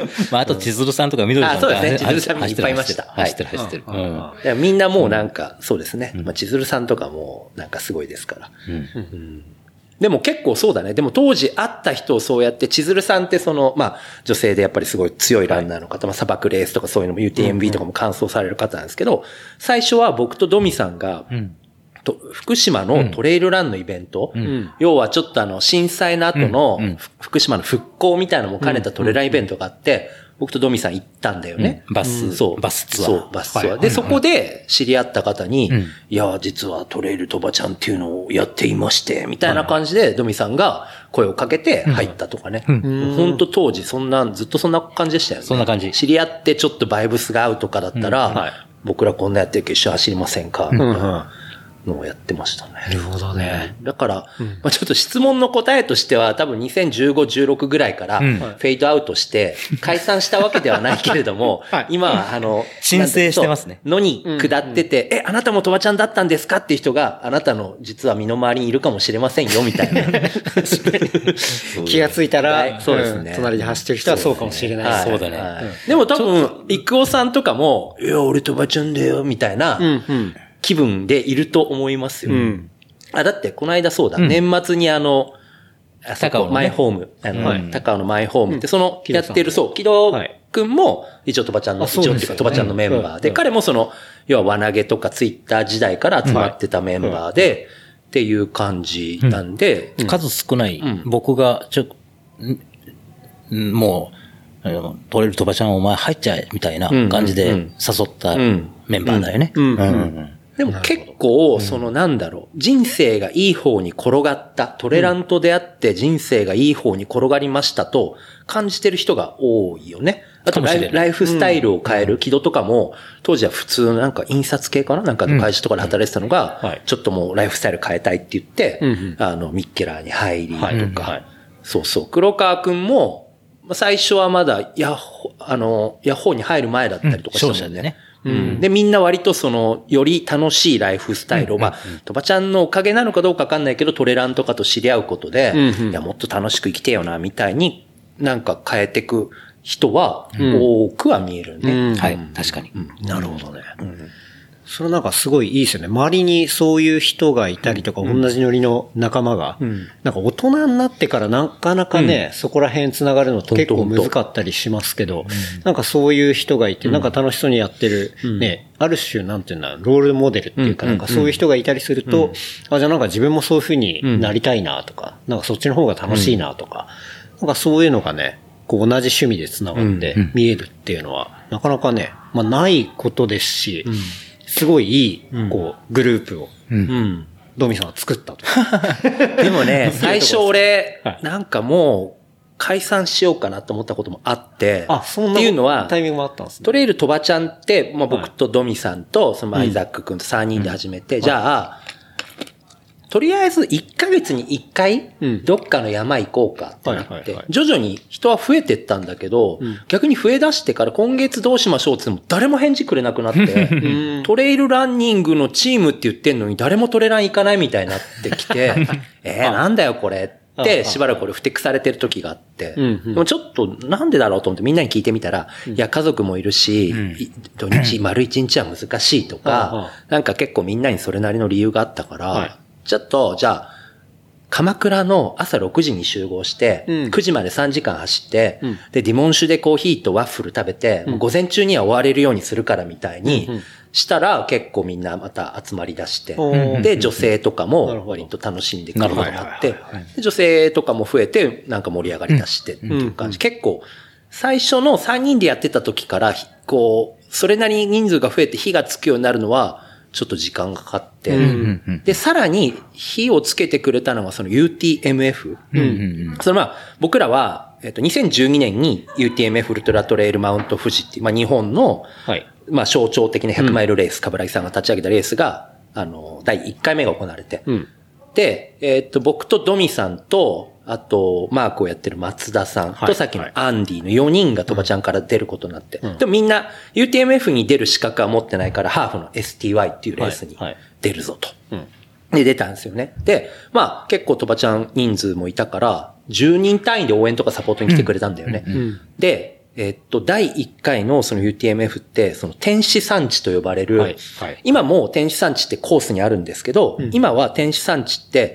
Speaker 4: まあ、あと、千鶴さんとか緑さんとか。
Speaker 3: あ、そうですね。千鶴さんもいっぱいいました。
Speaker 4: 走ってる、走ってる。
Speaker 3: うん。みんなもうなんか、そうですね。まあ、千鶴さんとかも、なんかすごいですから。うん。 でも結構そうだね。でも当時会った人をそうやって、千鶴さんってその、まあ、女性でやっぱりすごい強いランナーの方、はい、まあ、砂漠レースとかそういうのも ユーティーエムビー とかも完走される方なんですけど、うんうん、最初は僕とドミさんが、うんと福島のトレイルランのイベント、うん、要はちょっとあの震災の後の福島の復興みたいなのも兼ねたトレランイベントがあって、僕とドミさん行ったんだよね。
Speaker 4: うん、バス、そう、バスツアー。
Speaker 3: そう、バスツアー。はい、で、そこで知り合った方に、うん、いや、実はトレイルとばちゃんっていうのをやっていまして、みたいな感じでドミさんが声をかけて入ったとかね。本当、うん、当時そんな、ずっとそんな感じでしたよね。
Speaker 4: そんな感じ。
Speaker 3: 知り合ってちょっとバイブスが合うとかだったら、うん、はい、僕らこんなやってるけど一緒走りませんか、みたいなのをやってましたね。
Speaker 2: なるほどね。
Speaker 3: だから、うん、まあ、ちょっと質問の答えとしては多分にせんじゅうご、じゅうろくぐらいからフェードアウトして解散したわけではないけれども、はい、今はあの、
Speaker 4: 申請してますね。
Speaker 3: のに下ってて、うん、え、あなたもとばちゃんだったんですかっていう人があなたの実は身の回りにいるかもしれませんよ、みたいな。
Speaker 2: 気がついたら、
Speaker 3: そうですね、
Speaker 2: うん。隣で走ってる人はそうかもしれない。
Speaker 3: そうだね。はい、でも多分、イクオさんとかも、いや、俺とばちゃんだよ、みたいな、うんうん、気分でいると思いますよ。うん、あ、だって、この間そうだ、うん、年末にあの、高尾の、ね、マイホーム、あの、はい、高尾のマイホームって、その、やってる、そう、木戸くんも、一応とばちゃんの、一応っていうか、とばちゃんのメンバーで、彼もその、要は輪投げとかツイッター時代から集まってたメンバーで、っていう感じなんで、
Speaker 4: うん、数少ない、うん、僕が、ちょ、もう、取れるとばちゃんお前入っちゃえ、みたいな感じで誘ったメンバーだよね。
Speaker 3: でも結構、そのなんだろう、人生がいい方に転がった、トレラントであって人生がいい方に転がりましたと感じてる人が多いよね。あとライ、ライフスタイルを変える、木戸とかも、当時は普通のなんか印刷系かななんかの会社とかで働いてたのが、ちょっともうライフスタイル変えたいって言って、あの、ミッケラーに入りとか、そうそう、黒川くんも、最初はまだヤッホー、あの、ヤッホーに入る前だったりとかしたもんね。ねうん、で、みんな割とその、より楽しいライフスタイルを、まあ、とばちゃんのおかげなのかどうかわかんないけど、トレランとかと知り合うことで、うんうん、いや、もっと楽しく生きてよな、みたいになんか変えていく人は、多くは見えるね。
Speaker 4: うんうん、はい、確かに、
Speaker 2: うん。なるほどね。うんそれなんかすごいいいですよね。周りにそういう人がいたりとか、うん、同じノリの仲間が、うん、なんか大人になってからなかなかね、うん、そこら辺繋がるのって結構難かったりしますけど、うん、なんかそういう人がいて、なんか楽しそうにやってる、うん、ね、ある種なんていうんだろう、ロールモデルっていうか、なんかそういう人がいたりすると、うん、あ、じゃあなんか自分もそういう風になりたいなとか、なんかそっちの方が楽しいなとか、なんかそういうのがね、こう同じ趣味で繋がって見えるっていうのは、なかなかね、まあないことですし、うんすごいいい、こう、グループを、うん、ドミさんは作ったと。
Speaker 3: でもね、最初俺、なんかもう、解散しようかなと思ったこともあって、
Speaker 2: あ、そんな
Speaker 3: っていうのは、
Speaker 2: タイミングもあったんですね。
Speaker 3: トレイルとばちゃんって、まあ僕とドミさんと、そのアイザック君とさんにんで始めて、うん、じゃあ、とりあえずいっかげつにいっかい、どっかの山行こうかってなって、徐々に人は増えてったんだけど、うん、逆に増え出してから今月どうしましょうって言っても誰も返事くれなくなって、トレイルランニングのチームって言ってんのに誰もトレラン行かないみたいになってきて、えー、なんだよこれってしばらくこれふてくされてる時があって、でもちょっとなんでだろうと思ってみんなに聞いてみたら、いや家族もいるし、土日丸一日は難しいとか、なんか結構みんなにそれなりの理由があったから、ちょっと、じゃあ、鎌倉の朝ろくじに集合して、うん、くじまでさんじかん走って、うん、で、ディモン酒でコーヒーとワッフル食べて、うん、午前中には終われるようにするからみたいに、うんうん、したら結構みんなまた集まり出して、うん、で、女性とかも割と楽しんでくるようになって、女性とかも増えて、なんか盛り上がり出してっていう感じ。うん、結構、最初のさんにんでやってた時から、こう、それなりに人数が増えて火がつくようになるのは、ちょっと時間がかかって、うんうんうん、で、さらに火をつけてくれたのがその ユーティーエムエフ。うんうんうん、そのまあ、僕らは、えっと、にせんじゅうにねんに ユーティーエムエフ ウルトラトレイルマウント富士っていう、まあ日本の、はい、まあ象徴的なひゃくマイルレース、冠、うん、城さんが立ち上げたレースが、あの、だいいっかいめが行われて、うん、で、えっと、僕とドミさんと、あと、マークをやってる松田さんとさっきのアンディのよにんがトバちゃんから出ることになって。うん、でもみんな ユーティーエムエフ に出る資格は持ってないからハーフの エスティーワイ っていうレースに出るぞと。はいはいうん、で、出たんですよね。で、まあ結構トバちゃん人数もいたから、じゅうにん単位で応援とかサポートに来てくれたんだよね。うんうん、で、えっと、だいいっかいのその ユーティーエムエフ って、その天使山地と呼ばれる、はいはい、今も天使山地ってコースにあるんですけど、うん、今は天使山地って、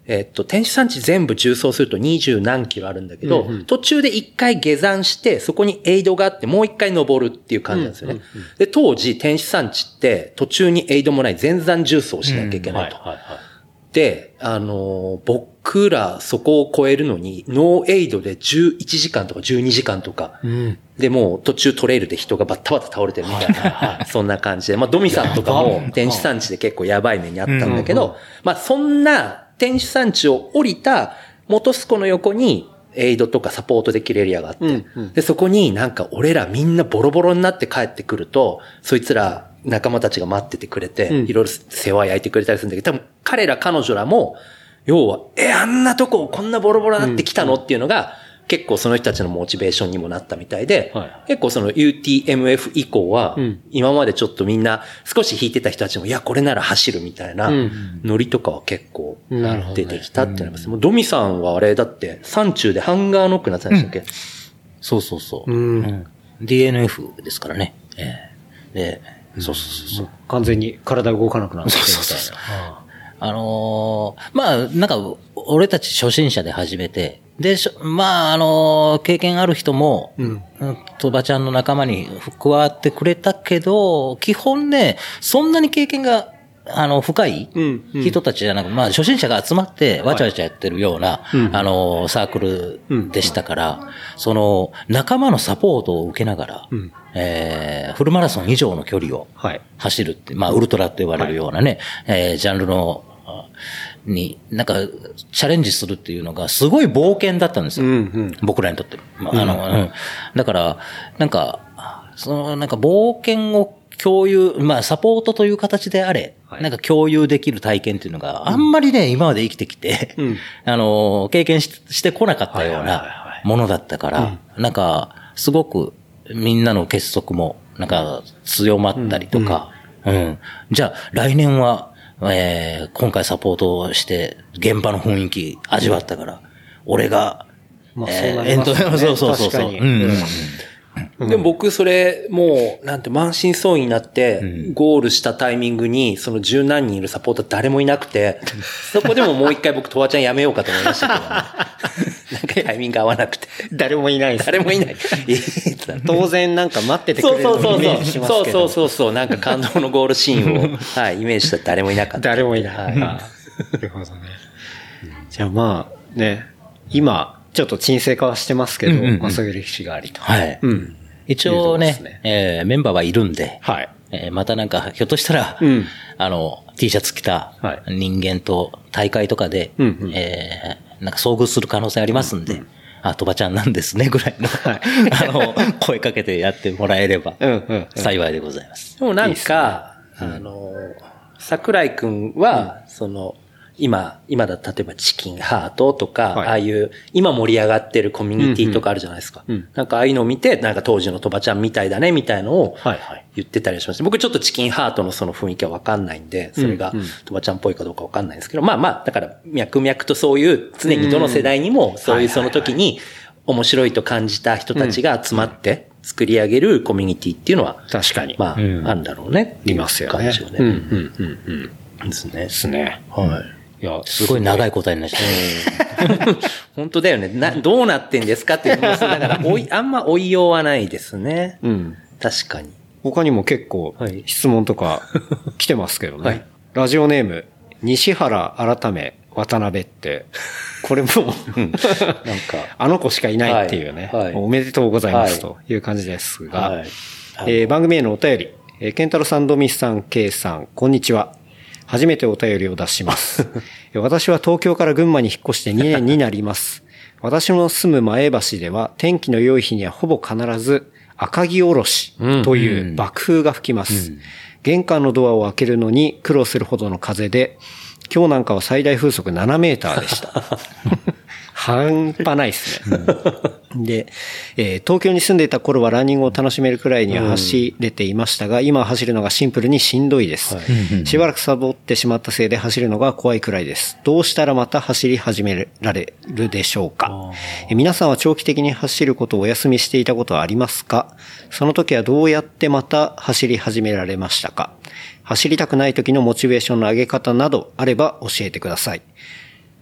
Speaker 3: えっと、天守山地全部縦走すると二十何キロあるんだけど、うんうん、途中で一回下山して、そこにエイドがあって、もう一回登るっていう感じなんですよね。うんうんうん、で、当時、天守山地って途中にエイドもない全山縦走しなきゃいけないと。うんはいはいはい、で、あの、僕らそこを超えるのに、ノーエイドでじゅういちじかんとかじゅうにじかんとか、うん、で、もう途中トレイルで人がバッタバタ倒れてるみたいな、そんな感じで、まあ、ドミさんとかも天守山地で結構やばい目にあったんだけど、うんうん、まあ、そんな、天守山地を降りた元栖湖の横にエイドとかサポートできるエリアがあって、うんうん、で、そこになんか俺らみんなボロボロになって帰ってくると、そいつら仲間たちが待っててくれて、いろいろ世話焼いてくれたりするんだけど、多分彼ら彼女らも、要は、え、あんなとここんなボロボロになってきたのっていうのが、結構その人たちのモチベーションにもなったみたいで、はい、結構その ユーティーエムエフ 以降は、うん、今までちょっとみんな少し引いてた人たちも、いや、これなら走るみたいな、ノリとかは結構出てきたってなります。うん、もうドミさんはあれだって、山中でハンガーノックになってたんでしたっけ、うん、
Speaker 4: そうそうそう、うんうん。ディーエヌエフ ですからね。えー、で、そうそうそう。
Speaker 2: 完全に体動かなくなってみたいな。
Speaker 4: そうそうそう。あのー、まあ、なんか、俺たち初心者で始めて、で、まあ、あのー、経験ある人も、うん、トバちゃんの仲間に加わってくれたけど、基本ね、そんなに経験が、あの、深い人たちじゃなく、うんうん、まあ、初心者が集まってわちゃわちゃやってるような、はい、あのー、サークルでしたから、うん、その、仲間のサポートを受けながら、うん、えー、フルマラソン以上の距離を走るって、はい、まあ、ウルトラと呼ばれるようなね、はい、えー、ジャンルの、に、なんか、チャレンジするっていうのが、すごい冒険だったんですよ。うんうん、僕らにとって。まあ、あの、うんうん、だから、なんか、その、なんか冒険を共有、まあ、サポートという形であれ、はい、なんか共有できる体験っていうのがあんまりね、今まで生きてきて、うん、あの、経験し、してこなかったようなものだったから、なんか、すごくみんなの結束も、なんか強まったりとか、うんうん、じゃあ来年は、えー、今回サポートをして現場の雰囲気味わったから、俺が、
Speaker 2: まあ、そうなりますね。
Speaker 4: そうそうそうそう。
Speaker 3: うん、でも僕それもうなんて満身創痍になってゴールしたタイミングにその十何人いるサポーター誰もいなくて、そこでももう一回僕トワちゃんやめようかと思いましたけど、ね、なんかタイミング合わなくて
Speaker 2: 誰もいないです。
Speaker 3: 誰もいない。
Speaker 2: 当然なんか待っててくれるのをイメージしますけど。
Speaker 3: そうそうそうそう、なんか感動のゴールシーンをはいイメージしたら誰もいなかった。
Speaker 2: 誰もいない。はい、なるほどね。じゃあまあね、今ちょっと沈静化はしてますけど、うんうんうん、まあそういう歴史がありと。
Speaker 4: はい。うん、一応ね、ねえー、メンバーはいるんで、はい。えー、またなんかひょっとしたら、うん、あの T シャツ着た人間と大会とかで、はい、えー、なんか遭遇する可能性ありますんで、うんうん、あ、トバちゃんなんですねぐらいの、はい、あの声かけてやってもらえれば幸いでございます。
Speaker 3: でもなんか、いいね、あの桜井くんは、うん、その今、今だ、例えばチキンハートとか、はい、ああいう、今盛り上がってるコミュニティとかあるじゃないですか。うんうん、なんかああいうのを見て、なんか当時のトバちゃんみたいだね、みたいのを言ってたりしました。僕ちょっとチキンハートのその雰囲気はわかんないんで、それがトバちゃんっぽいかどうかわかんないんですけど、まあまあ、だから脈々とそういう、常にどの世代にも、そういうその時に面白いと感じた人たちが集まって、作り上げるコミュニティっていうのは、
Speaker 2: 確かに。
Speaker 3: まあ、あるんだろうね。
Speaker 2: いますよね。
Speaker 3: 感じをね。うん、うん、うん、うん。ですね。
Speaker 2: ですね。
Speaker 3: はい。
Speaker 4: いや、すごい長い答えになっちゃう。
Speaker 3: 本当だよね。な、どうなってんですかっていう話だから、おい、あんま追いようはないですね。うん。確かに。
Speaker 2: 他にも結構、質問とか来てますけどね。はい、ラジオネーム、西原改め渡辺って、これも、うん、なんか、あの子しかいないっていうね、はいはい、おめでとうございますという感じですが、はいはい、えー、番組へのお便り、えー、ケンタロウさん、ドミスさん、ケイさん、こんにちは。初めてお便りを出します。私は東京から群馬に引っ越してにねんになります。私の住む前橋では天気の良い日にはほぼ必ず赤城おろしという爆風が吹きます。うんうん、玄関のドアを開けるのに苦労するほどの風で、今日なんかは最大風速ななメーターでした。半端ないですね。うん、で、えー、東京に住んでいた頃はランニングを楽しめるくらいには走れていましたが、うん、今は走るのがシンプルにしんどいです、はい。しばらくサボってしまったせいで走るのが怖いくらいです。どうしたらまた走り始められるでしょうか。えー、皆さんは長期的に走ることをお休みしていたことはありますか？その時はどうやってまた走り始められましたか？走りたくない時のモチベーションの上げ方などあれば教えてください。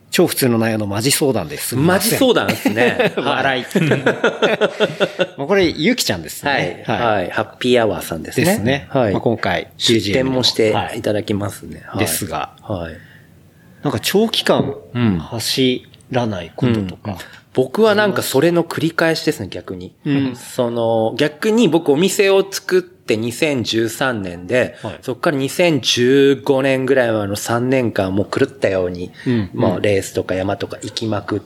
Speaker 2: 超普通の内容のマジ相談です。
Speaker 3: マジ相談ですね。
Speaker 2: 笑い。もうこれ、ゆきちゃんですね。
Speaker 3: はい。はい。ハッピーアワーさんですね。
Speaker 2: ですね。はい。まあ、今回、
Speaker 3: 出展もしていただきますね。
Speaker 2: はい、ですが、
Speaker 3: はい。
Speaker 2: なんか長期間、走らないこととか、うんうん、
Speaker 3: 僕はなんかそれの繰り返しですね、逆に。うん、その、逆に僕お店を作ってにせんじゅうさんねんで、はい、そこからにせんじゅうごねんぐらいまでのさんねんかんもう狂ったように、うん、もうレースとか山とか行きまくって、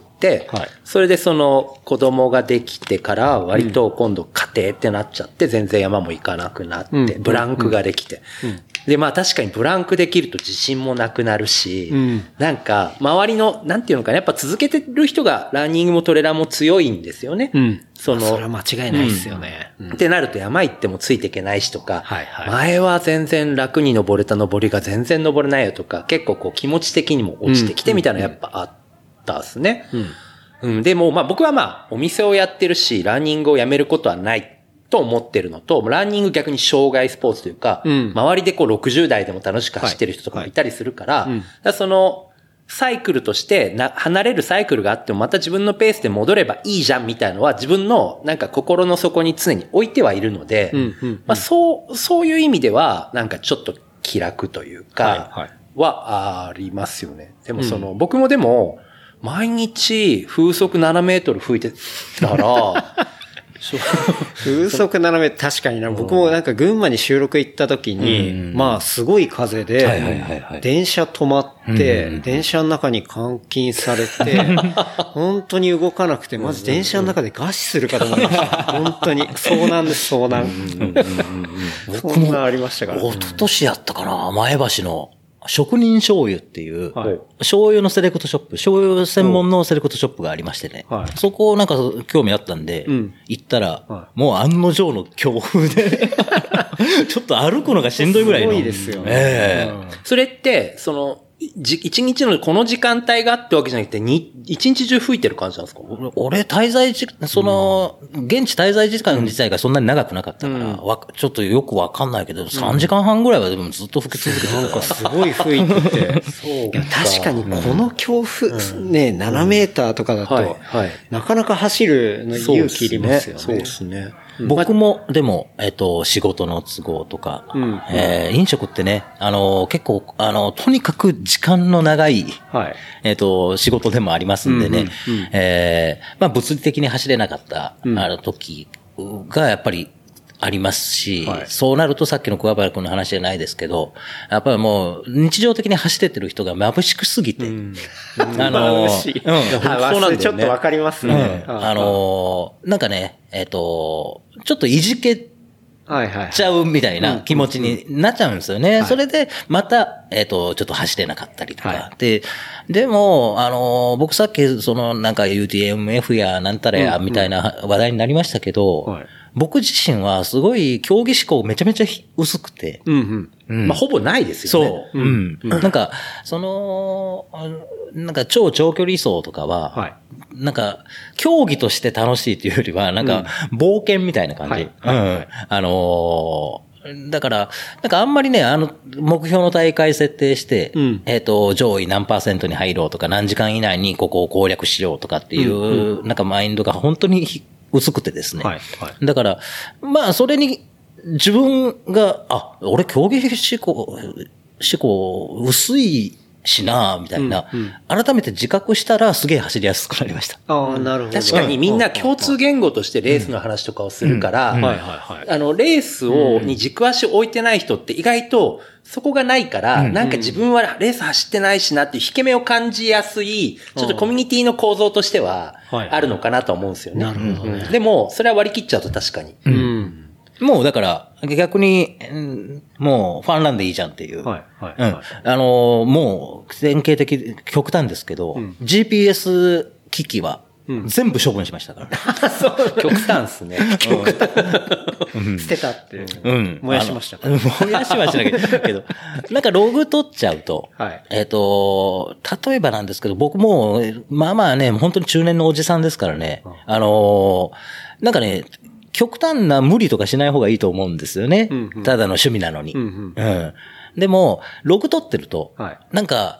Speaker 3: はい、それでその子供ができてから割と今度家庭ってなっちゃって全然山も行かなくなって、ブランクができて、うんうんで、まあ確かにブランクできると自信もなくなるし、うん、なんか周りの、なんていうのかな、やっぱ続けてる人がランニングもトレランも強いんですよね。
Speaker 2: うん、その、それは間違いないですよね。
Speaker 3: うん、ってなると山行ってもついていけないしとか、はいはい、前は全然楽に登れた登りが全然登れないよとか、結構こう気持ち的にも落ちてきてみたいなのやっぱあったですね。うん、うん、でもまあ僕はまあお店をやってるし、ランニングをやめることはないと思ってるのと、ランニング逆に障害スポーツというか、うん、周りでこうろくじゅう代でも楽しく走ってる人とかもいたりするから、はいはいうん、だからその、サイクルとしてな、離れるサイクルがあってもまた自分のペースで戻ればいいじゃんみたいなのは自分のなんか心の底に常に置いてはいるので、うんうんうん、まあそう、そういう意味ではなんかちょっと気楽というか、はありますよね。でもその、うん、僕もでも、毎日風速ななメートル吹いてたら、
Speaker 2: 風速ななメートル、確かにな。僕もなんか群馬に収録行った時に、まあすごい風で、電車止まって、電車の中に監禁されて、本当に動かなくて、まず電車の中で餓死するかと思いました。本当に。遭難です、遭難。そんなありましたから。
Speaker 4: 一昨年やったかな、前橋の。職人醤油っていう、はい、醤油のセレクトショップ、醤油専門のセレクトショップがありましてね。はい、そこをなんか興味あったんで、うん、行ったら、はい、もう案の定の強風で、ちょっと歩くのがしんどいぐらいの。
Speaker 2: すごいですよね。
Speaker 3: えーうん、それって、その、じ、一日のこの時間帯があってわけじゃなくて、に、一日中吹いてる感じなんですか？
Speaker 4: 俺、滞在時、その、うん、現地滞在時間自体がそんなに長くなかったから、うん、わちょっとよくわかんないけど、さんじかんはんぐらいはでもずっと吹き続けて
Speaker 2: る。なんかすごい吹いてて。そうか。確かにこの強風、うん、ね、ななメーターとかだと、うんはいはい、なかなか走るの勇気いりますよね。
Speaker 3: そうですね。
Speaker 4: 僕も、でも、えっと、仕事の都合とか、うんえー、飲食ってね、あの、結構、あの、とにかく時間の長い、はい、えっと、仕事でもありますんでね、うんうんうん、えー、まあ、物理的に走れなかった、うん、あの時がやっぱりありますし、はい、そうなるとさっきの桑原君の話じゃないですけど、やっぱりもう、日常的に走ってってる人が眩しくすぎて、うん、
Speaker 2: あの、眩しい。うん、そうなんだよね。ちょっとわかりますね。
Speaker 4: うん、あの、なんかね、えっと、ちょっといじけちゃうみたいな気持ちになっちゃうんですよね。それで、また、えっと、ちょっと走れなかったりとか。はい、で、でも、あの、僕さっき、その、なんか ユーティーエムエフ やなんたらや、みたいな話題になりましたけど、うんうんはい僕自身はすごい競技志向めちゃめちゃ薄くて。うん
Speaker 3: うんうん、まあ、ほぼないですよね。
Speaker 4: そう。うん。うん、なんか、その、なんか超長距離走とかは、はい、なんか、競技として楽しいというよりは、なんか、冒険みたいな感じ。はいはいはい、あのー、だから、なんかあんまりね、あの、目標の大会設定して、うん、えっと、上位何パーセントに入ろうとか、何時間以内にここを攻略しようとかっていう、うんうん、なんかマインドが本当に薄くてですね。はいはい、だから、まあ、それに、自分が、あ、俺競技志向、志向薄いしなみたいな、うんうん、改めて自覚したらすげえ走りやすくなりました。
Speaker 2: ああ、なるほど。
Speaker 3: 確かにみんな共通言語としてレースの話とかをするから、あの、レースを、に軸足置いてない人って意外とそこがないから、うん、なんか自分はレース走ってないしなっていう引け目を感じやすい、ちょっとコミュニティの構造としてはあるのかなと思うんですよね。
Speaker 2: なるほどね、
Speaker 3: うん。でも、それは割り切っちゃうと確かに。
Speaker 4: うんうんもうだから、逆に、もうファンランでいいじゃんっていう。はいはいはいうん、あの、もう典型的、極端ですけど、うん、ジーピーエス 機器は全部処分しましたから。
Speaker 3: そう、極端ですね。極端。
Speaker 2: 捨てたって。うん。燃やしましたか。
Speaker 4: 燃やしはしなきゃいけないけど、なんかログ取っちゃうと、はい、えっと、例えばなんですけど、僕も、まあまあね、本当に中年のおじさんですからね、あの、なんかね、極端な無理とかしない方がいいと思うんですよね。うんうん、ただの趣味なのに。うんうんうん、でも、ログ取ってると、はい、なんか、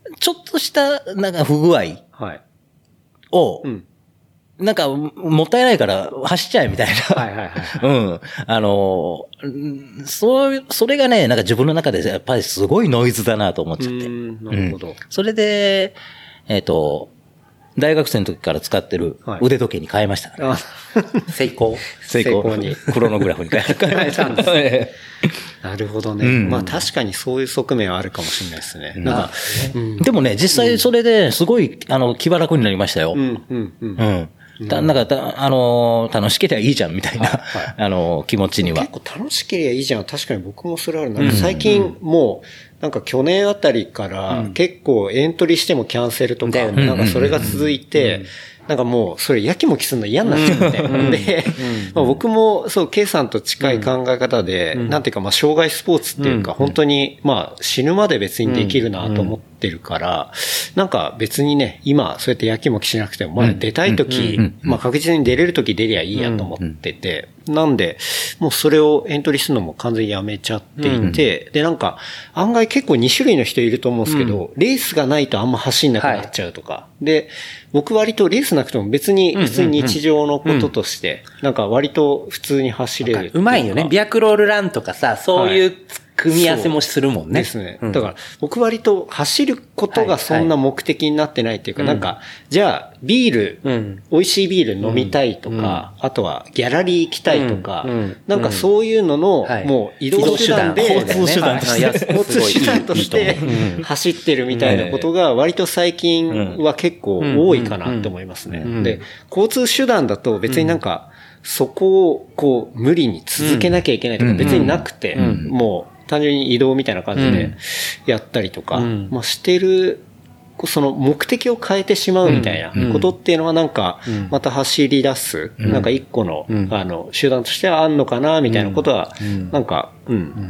Speaker 4: ちょっとした、なんか不具合を、はいうんなんか、もったいないから走っちゃえみたいな。はいはいはい、はい。うん。あの、そう、それがね、なんか自分の中でやっぱりすごいノイズだなと思っちゃって。うんなるほど。うん、それで、えっ、ー、と、大学生の時から使ってる腕時計に変えましたから、ね。
Speaker 3: はい、セイコー
Speaker 4: セイコーに。クロノグラフに変えたんですね。
Speaker 2: なるほどね、うん。まあ確かにそういう側面はあるかもしれないですね。なんか、
Speaker 4: うん、でもね、実際それですごい、あの、気楽になりましたよ。うん、うん、うん。うんたなんか、あのー、楽しければいいじゃんみたいな、はいはい、あのー、気持ちには。
Speaker 2: 結構楽しければいいじゃん。確かに僕もそれあるな。うん、最近もう、なんか去年あたりから結構エントリーしてもキャンセルとか、うん、なんかそれが続いて、うんなんかもう、それやきもきするの嫌になっちゃって。うん、で、うんまあ、僕も、そう、K さんと近い考え方で、うん、なんていうか、まあ、障害スポーツっていうか、うん、本当に、まあ、死ぬまで別にできるなと思ってるから、うん、なんか別にね、今、そうやってやきもきしなくても、まあ、出たいとき、まあ、確実に出れるとき出りゃいいやと思ってて、なんで、もうそれをエントリーするのも完全にやめちゃっていて、うん、で、なんか、案外結構に種類の人いると思うんですけど、うん、レースがないとあんま走んなくなっちゃうとか。はい、で、僕割とレースなくても別に普通に日常のこととして、なんか割と普通に走れる。
Speaker 3: うまいよね。ビアクロールランとかさ、そういう、はい組み合わせもするもんね。
Speaker 2: ですね。だから、僕割と走ることがそんな目的になってないっていうか、はいはい、なんか、じゃあ、ビール、うん、美味しいビール飲みたいとか、うん、あとはギャラリー行きたいとか、うんうん、なんかそういうのの、はい、もう移動手段で、
Speaker 4: 交通手段として、
Speaker 2: 交通手段として走ってるみたいなことが割と最近は結構多いかなって思いますね。で、交通手段だと別になんか、そこをこう無理に続けなきゃいけないとか別になくて、もう、単純に移動みたいな感じでやったりとか、うん、まあしてる、その目的を変えてしまうみたいなことっていうのはなんか、また走り出す、うん、なんか一個の、うん、あの、手段としてはあんのかな、みたいなことは、なんか、うん、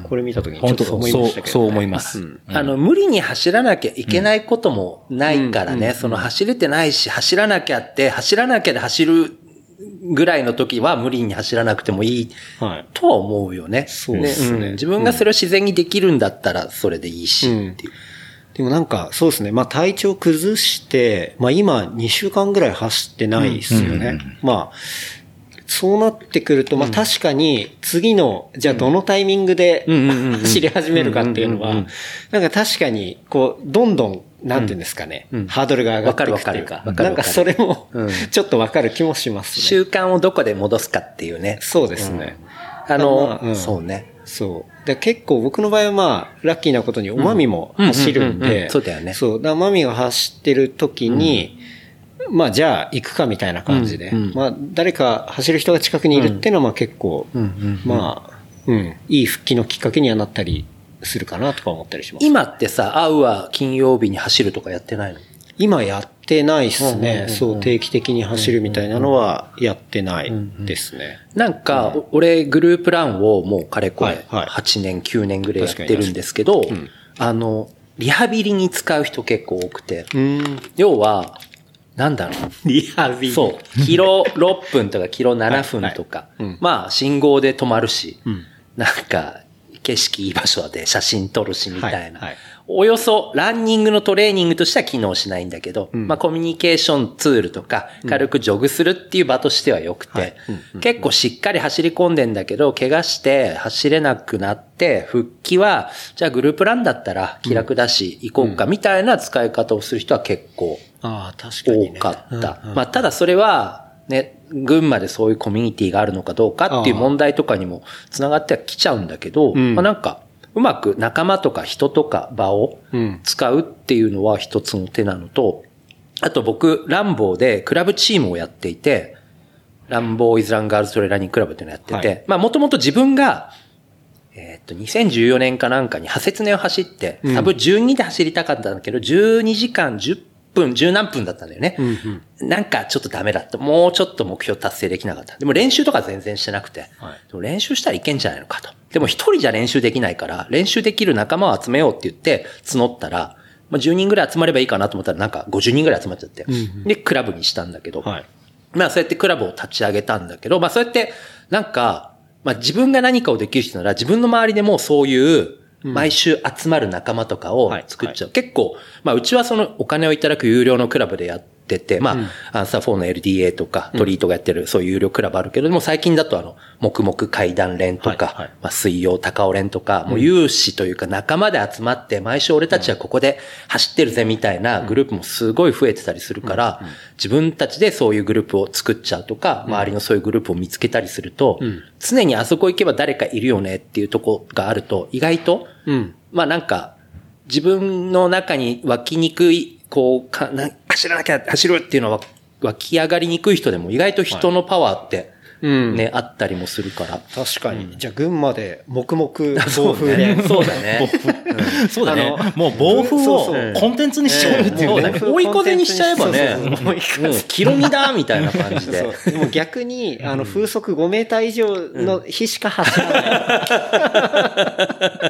Speaker 2: これ見たときにちょっと思いましたけど、ね、
Speaker 4: そう、そう思います、うん。
Speaker 3: あの、無理に走らなきゃいけないこともないからね、その走れてないし、走らなきゃって、走らなきゃで走る、ぐらいの時は無理に走らなくてもいいとは思うよね。はい、そうですね、うん。自分がそれを自然にできるんだったらそれでいいし、うん、っていう。
Speaker 2: でもなんかそうですね。まあ体調崩して、まあ今にしゅうかんぐらい走ってないですよね。うんうんうん、まあそうなってくると、まあ確かに次の、じゃあどのタイミングで走り始めるかっていうのは、なんか確かにこうどんどんなんていうんですかね、うん、ハードルが上がっていくっていうか、なんかそれも、ちょっとわかる気もしますね。
Speaker 3: 習慣をどこで戻すかっていうね。
Speaker 2: そうですね。
Speaker 3: うん、あの、まあうん、そうね。
Speaker 2: そう。で結構僕の場合はまあ、ラッキーなことにおまみも走るんで、
Speaker 3: そうだよね。
Speaker 2: そう。だまみが走ってる時に、うん、まあじゃあ行くかみたいな感じで、うんうん、まあ誰か走る人が近くにいるっていうのはまあ結構、うんうん、まあ、うん、いい復帰のきっかけにはなったり、するかなとか思ったりします。
Speaker 3: 今ってさ、アウは金曜日に走るとかやってないの？
Speaker 2: 今やってないですね。そう、定期的に走るみたいなのはやってないですね。
Speaker 3: なんか、うん、俺グループランをもうかれこれはちねん、きゅうねんぐらいやってるんですけど、うん、あの、リハビリに使う人結構多くて、うん、要は、なんだろう。
Speaker 2: リハビリ。
Speaker 3: そう。キロろっぷんとかキロななふんとか、はいはいうん、まあ信号で止まるし、うん、なんか、景色いい場所で写真撮るしみたいな、はいはい。およそランニングのトレーニングとしては機能しないんだけど、うん、まあコミュニケーションツールとか軽くジョグするっていう場としては良くて、はいうんうん、結構しっかり走り込んでんだけど、怪我して走れなくなって復帰は、じゃあグループランだったら気楽だし行こうかみたいな使い方をする人は結構多かった。まあただそれはね、群馬でそういうコミュニティがあるのかどうかっていう問題とかにもつながってはきちゃうんだけど、うん、まあなんか、うまく仲間とか人とか場を使うっていうのは一つの手なのと、あと僕、ランボーでクラブチームをやっていて、ランボーイズランガールズトレーラーニングクラブっていうのをやってて、はい、まあもともと自分が、えっと、にせんじゅうよねんかなんかにハセツネを走って、多分じゅうにで走りたかったんだけど、じゅうにじかんじゅっぷん、じゅう何分だったんだよね、うんうん。なんかちょっとダメだった。もうちょっと目標達成できなかった。でも練習とか全然してなくて。はい、でも練習したらいけんじゃないのかと。でも一人じゃ練習できないから、練習できる仲間を集めようって言って募ったら、まあ、じゅうにんぐらい集まればいいかなと思ったらなんかごじゅうにんぐらい集まっちゃって。うんうん、で、クラブにしたんだけど。はい、まあそうやってクラブを立ち上げたんだけど、まあそうやってなんか、まあ自分が何かをできる人なら自分の周りでもそういう毎週集まる仲間とかを作っちゃう。結構、まあうちはそのお金をいただく有料のクラブでやって、出て、まあ、うん、アンサーフォーの エルディーエー とか、トリートがやってる、そういう有料クラブあるけれども、最近だとあの、黙々会談連とか、はいはい、まあ、水曜高尾連とか、もう有志というか仲間で集まって、毎週俺たちはここで走ってるぜみたいなグループもすごい増えてたりするから、自分たちでそういうグループを作っちゃうとか、周りのそういうグループを見つけたりすると、常にあそこ行けば誰かいるよねっていうとこがあると、意外と、まあなんか、自分の中に湧きにくい、こう、かな走らなきゃ、走るっていうのは湧き上がりにくい人でも意外と人のパワーって、ね、はい、あったりもするから。
Speaker 2: 確かに。うん、じゃあ、群馬で、黙々暴風で。
Speaker 3: そうだね。
Speaker 4: そうだね。もう暴風をコンテンツにしちゃうっていうね。
Speaker 3: 追い風にしちゃえばね、キロミだみたいな感じで。
Speaker 2: でも逆に、あの、風速ごメーター以上の日しか走らない。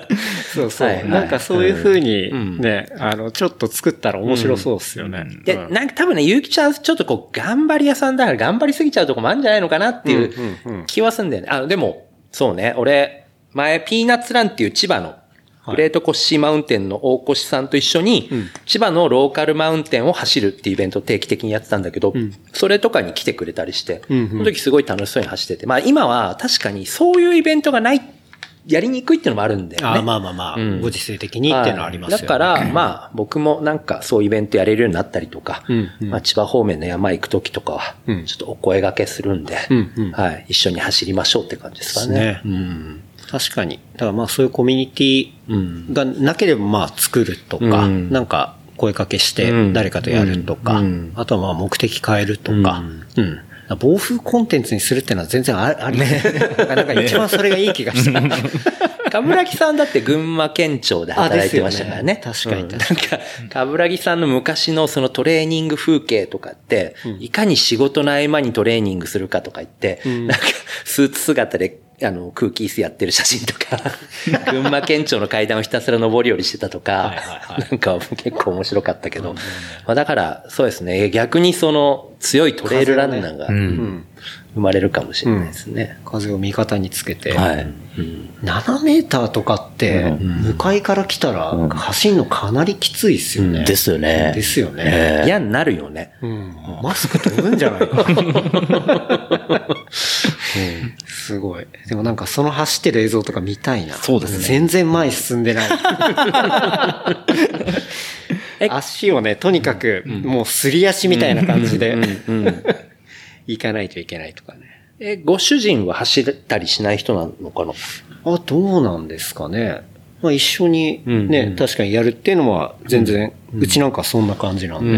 Speaker 2: そうそう。なんかそういう風にね、あの、ちょっと作ったら面白そうですよね。
Speaker 3: で、なんか多分ね、ゆうきちゃん、ちょっとこう、頑張り屋さんだから頑張りすぎちゃうとこもあるんじゃないのかなっていう気はするんだよね。あ、でも、そうね、俺、前、ピーナッツランっていう千葉の、グレートコッシーマウンテンの大越さんと一緒に、千葉のローカルマウンテンを走るっていうイベントを定期的にやってたんだけど、それとかに来てくれたりして、その時すごい楽しそうに走ってて、まあ今は確かにそういうイベントがない、やりにくいっていうのもあるんだよね。
Speaker 2: あまあまあまあ、うん、ご時世的にっていうのはありますよね。
Speaker 3: だから、まあ僕もなんかそういうイベントやれるようになったりとか、うんうん、まあ千葉方面の山行く時とかは、ちょっとお声掛けするんで、うんうん、はい、一緒に走りましょうって感じですかね。ですね。
Speaker 2: うん、確かに。だからまあそういうコミュニティがなければまあ作るとか、うん、なんか声掛けして誰かとやるとか、うんうん、あとはまあ目的変えるとか、うんうん暴風コンテンツにするってのは全然ありね。なんか一番それがいい気がした。
Speaker 3: かぶらぎさんだって群馬県庁で働いてましたからね。
Speaker 2: ね確かに、うん、
Speaker 3: なんか、かぶらぎさんの昔のそのトレーニング風景とかって、うん、いかに仕事の合間にトレーニングするかとか言って、うん、なんかスーツ姿であの空気椅子やってる写真とか、群馬県庁の階段をひたすら上り下りしてたとか、はいはいはい、なんか結構面白かったけど、うんまあ、だからそうですね、逆にその強いトレイルランナーが、ねうん、生まれるかもしれないですね。
Speaker 2: うん、風を味方につけて、はいうん、ななメーターとかって、うん、向かいから来たら走るのかなりきついですよね。うん、
Speaker 4: ですよね。
Speaker 2: ですよね。
Speaker 3: 嫌になるよね。
Speaker 2: うん、マスク飛ぶんじゃないかな。うんすごい。でもなんかその走ってる映像とか見たいな。
Speaker 4: そうですね。
Speaker 2: 全然前進んでない。足をね、とにかくもうすり足みたいな感じで行かないといけないとかね。
Speaker 3: え、ご主人は走ったりしない人なのかな？
Speaker 2: あ、どうなんですかね。まあ一緒にね、うんうん、確かにやるっていうのは全然、うん、うちなんかそんな感じなんで、うんうん、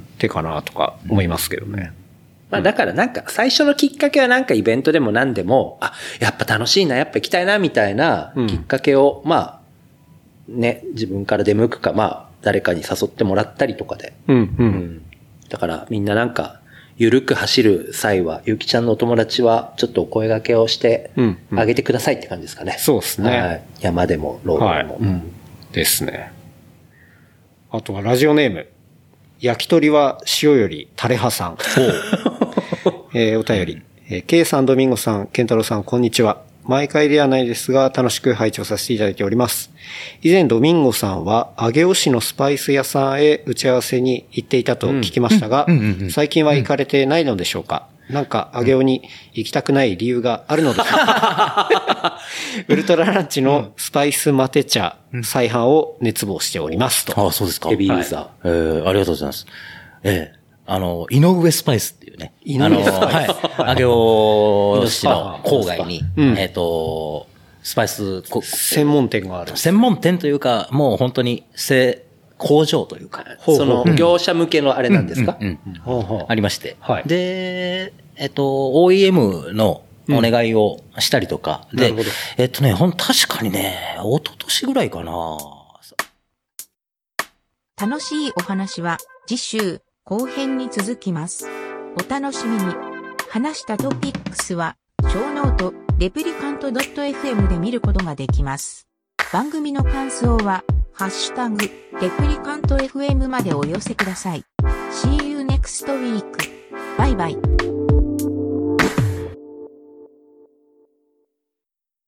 Speaker 2: 手かなとか思いますけどね。
Speaker 3: まあだからなんか最初のきっかけはなんかイベントでも何でも、あ、やっぱ楽しいな、やっぱ行きたいなみたいなきっかけを、うん、まあね、自分から出向くか、まあ誰かに誘ってもらったりとかで。うんうんうん、だからみんななんかゆるく走る際は、ゆきちゃんのお友達はちょっとお声掛けをしてあげてくださいって感じですかね。
Speaker 2: うんうん、そうですね、はい。山
Speaker 3: でもロードでも、はいうん。
Speaker 2: ですね。あとはラジオネーム。焼き鳥は塩よりタレ派さん。えー、お便り。えー、K さん、ドミンゴさん、ケンタロウさん、こんにちは。毎回ではないですが、楽しく拝聴させていただいております。以前、ドミンゴさんは、上尾市のスパイス屋さんへ打ち合わせに行っていたと聞きましたが、最近は行かれてないのでしょうか？なんか、上尾に行きたくない理由があるのでしょうか？ウルトラランチのスパイスマテ茶再販を熱望しておりますと。
Speaker 4: ああ、そうですか。
Speaker 3: ヘビーユーザー。
Speaker 4: はい、えー、ありがとうございます。ええーあの、井上スパイスっていうね。
Speaker 2: 井上スパイス。
Speaker 4: はい。上尾市の郊外に、うん、えっ、ー、と、スパイス、
Speaker 2: 専門店がある。
Speaker 4: 専門店というか、もう本当に、せ、工場というか。
Speaker 3: その、業者向けのあれなんですか？
Speaker 4: うん。ありまして。はい。で、えっ、ー、と、オーイーエム のお願いをしたりとか。うん、で、えっ、ー、とね、ほん、確かにね、一昨年ぐらいかな。
Speaker 5: 楽しいお話は、次週。後編に続きます。お楽しみに。話したトピックスは、小ノート、レプリカント .fm で見ることができます。番組の感想は、ハッシュタグ、レプリカント エフエム までお寄せください。See you next week. バイバイ。